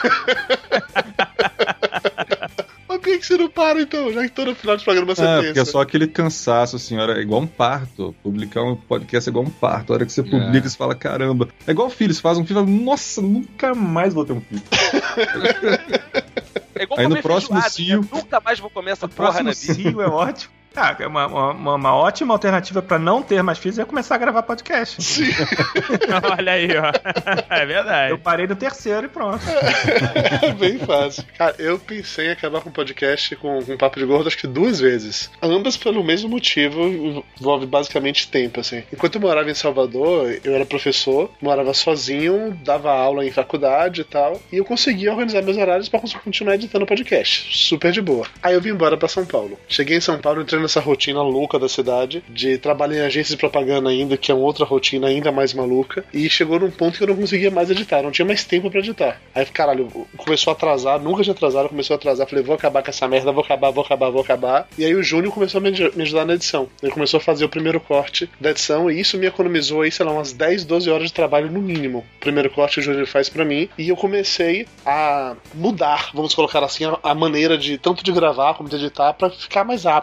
S2: Mas por que você não para, então? Já que todo final de programa você pensa.
S6: Porque é só aquele cansaço, assim, é igual um parto. Publicar um podcast é igual um parto. A hora que você publica, você fala, caramba. É igual filho, você faz um filho e fala, nossa, nunca mais vou ter um filho.
S5: É igual
S6: aí no próximo cio,
S5: nunca mais vou comer essa porra na vida.
S4: Cio é ótimo. Ah, uma ótima alternativa pra não ter mais filhos é começar a gravar podcast.
S2: Sim.
S7: Olha aí, ó. É verdade.
S4: Eu parei no 3º e pronto.
S2: É bem fácil. Cara, eu pensei em acabar com o podcast com um Papo de Gordo acho que 2 vezes. Ambas pelo mesmo motivo, envolve basicamente tempo, assim. Enquanto eu morava em Salvador, eu era professor, morava sozinho, dava aula em faculdade e tal, e eu conseguia organizar meus horários pra continuar editando o podcast. Super de boa. Aí eu vim embora pra São Paulo. Cheguei em São Paulo, entrei nessa rotina louca da cidade, de trabalhar em agências de propaganda ainda, que é uma outra rotina ainda mais maluca, e chegou num ponto que eu não conseguia mais editar, não tinha mais tempo pra editar. Aí, caralho, começou a atrasar, nunca tinha atrasado, começou a atrasar, falei, vou acabar com essa merda, vou acabar. E aí o Júnior começou a me ajudar na edição. Ele começou a fazer o primeiro corte da edição, e isso me economizou aí, sei lá, umas 10, 12 horas de trabalho no mínimo. O primeiro corte o Júnior faz pra mim, e eu comecei a mudar, vamos colocar assim, a maneira de tanto de gravar como de editar, pra ficar mais rápido, ficar mais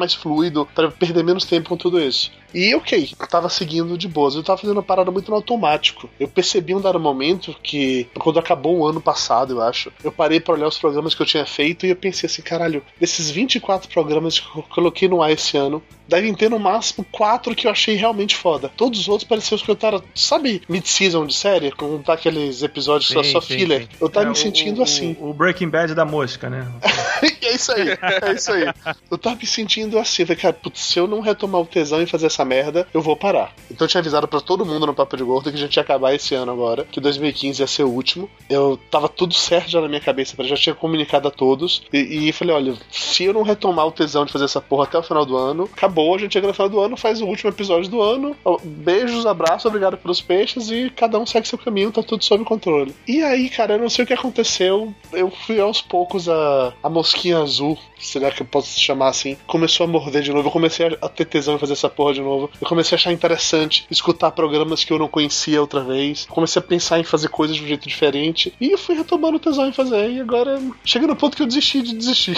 S2: mais fluido, pra perder menos tempo com tudo isso. E ok, eu tava seguindo de boas, eu tava fazendo uma parada muito no automático. Eu percebi um dado momento que, quando acabou o ano passado, eu acho, eu parei pra olhar os programas que eu tinha feito e eu pensei assim, caralho, desses 24 programas que eu coloquei no ar esse ano, devem ter no máximo 4 que eu achei realmente foda. Todos os outros pareciam que eu tava, sabe, mid-season de série? Quando tá aqueles episódios só filler.
S4: Sim.
S2: Eu tava me sentindo assim.
S4: O Breaking Bad da mosca, né?
S2: É isso aí. Eu tava me sentindo assim. Eu falei, cara, putz, se eu não retomar o tesão e fazer essa merda, eu vou parar. Então eu tinha avisado pra todo mundo no Papo de Gordo que a gente ia acabar esse ano agora, que 2015 ia ser o último. Eu tava tudo certo já na minha cabeça, já tinha comunicado a todos. E falei, olha, se eu não retomar o tesão de fazer essa porra até o final do ano, acabou, a gente chega no final do ano, faz o último episódio do ano. Beijos, abraços, obrigado pelos peixes e cada um segue seu caminho, tá tudo sob controle. E aí, cara, eu não sei o que aconteceu. Eu fui aos poucos a mosquinha azul, será que eu posso chamar assim, começou a morder de novo. Eu comecei a ter tesão em fazer essa porra de novo. Eu comecei a achar interessante escutar programas que eu não conhecia outra vez. Comecei a pensar em fazer coisas de um jeito diferente. E eu fui retomando tesão em fazer. E agora chega no ponto que eu desisti de desistir.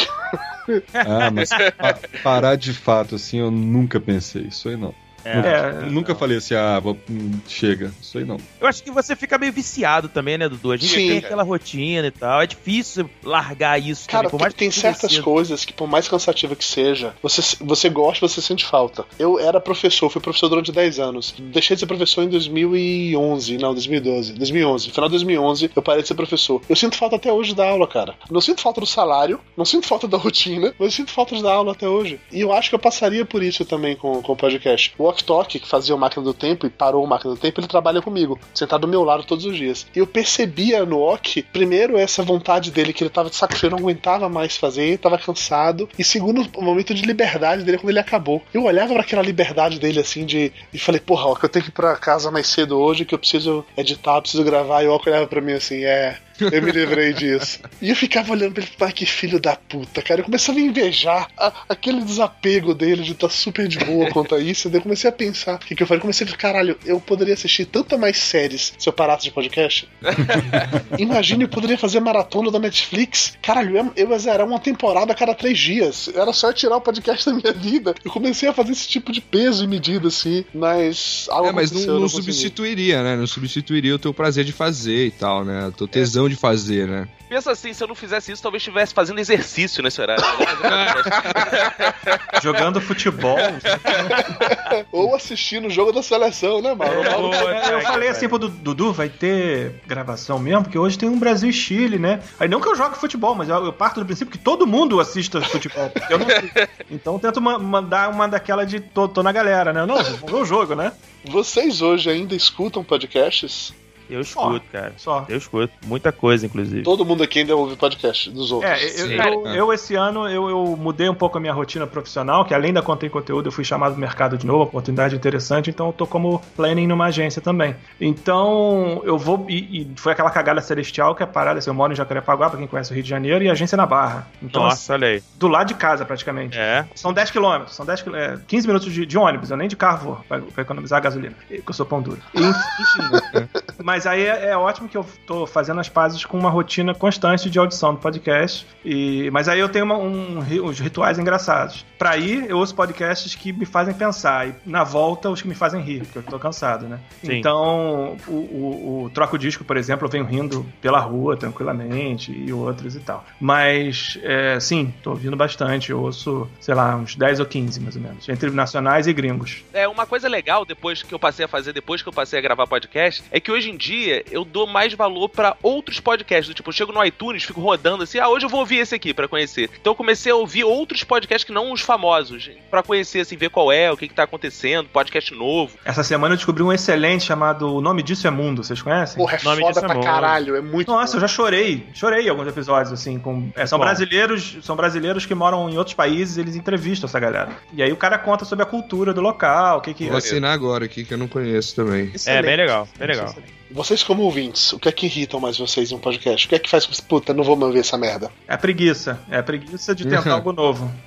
S6: Ah, mas parar de fato, assim, eu nunca pensei. Isso aí não. Nunca falei assim, chega, isso aí não.
S7: Eu acho que você fica meio viciado também, né, Dudu? A gente tem aquela rotina e tal, é difícil largar isso.
S2: Cara,
S7: também, por mais
S2: tem certas coisas que, por mais cansativa que seja, você gosta, você sente falta. Eu era professor, fui professor durante 10 anos. Deixei de ser professor em 2011, final de 2011, eu parei de ser professor. Eu sinto falta até hoje da aula, cara. Não sinto falta do salário, não sinto falta da rotina, mas eu sinto falta de dar aula até hoje. E eu acho que eu passaria por isso também com o podcast. O Walk, que fazia o Máquina do Tempo e parou o Máquina do Tempo, ele trabalha comigo, sentado do meu lado todos os dias. E eu percebia no Ok, primeiro, essa vontade dele, que ele tava de saco cheio, não aguentava mais fazer, tava cansado. E segundo, o momento de liberdade dele quando ele acabou. Eu olhava pra aquela liberdade dele, assim, e falei, porra, Ok, eu tenho que ir pra casa mais cedo hoje, que eu preciso editar, preciso gravar. E o Ok olhava pra mim assim, eu me livrei disso. E eu ficava olhando pra ele, pai, que filho da puta, cara. Eu começava a invejar aquele desapego dele de estar super de boa quanto a isso. Daí eu comecei a pensar, o que eu falei? Comecei a falar, caralho, eu poderia assistir tanta mais séries se eu parasse de podcast. Imagina, eu poderia fazer maratona da Netflix. Caralho, eu ia zerar uma temporada a cada 3 dias. Era só tirar o podcast da minha vida. Eu comecei a fazer esse tipo de peso e medida, assim. Mas
S8: mas não substituiria, né? Não substituiria o teu prazer de fazer e tal, né? O teu tesão de fazer, né?
S5: Pensa assim, se eu não fizesse isso, talvez estivesse fazendo exercício nesse horário.
S4: Jogando futebol.
S2: Ou assistindo o jogo da seleção, né, mano?
S4: Eu falei assim pro Dudu, vai ter gravação mesmo, porque hoje tem um Brasil e Chile, né? Aí não que eu jogue futebol, mas eu parto do princípio que todo mundo assista futebol. Eu não sei. Então eu tento mandar uma daquela de tô na galera, né? Não, vamos ver o jogo, né?
S2: Vocês hoje ainda escutam podcasts?
S7: Eu escuto, cara. Eu escuto. Muita coisa, inclusive.
S2: Todo mundo aqui ainda ouve podcast dos outros.
S4: Eu esse ano, eu mudei um pouco a minha rotina profissional, que além da conta em conteúdo, eu fui chamado do mercado de novo, oportunidade interessante, então eu tô como planning numa agência também. Então, eu vou... E foi aquela cagada celestial que é parada, assim, eu moro em Jacarepaguá, pra quem conhece o Rio de Janeiro, e a agência na Barra. Então,
S7: nossa, olha aí.
S4: Do lado de casa, praticamente. São 10 quilômetros, são 15 minutos de ônibus, eu nem de carro vou, pra economizar a gasolina, que eu sou pão duro. Enfim, mas aí é ótimo que eu tô fazendo as pazes com uma rotina constante de audição do podcast. Mas aí eu tenho uns rituais engraçados. Pra ir, eu ouço podcasts que me fazem pensar. E na volta, os que me fazem rir, porque eu tô cansado, né? Sim. Então, o Troco Disco, por exemplo, eu venho rindo pela rua, tranquilamente, e outros e tal. Mas, sim, tô ouvindo bastante. Eu ouço, sei lá, uns 10 ou 15, mais ou menos. Entre nacionais e gringos.
S5: Uma coisa legal, depois que eu passei a gravar podcast, é que hoje em dia eu dou mais valor pra outros podcasts. Tipo, eu chego no iTunes, fico rodando assim, hoje eu vou ouvir esse aqui pra conhecer. Então eu comecei a ouvir outros podcasts que não os famosos, pra conhecer, assim, ver qual é, o que tá acontecendo, podcast novo.
S4: Essa semana eu descobri um excelente chamado O Nome Disso é Mundo, vocês conhecem?
S2: Porra, é foda pra caralho, é muito
S4: Nossa, bom. Eu já chorei em alguns episódios, assim, são brasileiros que moram em outros países, eles entrevistam essa galera. E aí o cara conta sobre a cultura do local, o que
S8: Vou assinar agora aqui, que eu não conheço também.
S7: Excelente. Bem legal, bem legal.
S2: Vocês como ouvintes, o que é que irritam mais vocês em um podcast? O que é que faz com você, puta, não vou me ouvir essa merda?
S4: É a preguiça de tentar algo novo.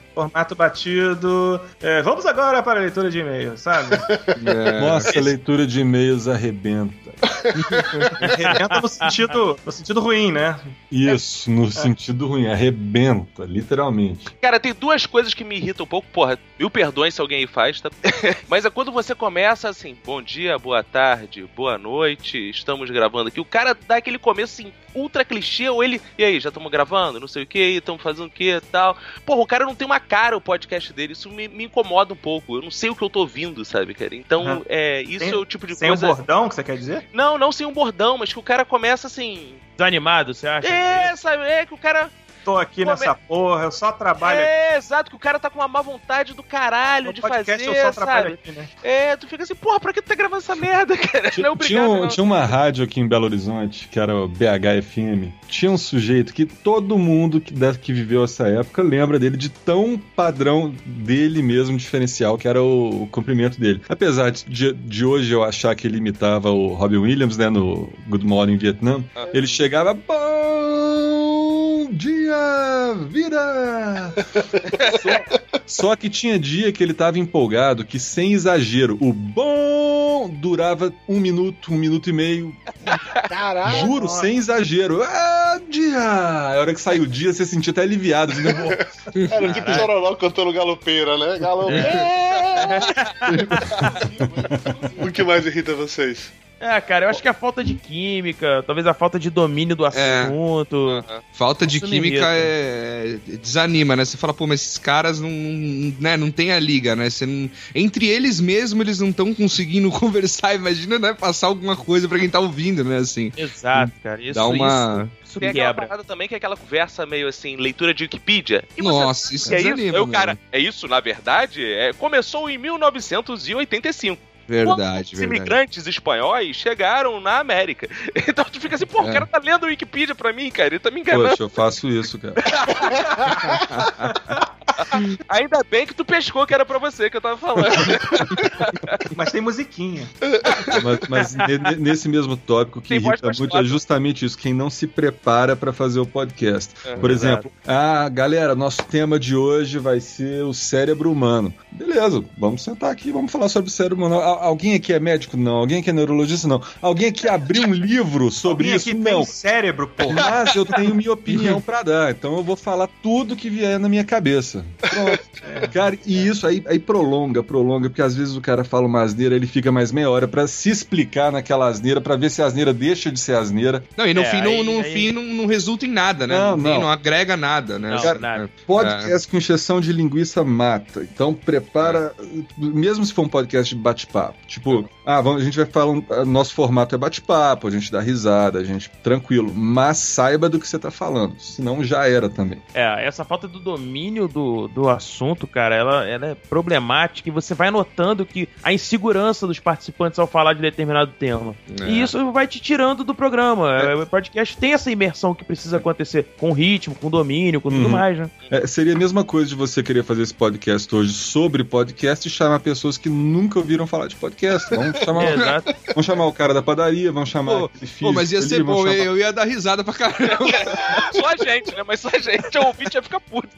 S4: Formato batido. Vamos agora para a leitura de e-mails, sabe?
S6: Nossa, a leitura de e-mails arrebenta.
S4: Arrebenta no sentido ruim, né?
S6: Isso, no sentido ruim. Arrebenta, literalmente.
S5: Cara, tem duas coisas que me irritam um pouco. Porra, mil perdões se alguém faz, tá? Mas é quando você começa assim, bom dia, boa tarde, boa noite, estamos gravando aqui. O cara dá aquele começo assim, ultra clichê, ou ele, e aí, já estamos gravando, não sei o que, estamos fazendo o que e tal. Porra, o cara não tem uma cara, o podcast dele, isso me incomoda um pouco. Eu não sei o que eu tô ouvindo, sabe, cara? Então, isso é o tipo de coisa...
S4: Sem um bordão, que você quer dizer?
S5: Não sem um bordão, mas que o cara começa assim...
S7: Desanimado, você acha?
S5: Sabe, que o cara...
S4: Tô aqui nessa porra, eu só trabalho aqui.
S5: Exato, que o cara tá com uma má vontade do caralho de fazer,
S4: eu só trabalho aqui, né?
S5: Tu fica assim, porra, pra que tu tá gravando essa merda, cara? Não é obrigado,
S6: tinha uma rádio aqui em Belo Horizonte, que era o BHFM. Tinha um sujeito que todo mundo que viveu essa época lembra dele de tão padrão dele mesmo, diferencial, que era o comprimento dele. Apesar de hoje eu achar que ele imitava o Robin Williams, né, no Good Morning Vietnam, ele chegava... Bom dia, vida! Só que tinha dia que ele tava empolgado, que sem exagero, o bom durava 1 minuto, 1 minuto e meio.
S2: Caralho!
S6: Juro, sem exagero. Dia! A hora que saiu o dia, você sentia até aliviado.
S2: Era tipo Chororó cantando galopeira, né? Galopeira! O que mais irrita vocês?
S7: Cara, eu acho que a falta de química, talvez a falta de domínio do assunto.
S8: Falta de química desanima, né? Você fala, pô, mas esses caras não tem a liga, né? Entre eles mesmos, eles não estão conseguindo conversar. Imagina, né? Passar alguma coisa pra quem tá ouvindo, né? Assim.
S7: Exato, cara. Isso
S5: tem aquela parada também que é aquela conversa meio assim, leitura de Wikipedia. E
S8: nossa, isso desanima.
S5: Aí o cara, isso, na verdade, começou em 1985.
S8: Verdade,
S5: os imigrantes espanhóis chegaram na América. Então tu fica assim, pô, o cara tá lendo o Wikipedia pra mim, cara, ele tá me enganando.
S6: Poxa, eu faço isso, cara.
S5: Ainda bem que tu pescou que era pra você que eu tava falando.
S4: Mas tem musiquinha.
S6: Mas nesse mesmo tópico que irrita muito é justamente isso, quem não se prepara pra fazer o podcast. Por exemplo, galera, nosso tema de hoje vai ser o cérebro humano. Beleza, vamos sentar aqui, vamos falar sobre o cérebro humano. Alguém aqui é médico? Não. Alguém aqui é neurologista? Não. Alguém aqui abriu um livro sobre isso? Não.
S4: Tem cérebro, pô.
S6: Mas eu tenho minha opinião pra dar, então eu vou falar tudo que vier na minha cabeça. Pronto. Cara, e isso aí prolonga, porque às vezes o cara fala uma asneira, ele fica mais meia hora pra se explicar naquela asneira, pra ver se a asneira deixa de ser asneira.
S8: Não, e no fim não resulta em nada, né? Não agrega nada, né?
S6: Cara, podcast com injeção de linguiça mata. Então prepara, mesmo se for um podcast de bate-papo. Tipo, a gente vai falar, nosso formato é bate-papo, a gente dá risada, a gente tranquilo, mas saiba do que você tá falando, senão já era também.
S7: Essa falta do domínio do assunto, cara, ela é problemática e você vai notando que a insegurança dos participantes ao falar de determinado tema. E isso vai te tirando do programa. O podcast tem essa imersão que precisa acontecer com ritmo, com domínio, com tudo mais, né?
S6: Seria a mesma coisa de você querer fazer esse podcast hoje sobre podcast e chamar pessoas que nunca ouviram falar de podcast. Vamos chamar o cara da padaria, vamos chamar
S8: mas ia ser bom, eu ia dar risada pra caramba.
S5: Só a gente, né? Mas só a gente, o ouvinte ia ficar puto.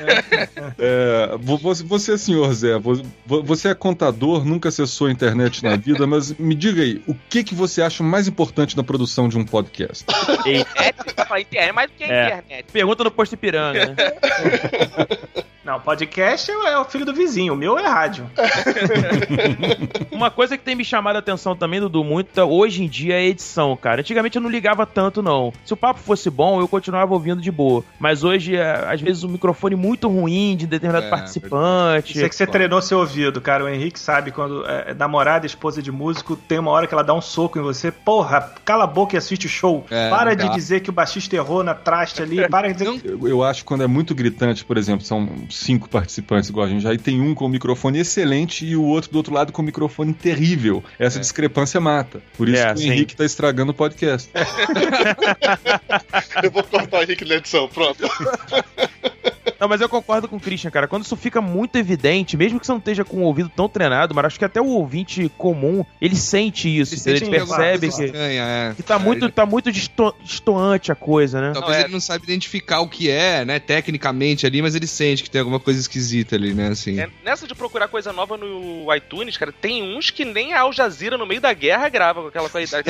S6: Você, senhor Zé, você é contador, nunca acessou a internet na vida, mas me diga aí, o que você acha mais importante na produção de um podcast?
S5: É mais do que a internet.
S7: Pergunta no Posto Ipiranga, né?
S4: Não, podcast é o filho do vizinho, o meu é rádio.
S7: Uma coisa que tem me chamado a atenção também, Dudu, muito hoje em dia é a edição, cara. Antigamente eu não ligava tanto, não. Se o papo fosse bom, eu continuava ouvindo de boa. Mas hoje, às vezes, o microfone muito ruim de determinado participante.
S4: Isso é que você treinou seu ouvido, cara. O Henrique sabe quando namorada, esposa de músico, tem uma hora que ela dá um soco em você. Porra, cala a boca e assiste o show. Para de dizer que o baixista errou na traste ali. Para de dizer...
S6: Eu acho que quando é muito gritante, por exemplo, são 5 participantes igual a gente, aí tem um com o microfone excelente e o outro do outro lado com o microfone terrível. Essa discrepância mata. Por isso que o Henrique tá estragando o podcast.
S2: Eu vou cortar o Henrique na edição, pronto.
S7: Não, mas eu concordo com o Christian, cara. Quando isso fica muito evidente, mesmo que você não esteja com o ouvido tão treinado, mas acho que até o ouvinte comum, ele sente isso. Ele percebe que tá muito distoante a coisa, né?
S8: Talvez ele não sabe identificar o que é, né, tecnicamente ali, mas ele sente que tem alguma coisa esquisita ali, né, assim.
S5: Nessa de procurar coisa nova no iTunes, cara, tem uns que nem a Al Jazeera no meio da guerra grava com aquela qualidade.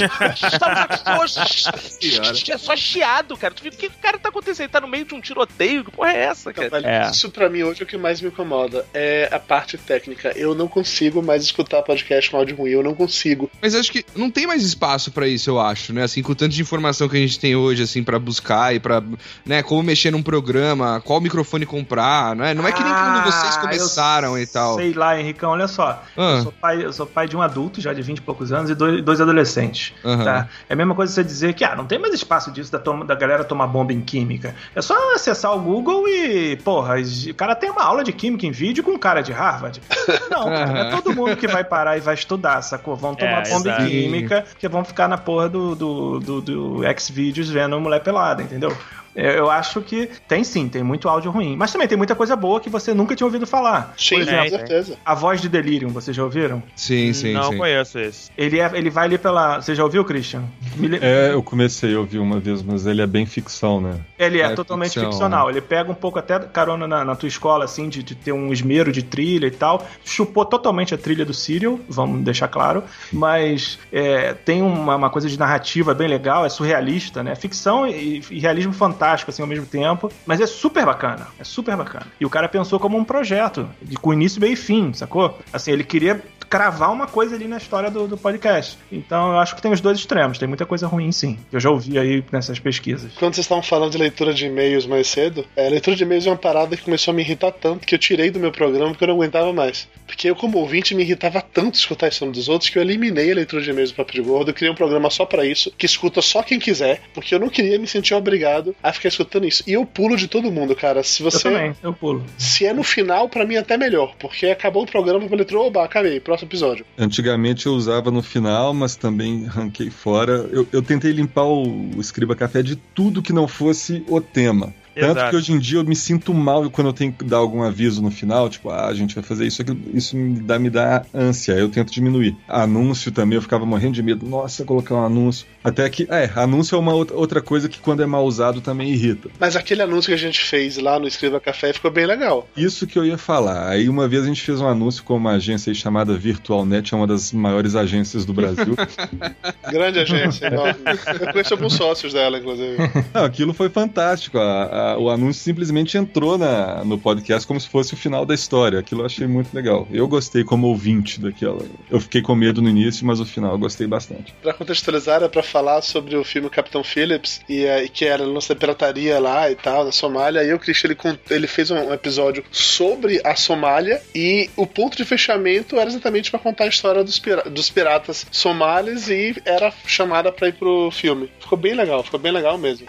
S5: É só chiado, cara. Tu fica, o que o cara tá acontecendo? Ele tá no meio de um tiroteio? Que porra é essa, cara?
S2: Isso pra mim hoje é o que mais me incomoda. É a parte técnica. Eu não consigo mais escutar podcast com áudio ruim. Eu não consigo.
S8: Mas acho que não tem mais espaço pra isso, eu acho, né? Assim, com tanto de informação que a gente tem hoje, assim, pra buscar e pra, né, como mexer num programa, qual microfone comprar, não é? Não é que nem quando vocês começaram e tal.
S4: Sei lá, Henricão, olha só. Eu sou pai de um adulto já de 20 e poucos anos e dois adolescentes. Tá? É a mesma coisa você dizer que não tem mais espaço disso da galera tomar bomba em química. É só acessar o Google e, porra, o cara tem uma aula de química em vídeo com um cara de Harvard. Não, cara, não é todo mundo que vai parar e vai estudar, sacou? Vão tomar bomba em química, que vão ficar na porra do Xvideos vendo mulher pelada, entendeu? Eu acho que tem muito áudio ruim. Mas também tem muita coisa boa que você nunca tinha ouvido falar.
S2: Sim,
S4: por exemplo,
S2: com certeza.
S4: A Voz de Delirium, vocês já ouviram?
S8: Sim.
S7: Não conheço esse.
S4: Ele vai ali pela... Você já ouviu, Christian?
S6: Eu comecei a ouvir uma vez, mas ele é bem ficção, né?
S4: Ele é totalmente ficcional. Ele pega um pouco até carona na tua escola, assim, de ter um esmero de trilha e tal. Chupou totalmente a trilha do Serial, vamos deixar claro. Mas tem uma coisa de narrativa bem legal, é surrealista, né? Ficção e realismo fantástico, assim, ao mesmo tempo, mas é super bacana, E o cara pensou como um projeto, com início, meio e fim, sacou? Assim, ele queria cravar uma coisa ali na história do podcast. Então, eu acho que tem os dois extremos, tem muita coisa ruim, sim. Eu já ouvi aí nessas pesquisas.
S2: Quando vocês estavam falando de leitura de e-mails mais cedo, a leitura de e-mails é uma parada que começou a me irritar tanto que eu tirei do meu programa porque eu não aguentava mais. Porque eu, como ouvinte, me irritava tanto escutar isso dos outros que eu eliminei a leitura de e-mails do Papo de Gordo. Eu criei um programa só pra isso, que escuta só quem quiser, porque eu não queria me sentir obrigado a ficar escutando isso. E eu pulo de todo mundo, cara. Se você...
S4: Eu também, eu pulo.
S2: Se é no final, pra mim até melhor, porque acabou o programa e eu falei, acabei, próximo episódio.
S6: Antigamente eu usava no final, mas também ranquei fora. Eu tentei limpar o Escriba Café de tudo que não fosse o tema. Tanto que hoje em dia eu me sinto mal quando eu tenho que dar algum aviso no final, tipo, a gente vai fazer isso, aquilo, isso me dá ânsia, eu tento diminuir. Anúncio também, eu ficava morrendo de medo, nossa, colocar um anúncio. Até que, anúncio é uma outra coisa que quando é mal usado também irrita.
S2: Mas aquele anúncio que a gente fez lá no Escriba Café ficou bem legal.
S6: Isso que eu ia falar. Aí uma vez a gente fez um anúncio com uma agência aí chamada VirtualNet, é uma das maiores agências do Brasil.
S2: Grande agência, enorme. Eu conheço alguns sócios dela, inclusive.
S6: Não, aquilo foi fantástico. O anúncio simplesmente entrou no podcast como se fosse o final da história. Aquilo eu achei muito legal. Eu gostei como ouvinte daquela. Eu fiquei com medo no início, mas no final eu gostei bastante.
S2: Pra contextualizar, era pra falar sobre o filme Capitão Phillips, e que era a nossa pirataria lá e tal, na Somália. E o Christian, ele fez um episódio sobre a Somália, e o ponto de fechamento era exatamente pra contar a história dos piratas somalis, e era chamada pra ir pro filme. Ficou bem legal mesmo.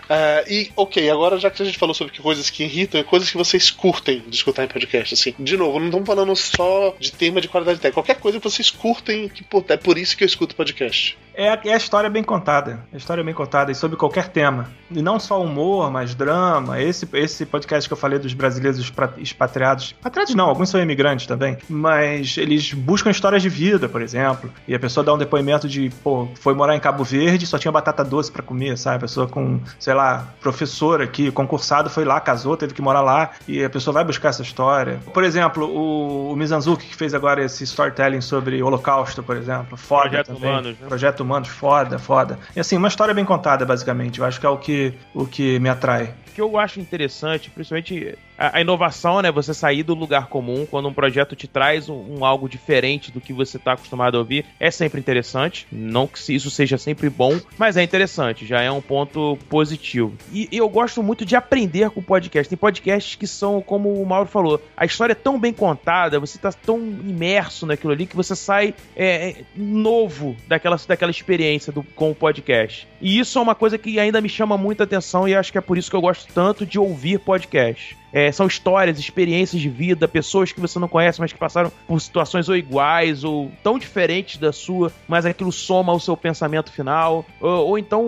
S2: Agora já que a gente falou sobre coisas que irritam e coisas que vocês curtem de escutar em podcast, assim. De novo, não estamos falando só de tema de qualidade técnica. Qualquer coisa que vocês curtem, que é por isso que eu escuto podcast.
S4: É a história bem contada. A história bem contada e sobre qualquer tema. E não só humor, mas drama. Esse podcast que eu falei dos brasileiros expatriados. Expatriados não, alguns são imigrantes também. Mas eles buscam histórias de vida, por exemplo. E a pessoa dá um depoimento de, foi morar em Cabo Verde, só tinha batata doce pra comer, sabe? A pessoa com, sei lá, professor aqui, concursado, foi lá, casou, teve que morar lá. E a pessoa vai buscar essa história. Por exemplo, o Mizanzuki, que fez agora esse storytelling sobre o Holocausto, por exemplo. Foda
S7: Projeto
S4: também.
S7: Humanos, né?
S4: Projeto Humanos, foda. E assim, uma história bem contada, basicamente. Eu acho que é o que me atrai.
S7: O que eu acho interessante, principalmente a inovação, né? Você sair do lugar comum, quando um projeto te traz algo diferente do que você está acostumado a ouvir, é sempre interessante. Não que isso seja sempre bom, mas é interessante, já é um ponto positivo. E eu gosto muito de aprender com podcast. Tem podcasts que são, como o Mauro falou, a história é tão bem contada, você está tão imerso naquilo ali que você sai novo daquela experiência com o podcast. E isso é uma coisa que ainda me chama muita atenção e acho que é por isso que eu gosto tanto de ouvir podcast. são histórias, experiências de vida, pessoas que você não conhece, mas que passaram por situações ou iguais, ou tão diferentes da sua, mas aquilo soma ao seu pensamento final, ou então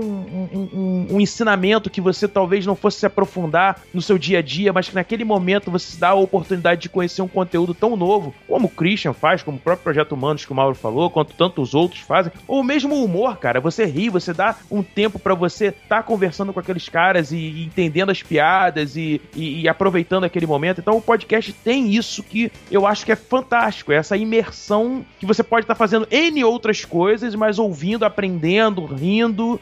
S7: um ensinamento que você talvez não fosse se aprofundar no seu dia a dia, mas que naquele momento você se dá a oportunidade de conhecer um conteúdo tão novo, como o Christian faz, como o próprio Projeto Humanos que o Mauro falou, quanto tantos outros fazem, ou mesmo o humor, cara, você ri, você dá um tempo pra você estar conversando com aqueles caras e entendendo as piadas e aproveitando aquele momento. Então o podcast tem isso que eu acho que é fantástico, é essa imersão que você pode estar fazendo N outras coisas, mas ouvindo, aprendendo, rindo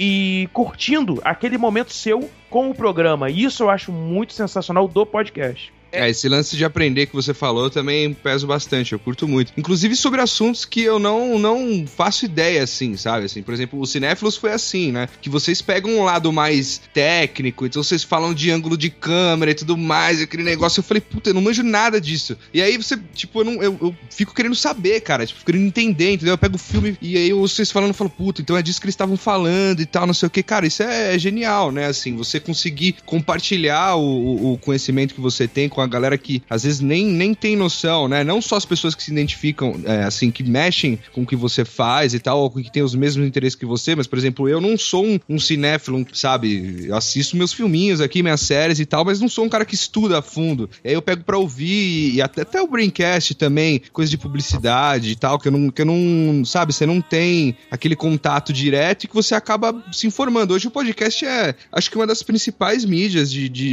S7: e curtindo aquele momento seu com o programa. Isso eu acho muito sensacional do podcast.
S8: Esse lance de aprender que você falou eu também peso bastante, eu curto muito. Inclusive sobre assuntos que eu não faço ideia, assim, sabe? Assim, por exemplo, o Cinéfilos foi assim, né? Que vocês pegam um lado mais técnico, então vocês falam de ângulo de câmera e tudo mais, aquele negócio. Eu falei, puta, eu não manjo nada disso. E aí você, tipo, eu fico querendo saber, cara, tipo, querendo entender, entendeu? Eu pego o filme e aí vocês falando, eu falo, puta, então é disso que eles estavam falando e tal, não sei o que. Cara, isso é genial, né? Assim, você conseguir compartilhar o conhecimento que você tem com a galera que às vezes nem tem noção, né? Não só as pessoas que se identificam, assim, que mexem com o que você faz e tal, ou que tem os mesmos interesses que você, mas, por exemplo, eu não sou um cinéfilo, sabe? Eu assisto meus filminhos aqui, minhas séries e tal, mas não sou um cara que estuda a fundo. E aí eu pego pra ouvir, e até o Braincast também, coisa de publicidade e tal, que eu não, sabe? Você não tem aquele contato direto e que você acaba se informando. Hoje o podcast acho que uma das principais mídias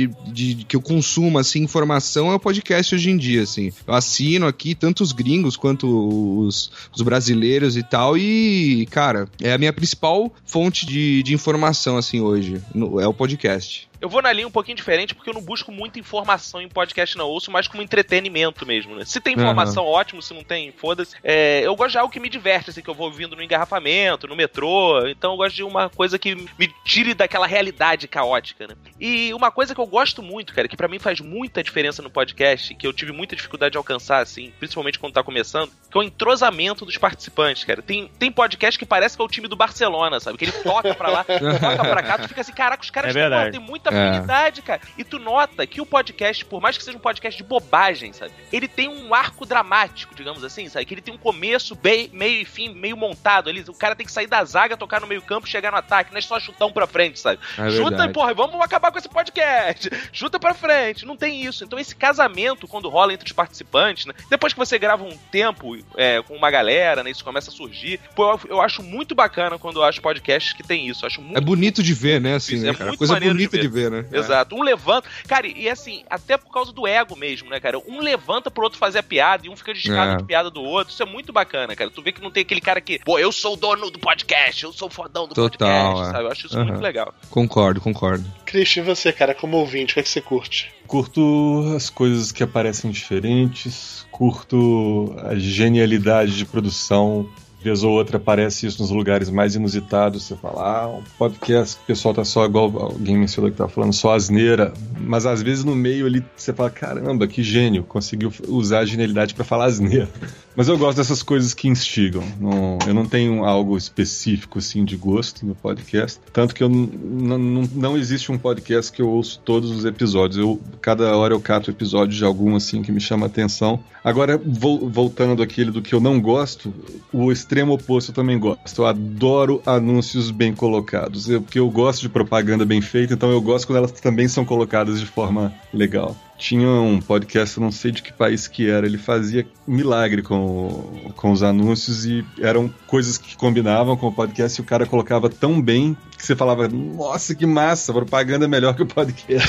S8: que eu consumo, assim, informação é o podcast hoje em dia, assim. Eu assino aqui tanto os gringos quanto os brasileiros e tal, e, cara, é a minha principal fonte de informação, assim, hoje, é o podcast.
S5: Eu vou na linha um pouquinho diferente, porque eu não busco muita informação em podcast, não. Eu ouço mais como entretenimento mesmo, né? Se tem informação, ótimo. Se não tem, foda-se. Eu gosto de algo que me diverte, assim, que eu vou ouvindo no engarrafamento, no metrô. Então eu gosto de uma coisa que me tire daquela realidade caótica, né? E uma coisa que eu gosto muito, cara, que pra mim faz muita diferença no podcast, que eu tive muita dificuldade de alcançar, assim, principalmente quando tá começando, que é o entrosamento dos participantes, cara. Tem podcast que parece que é o time do Barcelona, sabe? Que ele toca pra lá, toca pra cá, tu fica assim, caraca, os caras têm muita afinidade, cara. E tu nota que o podcast, por mais que seja um podcast de bobagem, sabe? Ele tem um arco dramático, digamos assim, sabe? Que ele tem um começo, meio e fim, meio montado ali. O cara tem que sair da zaga, tocar no meio campo, chegar no ataque. Não é só chutão pra frente, sabe? Chuta e, porra, vamos acabar com esse podcast. Chuta pra frente. Não tem isso. Então esse casamento, quando rola entre os participantes, né? Depois que você grava um tempo com uma galera, né? Isso começa a surgir. Pô, eu acho muito bacana quando eu acho podcasts que tem isso. Eu acho muito,
S8: é bonito de ver, né? Assim, né, cara? Coisa bonita de ver, né?
S5: Exato. Um levanta... Cara, e assim, até por causa do ego mesmo, né, cara? Um levanta pro outro fazer a piada e um fica descado de piada do outro. Isso é muito bacana, cara. Tu vê que não tem aquele cara que, pô, eu sou o dono do podcast, eu sou o fodão do podcast, sabe? Eu acho isso muito legal.
S8: Concordo.
S2: Christian, e você, cara, como ouvinte, o que é que você curte?
S6: Curto as coisas que aparecem diferentes, curto a genialidade de produção. Vez ou outra aparece isso nos lugares mais inusitados. Você fala, um podcast, o pessoal tá só, igual alguém mencionou que tá falando, só asneira. Mas às vezes no meio ali você fala, caramba, que gênio, conseguiu usar a genialidade pra falar asneira. Mas eu gosto dessas coisas que instigam. Eu não tenho algo específico assim de gosto no podcast. Tanto que não existe um podcast que eu ouço todos os episódios. Cada hora eu cato episódio de algum assim que me chama a atenção. Agora, voltando àquele do que eu não gosto, o extremo oposto eu também gosto. Eu adoro anúncios bem colocados. Porque eu gosto de propaganda bem feita, então eu gosto quando elas também são colocadas de forma legal. Tinha um podcast, eu não sei de que país que era, ele fazia milagre com os anúncios e eram coisas que combinavam com o podcast e o cara colocava tão bem que você falava, nossa, que massa, a propaganda é melhor que o podcast.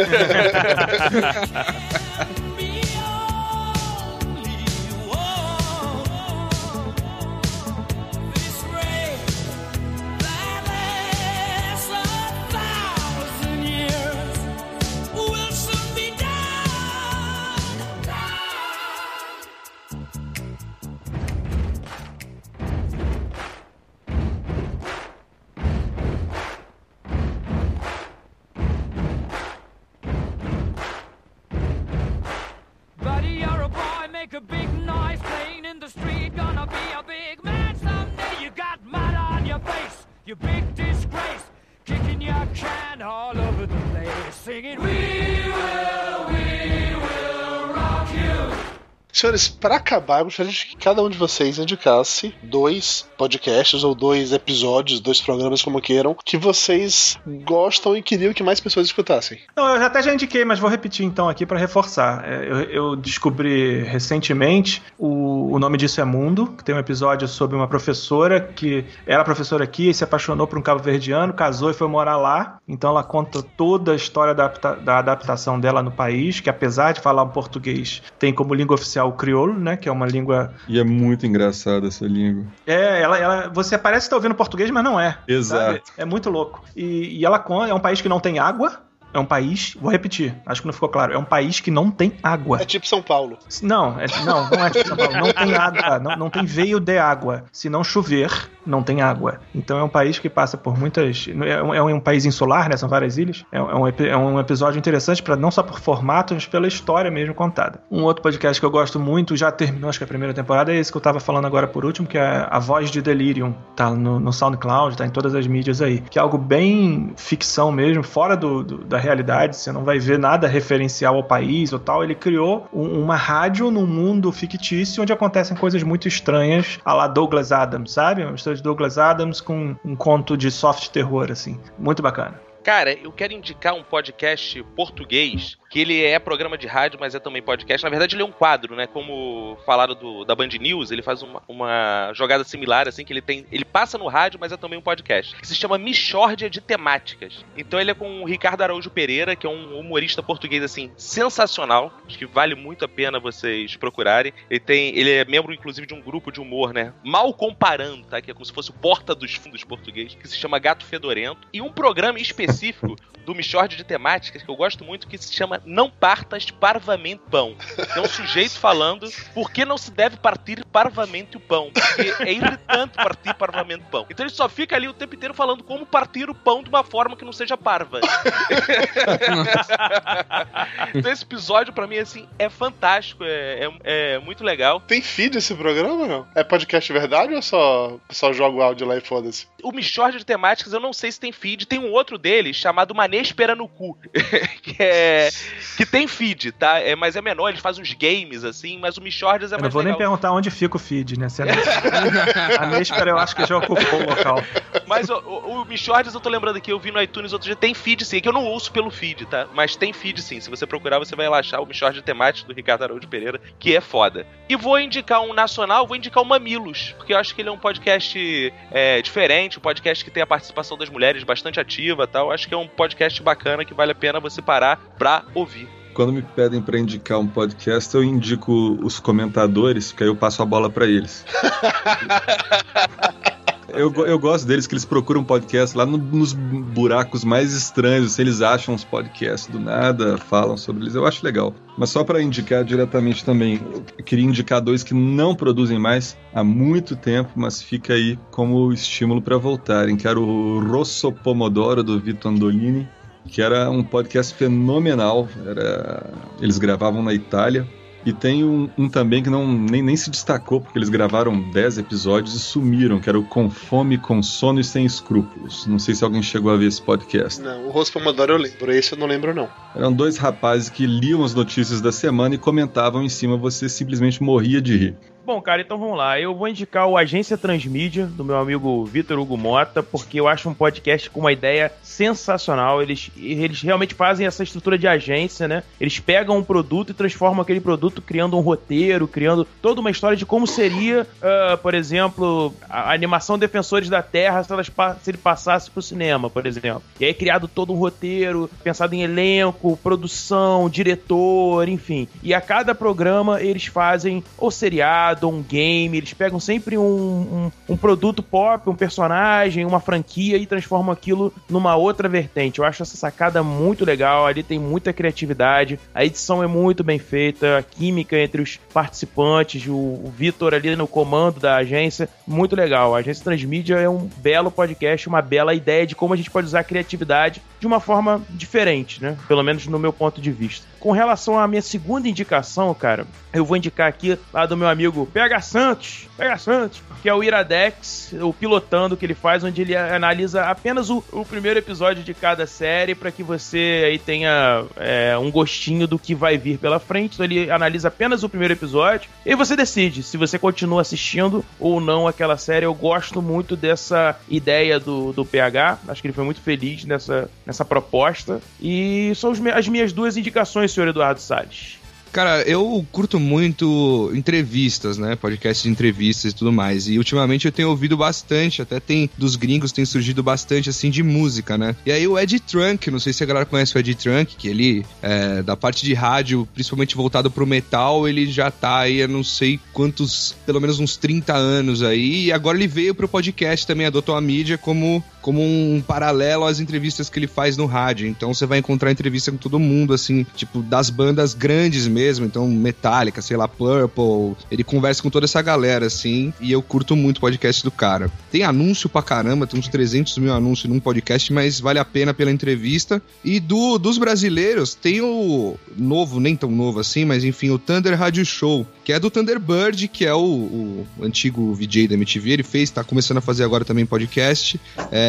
S11: A big noise playing in the street, gonna be a big man someday. You got mud on your face, you big disgrace, kicking your can all over the place, singing, we will
S2: Senhores, para acabar, eu gostaria de que cada um de vocês indicasse 2 podcasts ou 2 episódios, 2 programas, como queiram, que vocês gostam e queriam que mais pessoas escutassem.
S4: Não, eu até já indiquei, mas vou repetir então aqui para reforçar. Eu descobri recentemente, o nome disso é Mundo, que tem um episódio sobre uma professora que era professora aqui e se apaixonou por um cabo-verdiano, casou e foi morar lá. Então ela conta toda a história da adaptação dela no país, que apesar de falar um português, tem como língua oficial o crioulo, né, que é uma língua...
S6: E é muito engraçada essa língua.
S4: Você parece estar ouvindo português, mas não é.
S6: Exato.
S4: Sabe? É muito louco. E ela é um país que não tem água. É um país, vou repetir, acho que não ficou claro, é um país que não tem água.
S2: É tipo São Paulo.
S4: Não é tipo São Paulo, não tem água, não tem veio de água. Se não chover, não tem água. Então é um país que passa por muitas... É um país insular, né, são várias ilhas. É um episódio interessante, não só por formato, mas pela história mesmo contada. Um outro podcast que eu gosto muito, já terminou, acho que a primeira temporada, é esse que eu tava falando agora por último, que é A Voz de Delirium. Tá no SoundCloud, tá em todas as mídias aí. Que é algo bem ficção mesmo, fora da realidade, você não vai ver nada referencial ao país ou tal. Ele criou uma rádio num mundo fictício onde acontecem coisas muito estranhas, à la Douglas Adams, sabe? Uma história de Douglas Adams com um conto de soft terror, assim. Muito bacana.
S5: Cara, eu quero indicar um podcast português, que ele é programa de rádio, mas é também podcast. Na verdade, ele é um quadro, né? Como falaram da Band News, ele faz uma jogada similar, assim, que ele passa no rádio, mas é também um podcast, que se chama Mixórdia de Temáticas. Então ele é com o Ricardo Araújo Pereira, que é um humorista português, assim, sensacional. Acho que vale muito a pena vocês procurarem. Ele é membro, inclusive, de um grupo de humor, né? Mal Comparando, tá? Que é como se fosse o Porta dos Fundos português, que se chama Gato Fedorento. E um programa específico do Mixórdia de Temáticas, que eu gosto muito, que se chama Não Partas Parvamente Pão. É um sujeito falando por que não se deve partir parvamente o pão. Porque é irritante partir parvamente o pão. Então ele só fica ali o tempo inteiro falando como partir o pão de uma forma que não seja parva. Então esse episódio, pra mim, assim, é fantástico, é muito legal.
S2: Tem feed esse programa, não? É podcast verdade ou só joga o áudio lá e foda-se?
S5: O Mixórdia de Temáticas, eu não sei se tem feed. Tem um outro dele chamado Mané Espera no Cu, que tem feed, tá? Mas é menor, eles fazem uns games, assim, mas o Mixórdias é mais legal.
S4: Eu não vou nem perguntar onde fica o feed, né? A Néspera eu acho que já ocupou o local.
S5: Mas o Mixórdias, eu tô lembrando aqui, eu vi no iTunes outro dia, tem feed sim, que eu não ouço pelo feed, tá? Mas tem feed sim, se você procurar, você vai lá achar o Mixórdia de Temáticas do Ricardo Araújo Pereira, que é foda. E vou indicar um nacional, vou indicar o Mamilos, porque eu acho que ele é um podcast diferente, um podcast que tem a participação das mulheres bastante ativa e tal. Acho que é um podcast bacana que vale a pena você parar pra ouvir.
S6: Quando me pedem pra indicar um podcast, eu indico os comentadores, porque aí eu passo a bola pra eles. Eu gosto deles, que eles procuram podcast lá nos buracos mais estranhos, assim, eles acham uns podcasts do nada, falam sobre eles, eu acho legal. Mas só para indicar diretamente também, eu queria indicar 2 que não produzem mais há muito tempo, mas fica aí como estímulo para voltarem, que era o Rosso Pomodoro, do Vito Andolini, que era um podcast fenomenal, eles gravavam na Itália. E tem um também que nem se destacou, porque eles gravaram 10 episódios e sumiram, que era o Com Fome, Com Sono e Sem Escrúpulos. Não sei se alguém chegou a ver esse podcast.
S2: Não, o Rosso Pomodoro eu lembro, esse eu não lembro não.
S6: Eram 2 rapazes que liam as notícias da semana e comentavam em cima, você simplesmente morria de rir.
S7: Bom, cara, então vamos lá. Eu vou indicar o Agência Transmídia, do meu amigo Vitor Hugo Mota, porque eu acho um podcast com uma ideia sensacional. Eles realmente fazem essa estrutura de agência, né? Eles pegam um produto e transformam aquele produto criando um roteiro, criando toda uma história de como seria, por exemplo, a animação Defensores da Terra se ele passasse pro cinema, por exemplo. E aí é criado todo um roteiro, pensado em elenco, produção, diretor, enfim. E a cada programa eles fazem ou seriado, um game, eles pegam sempre um produto pop, um personagem, uma franquia e transformam aquilo numa outra vertente. Eu acho essa sacada muito legal, ali tem muita criatividade, a edição é muito bem feita, a química entre os participantes, o Vitor ali no comando da agência, muito legal. A Agência Transmídia é um belo podcast, uma bela ideia de como a gente pode usar a criatividade de uma forma diferente, né? Pelo menos no meu ponto de vista. Com relação à minha segunda indicação, cara, eu vou indicar aqui lá do meu amigo PH Santos, que é o Iradex, o Pilotando que ele faz, onde ele analisa apenas o primeiro episódio de cada série para que você aí tenha um gostinho do que vai vir pela frente. Então ele analisa apenas o primeiro episódio e você decide se você continua assistindo ou não aquela série. Eu gosto muito dessa ideia do PH, acho que ele foi muito feliz nessa proposta, e são as minhas duas indicações, senhor Eduardo Salles.
S8: Cara, eu curto muito entrevistas, né? Podcast de entrevistas e tudo mais. E ultimamente eu tenho ouvido bastante, até dos gringos tem surgido bastante, assim, de música, né? E aí o Ed Trunk, não sei se a galera conhece o Ed Trunk, que ele, da parte de rádio, principalmente voltado pro metal, ele já tá aí, eu não sei quantos, pelo menos uns 30 anos aí. E agora ele veio pro podcast também, adotou a mídia como um paralelo às entrevistas que ele faz no rádio. Então você vai encontrar entrevista com todo mundo, assim, tipo, das bandas grandes mesmo. Então Metallica, sei lá, Purple. Ele conversa com toda essa galera, assim, e eu curto muito o podcast do cara. Tem anúncio pra caramba, tem uns 300 mil anúncios num podcast, mas vale a pena pela entrevista. E dos brasileiros, tem o novo, nem tão novo assim, mas enfim, o Thunder Radio Show, que é do Thunderbird, que é o antigo VJ da MTV. Ele tá começando a fazer agora também podcast.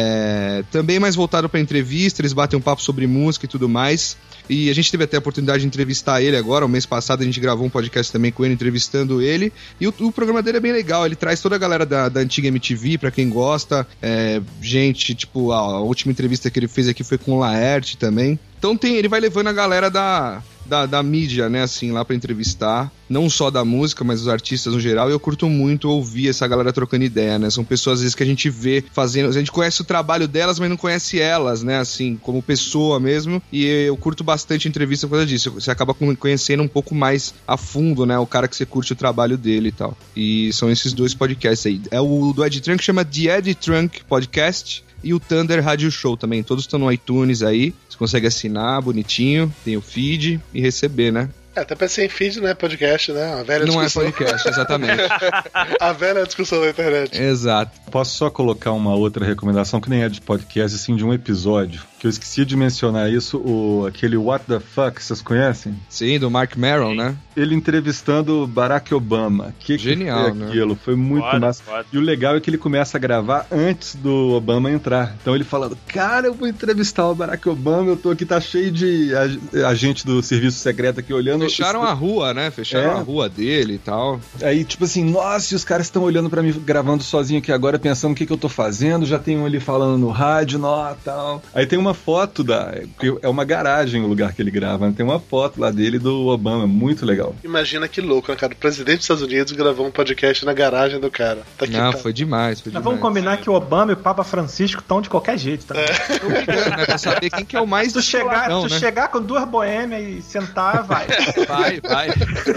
S8: Também mais voltado pra entrevista, eles batem um papo sobre música e tudo mais. E a gente teve até a oportunidade de entrevistar ele agora. O mês passado a gente gravou um podcast também com ele, entrevistando ele. E o programa dele é bem legal. Ele traz toda a galera da antiga MTV, pra quem gosta. Gente, tipo, a última entrevista que ele fez aqui foi com o Laerte também. Então ele vai levando a galera da mídia, né, assim, lá pra entrevistar. Não só da música, mas os artistas no geral. E eu curto muito ouvir essa galera trocando ideia, né? São pessoas, às vezes, que a gente vê fazendo... A gente conhece o trabalho delas, mas não conhece elas, né? Assim, como pessoa mesmo. E eu curto bastante entrevista por causa disso. Você acaba conhecendo um pouco mais a fundo, né? O cara que você curte o trabalho dele e tal. E são esses dois podcasts aí. É o do Ed Trunk, que chama The Ed Trunk Podcast. E o Thunder Radio Show também. Todos estão no iTunes aí. Você consegue assinar, bonitinho. Tem o feed e receber, né?
S2: Até pensei em feed, não é podcast, né? A velha discussão.
S8: Não é podcast, exatamente.
S2: A velha discussão da internet.
S8: Exato.
S6: Posso só colocar uma outra recomendação, que nem é de podcast, assim, de um episódio, que eu esqueci de mencionar isso, aquele What the Fuck, vocês conhecem?
S8: Sim, do Mark Maron, né?
S6: Ele entrevistando Barack Obama.
S8: Genial,
S6: que foi aquilo?
S8: Né?
S6: Foi muito massa. E o legal é que ele começa a gravar antes do Obama entrar. Então ele falando, cara, eu vou entrevistar o Barack Obama, eu tô aqui, tá cheio de agente do serviço secreto aqui olhando.
S8: Fecharam a rua, né? Fecharam a rua dele e tal.
S6: Aí, tipo assim, nossa, e os caras estão olhando pra mim gravando sozinho aqui agora, pensando o que eu tô fazendo, já tem um ali falando no rádio, tal. Aí tem uma foto é uma garagem o lugar que ele grava, né? Tem uma foto lá dele do Obama, muito legal.
S2: Imagina que louco, né, cara? O presidente dos Estados Unidos gravou um podcast na garagem do cara.
S8: Foi demais,
S4: Mas vamos combinar que o Obama e o Papa Francisco estão de qualquer jeito, tá?
S8: Tô brigando, né? Pra saber quem que é o mais
S4: tu chegar com duas boêmias e sentar, vai.
S8: Vai.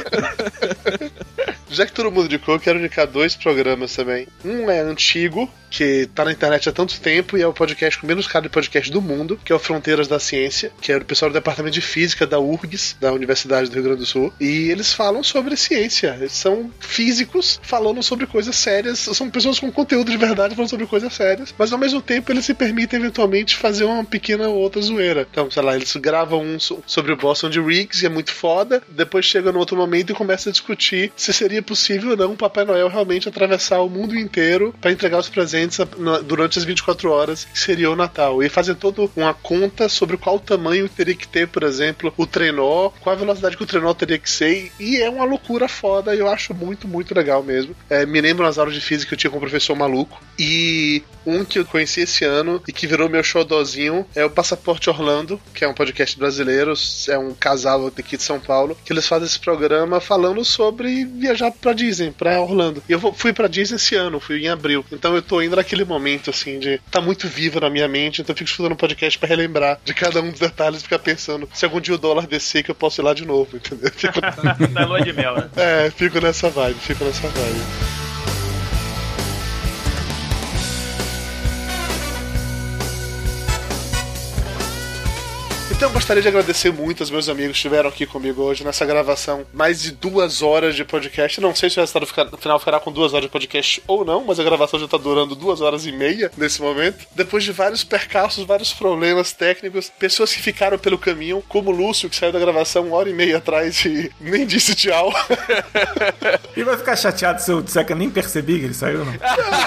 S2: Já que todo mundo indicou, eu quero indicar 2 programas também. Um é antigo, que tá na internet há tanto tempo e é o podcast com menos cara de podcast do mundo, que é o Fronteiras da Ciência, que é do pessoal do Departamento de Física da URGS, da Universidade do Rio Grande do Sul. E eles falam sobre ciência. Eles são físicos falando sobre coisas sérias. São pessoas com conteúdo de verdade falando sobre coisas sérias. Mas ao mesmo tempo eles se permitem eventualmente fazer uma pequena ou outra zoeira. Então, sei lá, eles gravam um sobre o Boston de Riggs, e é muito foda. Depois chega no outro momento e começa a discutir se seria possível ou não o Papai Noel realmente atravessar o mundo inteiro para entregar os presentes durante as 24 horas, que seria o Natal. E fazem toda uma conta sobre qual tamanho teria que ter, por exemplo, o trenó, qual a velocidade que o trenó teria que ser, e é uma loucura foda, e eu acho muito, muito legal mesmo. Me lembro nas aulas de física que eu tinha com um professor maluco, e um que eu conheci esse ano e que virou meu xodózinho é o Passaporte Orlando, que é um podcast brasileiro, é um casal aqui de São Paulo, que eles fazem esse programa falando sobre viajar pra Disney, pra Orlando. E eu fui pra Disney esse ano, fui em abril, então eu tô indo naquele momento assim de tá muito vivo na minha mente, então eu fico escutando um podcast pra relembrar de cada um dos detalhes e ficar pensando se algum dia o dólar descer que eu posso ir lá de novo, entendeu?
S7: Da lua de mel, né?
S2: Fico nessa vibe. Então eu gostaria de agradecer muito aos meus amigos que estiveram aqui comigo hoje nessa gravação. Mais de 2 horas de podcast. Não sei se o resultado final ficará com 2 horas de podcast ou não, mas a gravação já tá durando 2 horas e meia nesse momento. Depois de vários percalços, vários problemas técnicos, pessoas que ficaram pelo caminho, como o Lúcio, que saiu da gravação 1h30 atrás e nem disse tchau.
S4: E vai ficar chateado se eu disser que eu nem percebi que ele saiu, não?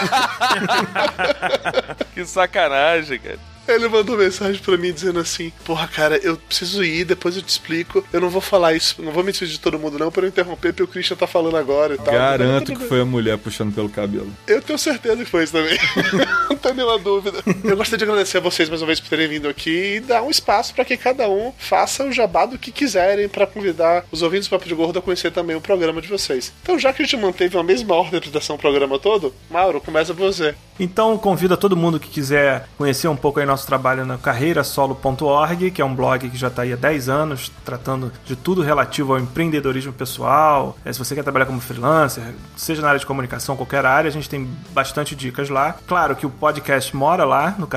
S5: Que sacanagem, cara.
S2: Ele mandou mensagem pra mim dizendo assim: porra, cara, eu preciso ir, depois eu te explico. Eu não vou falar isso, não vou me despedir de todo mundo não, pra não interromper, porque o Christian tá falando agora e tal.
S6: Garanto que foi a mulher puxando pelo cabelo.
S2: Eu tenho certeza que foi isso também. Não tenho nenhuma dúvida. Eu gostaria de agradecer a vocês mais uma vez por terem vindo aqui e dar um espaço pra que cada um faça o jabá do que quiserem, pra convidar os ouvintes do Papo de Gordo a conhecer também o programa de vocês. Então, já que a gente manteve a mesma ordem de apresentação do programa todo, Mauro, começa por você.
S4: Então, convido a todo mundo que quiser conhecer um pouco aí nosso trabalho na carreirasolo.org, que é um blog que já está aí há 10 anos, tratando de tudo relativo ao empreendedorismo pessoal. Se você quer trabalhar como freelancer, seja na área de comunicação, qualquer área, a gente tem bastante dicas lá. Claro que o podcast mora lá, no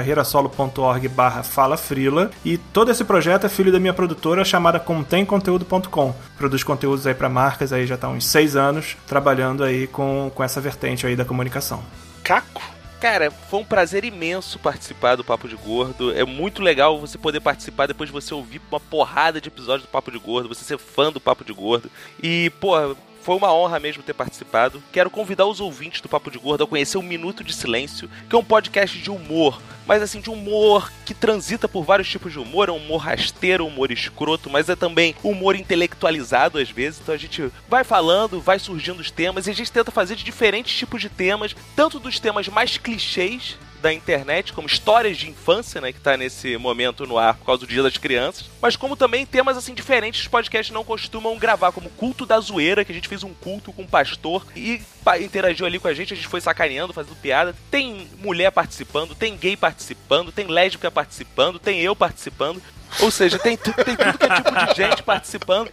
S4: carreirasolo.org/falafrila, e todo esse projeto é filho da minha produtora chamada contemconteúdo.com. Produz conteúdos aí para marcas, aí já está há uns 6 anos trabalhando aí com essa vertente aí da comunicação.
S2: Caco?
S5: Cara, foi um prazer imenso participar do Papo de Gordo. É muito legal você poder participar depois de você ouvir uma porrada de episódios do Papo de Gordo, você ser fã do Papo de Gordo. E, pô, foi uma honra mesmo ter participado. Quero convidar os ouvintes do Papo de Gordo a conhecer o Minuto de Silêncio, que é um podcast de humor, mas assim, de humor que transita por vários tipos de humor. É um humor rasteiro, um humor escroto, mas é também humor intelectualizado às vezes. Então a gente vai falando, vai surgindo os temas, e a gente tenta fazer de diferentes tipos de temas, tanto dos temas mais clichês da internet, como histórias de infância, né, que tá nesse momento no ar por causa do Dia das Crianças, mas como também temas assim diferentes que os podcasts não costumam gravar, como o Culto da Zoeira, que a gente fez um culto com um pastor e interagiu ali com a gente foi sacaneando, fazendo piada. Tem mulher participando, tem gay participando, tem lésbica participando, tem eu participando. Ou seja, tem tudo que é tipo de gente participando.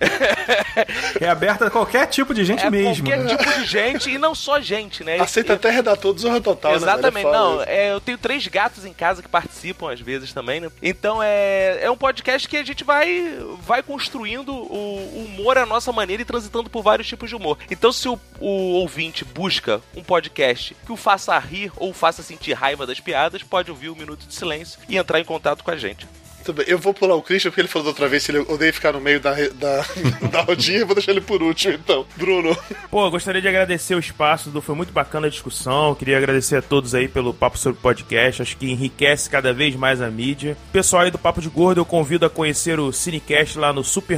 S4: É aberta a qualquer tipo de gente mesmo.
S5: Qualquer tipo de gente, e não só gente, né?
S2: Aceita até redator do Zorra Total,
S5: exatamente,
S2: né?
S5: Não, eu tenho 3 gatos em casa que participam às vezes também, né? Então é um podcast que a gente vai construindo o humor à nossa maneira e transitando por vários tipos de humor. Então se o ouvinte busca um podcast que o faça rir ou o faça sentir raiva das piadas, pode ouvir o Minuto de Silêncio e entrar em contato com a gente.
S2: Eu vou pular o Christian, porque ele falou da outra vez que ele odeia ficar no meio da rodinha, eu vou deixar ele por último, então. Bruno.
S7: Pô, eu gostaria de agradecer o espaço, foi muito bacana a discussão, queria agradecer a todos aí pelo Papo sobre Podcast, acho que enriquece cada vez mais a mídia. Pessoal aí do Papo de Gordo, eu convido a conhecer o Cinecast lá no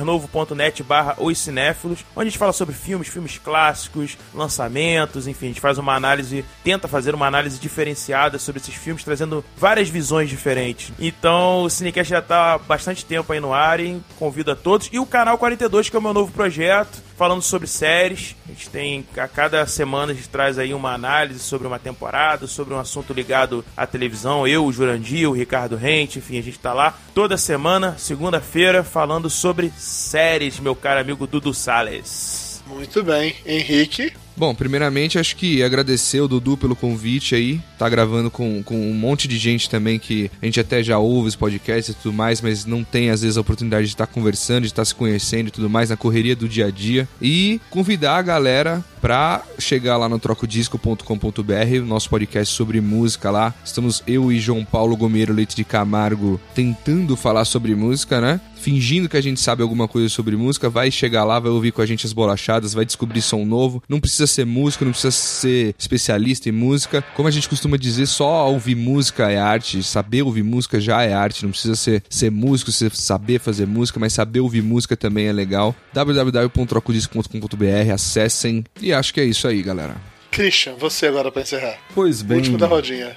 S7: supernovo.net/oscinéfilos, onde a gente fala sobre filmes clássicos, lançamentos, enfim, a gente faz uma análise, tenta fazer uma análise diferenciada sobre esses filmes, trazendo várias visões diferentes. Então, o Cinecast já tá há bastante tempo aí no ar, e convido a todos. E o Canal 42, que é o meu novo projeto, falando sobre séries. A gente tem, a cada semana a gente traz aí uma análise sobre uma temporada, sobre um assunto ligado à televisão. Eu, o Jurandir, o Ricardo Rente, enfim, a gente tá lá toda semana, segunda-feira, falando sobre séries, meu caro amigo Dudu Salles.
S2: Muito bem. Henrique?
S8: Bom, primeiramente acho que agradecer o Dudu pelo convite aí, tá gravando com um monte de gente também que a gente até já ouve os podcasts e tudo mais, mas não tem às vezes a oportunidade de estar conversando, de estar se conhecendo e tudo mais na correria do dia a dia, e convidar a galera pra chegar lá no trocodisco.com.br, nosso podcast sobre música lá. Estamos eu e João Paulo Gomeiro Leite de Camargo tentando falar sobre música, né? Fingindo que a gente sabe alguma coisa sobre música, vai chegar lá, vai ouvir com a gente as bolachadas, vai descobrir som novo, não precisa ser músico, não precisa ser especialista em música. Como a gente costuma dizer, só ouvir música é arte, saber ouvir música já é arte, não precisa ser músico, saber fazer música, mas saber ouvir música também é legal. www.trocodisco.com.br, acessem, e acho que é isso aí, galera.
S2: Christian, você agora pra encerrar.
S6: Pois bem.
S2: O último da rodinha.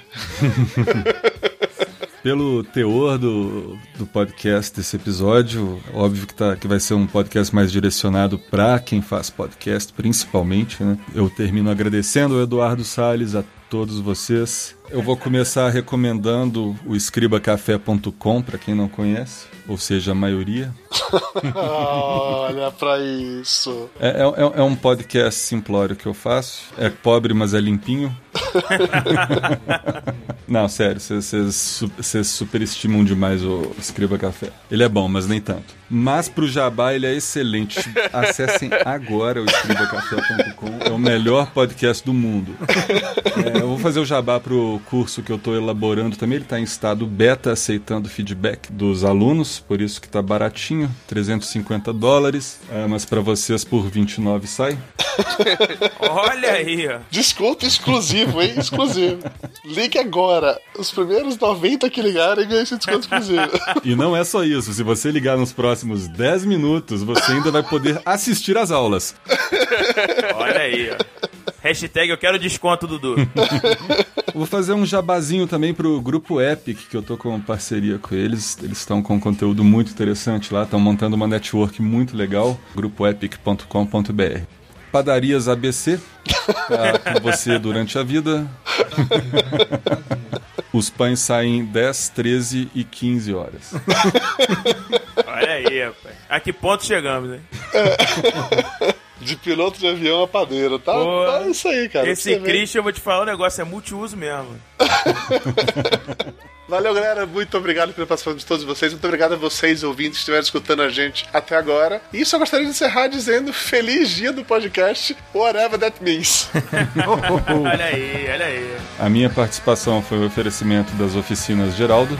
S6: Pelo teor do podcast desse episódio, óbvio que vai ser um podcast mais direcionado para quem faz podcast, principalmente, né? Eu termino agradecendo ao Eduardo Salles, a todos vocês. Eu vou começar recomendando o escribacafé.com, para quem não conhece, ou seja, a maioria.
S2: Olha pra isso.
S6: É um podcast simplório que eu faço. É pobre, mas é limpinho. Não, sério, vocês superestimam demais o Escriba Café. Ele é bom, mas nem tanto. Mas pro Jabá ele é excelente. Acessem agora o escribacafé.com. É o melhor podcast do mundo. Eu vou fazer o Jabá pro curso que eu tô elaborando também. Ele tá em estado beta, aceitando feedback dos alunos. Por isso que tá baratinho, $350. Mas pra vocês por $29 sai.
S7: Olha aí, ó.
S2: Desconto exclusivo, hein? Exclusivo. Ligue agora. Os primeiros 90 que ligarem ganham esse desconto exclusivo.
S6: E não é só isso. Se você ligar nos próximos 10 minutos, você ainda vai poder assistir às aulas.
S7: Olha aí, ó. Hashtag eu quero desconto, Dudu.
S6: Vou fazer um jabazinho também pro Grupo Epic, que eu tô com parceria com eles. Eles estão com conteúdo muito interessante lá, estão montando uma network muito legal, grupoepic.com.br. Padarias ABC, com você durante a vida. Os pães saem 10, 13 e 15 horas.
S7: Olha aí, rapaz. A que ponto chegamos, hein?
S2: De piloto de avião a padeiro, tá?
S7: Pô,
S2: tá isso aí, cara.
S7: Esse Christian, eu vou te falar um negócio, é multiuso mesmo.
S2: Valeu, galera. Muito obrigado pela participação de todos vocês. Muito obrigado a vocês, ouvintes, que estiveram escutando a gente até agora. E só gostaria de encerrar dizendo feliz dia do podcast, whatever that means.
S7: Olha aí, olha aí.
S6: A minha participação foi o oferecimento das oficinas Geraldo.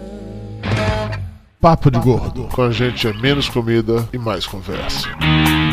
S9: Papo de Gordo. Com a gente é menos comida e mais conversa.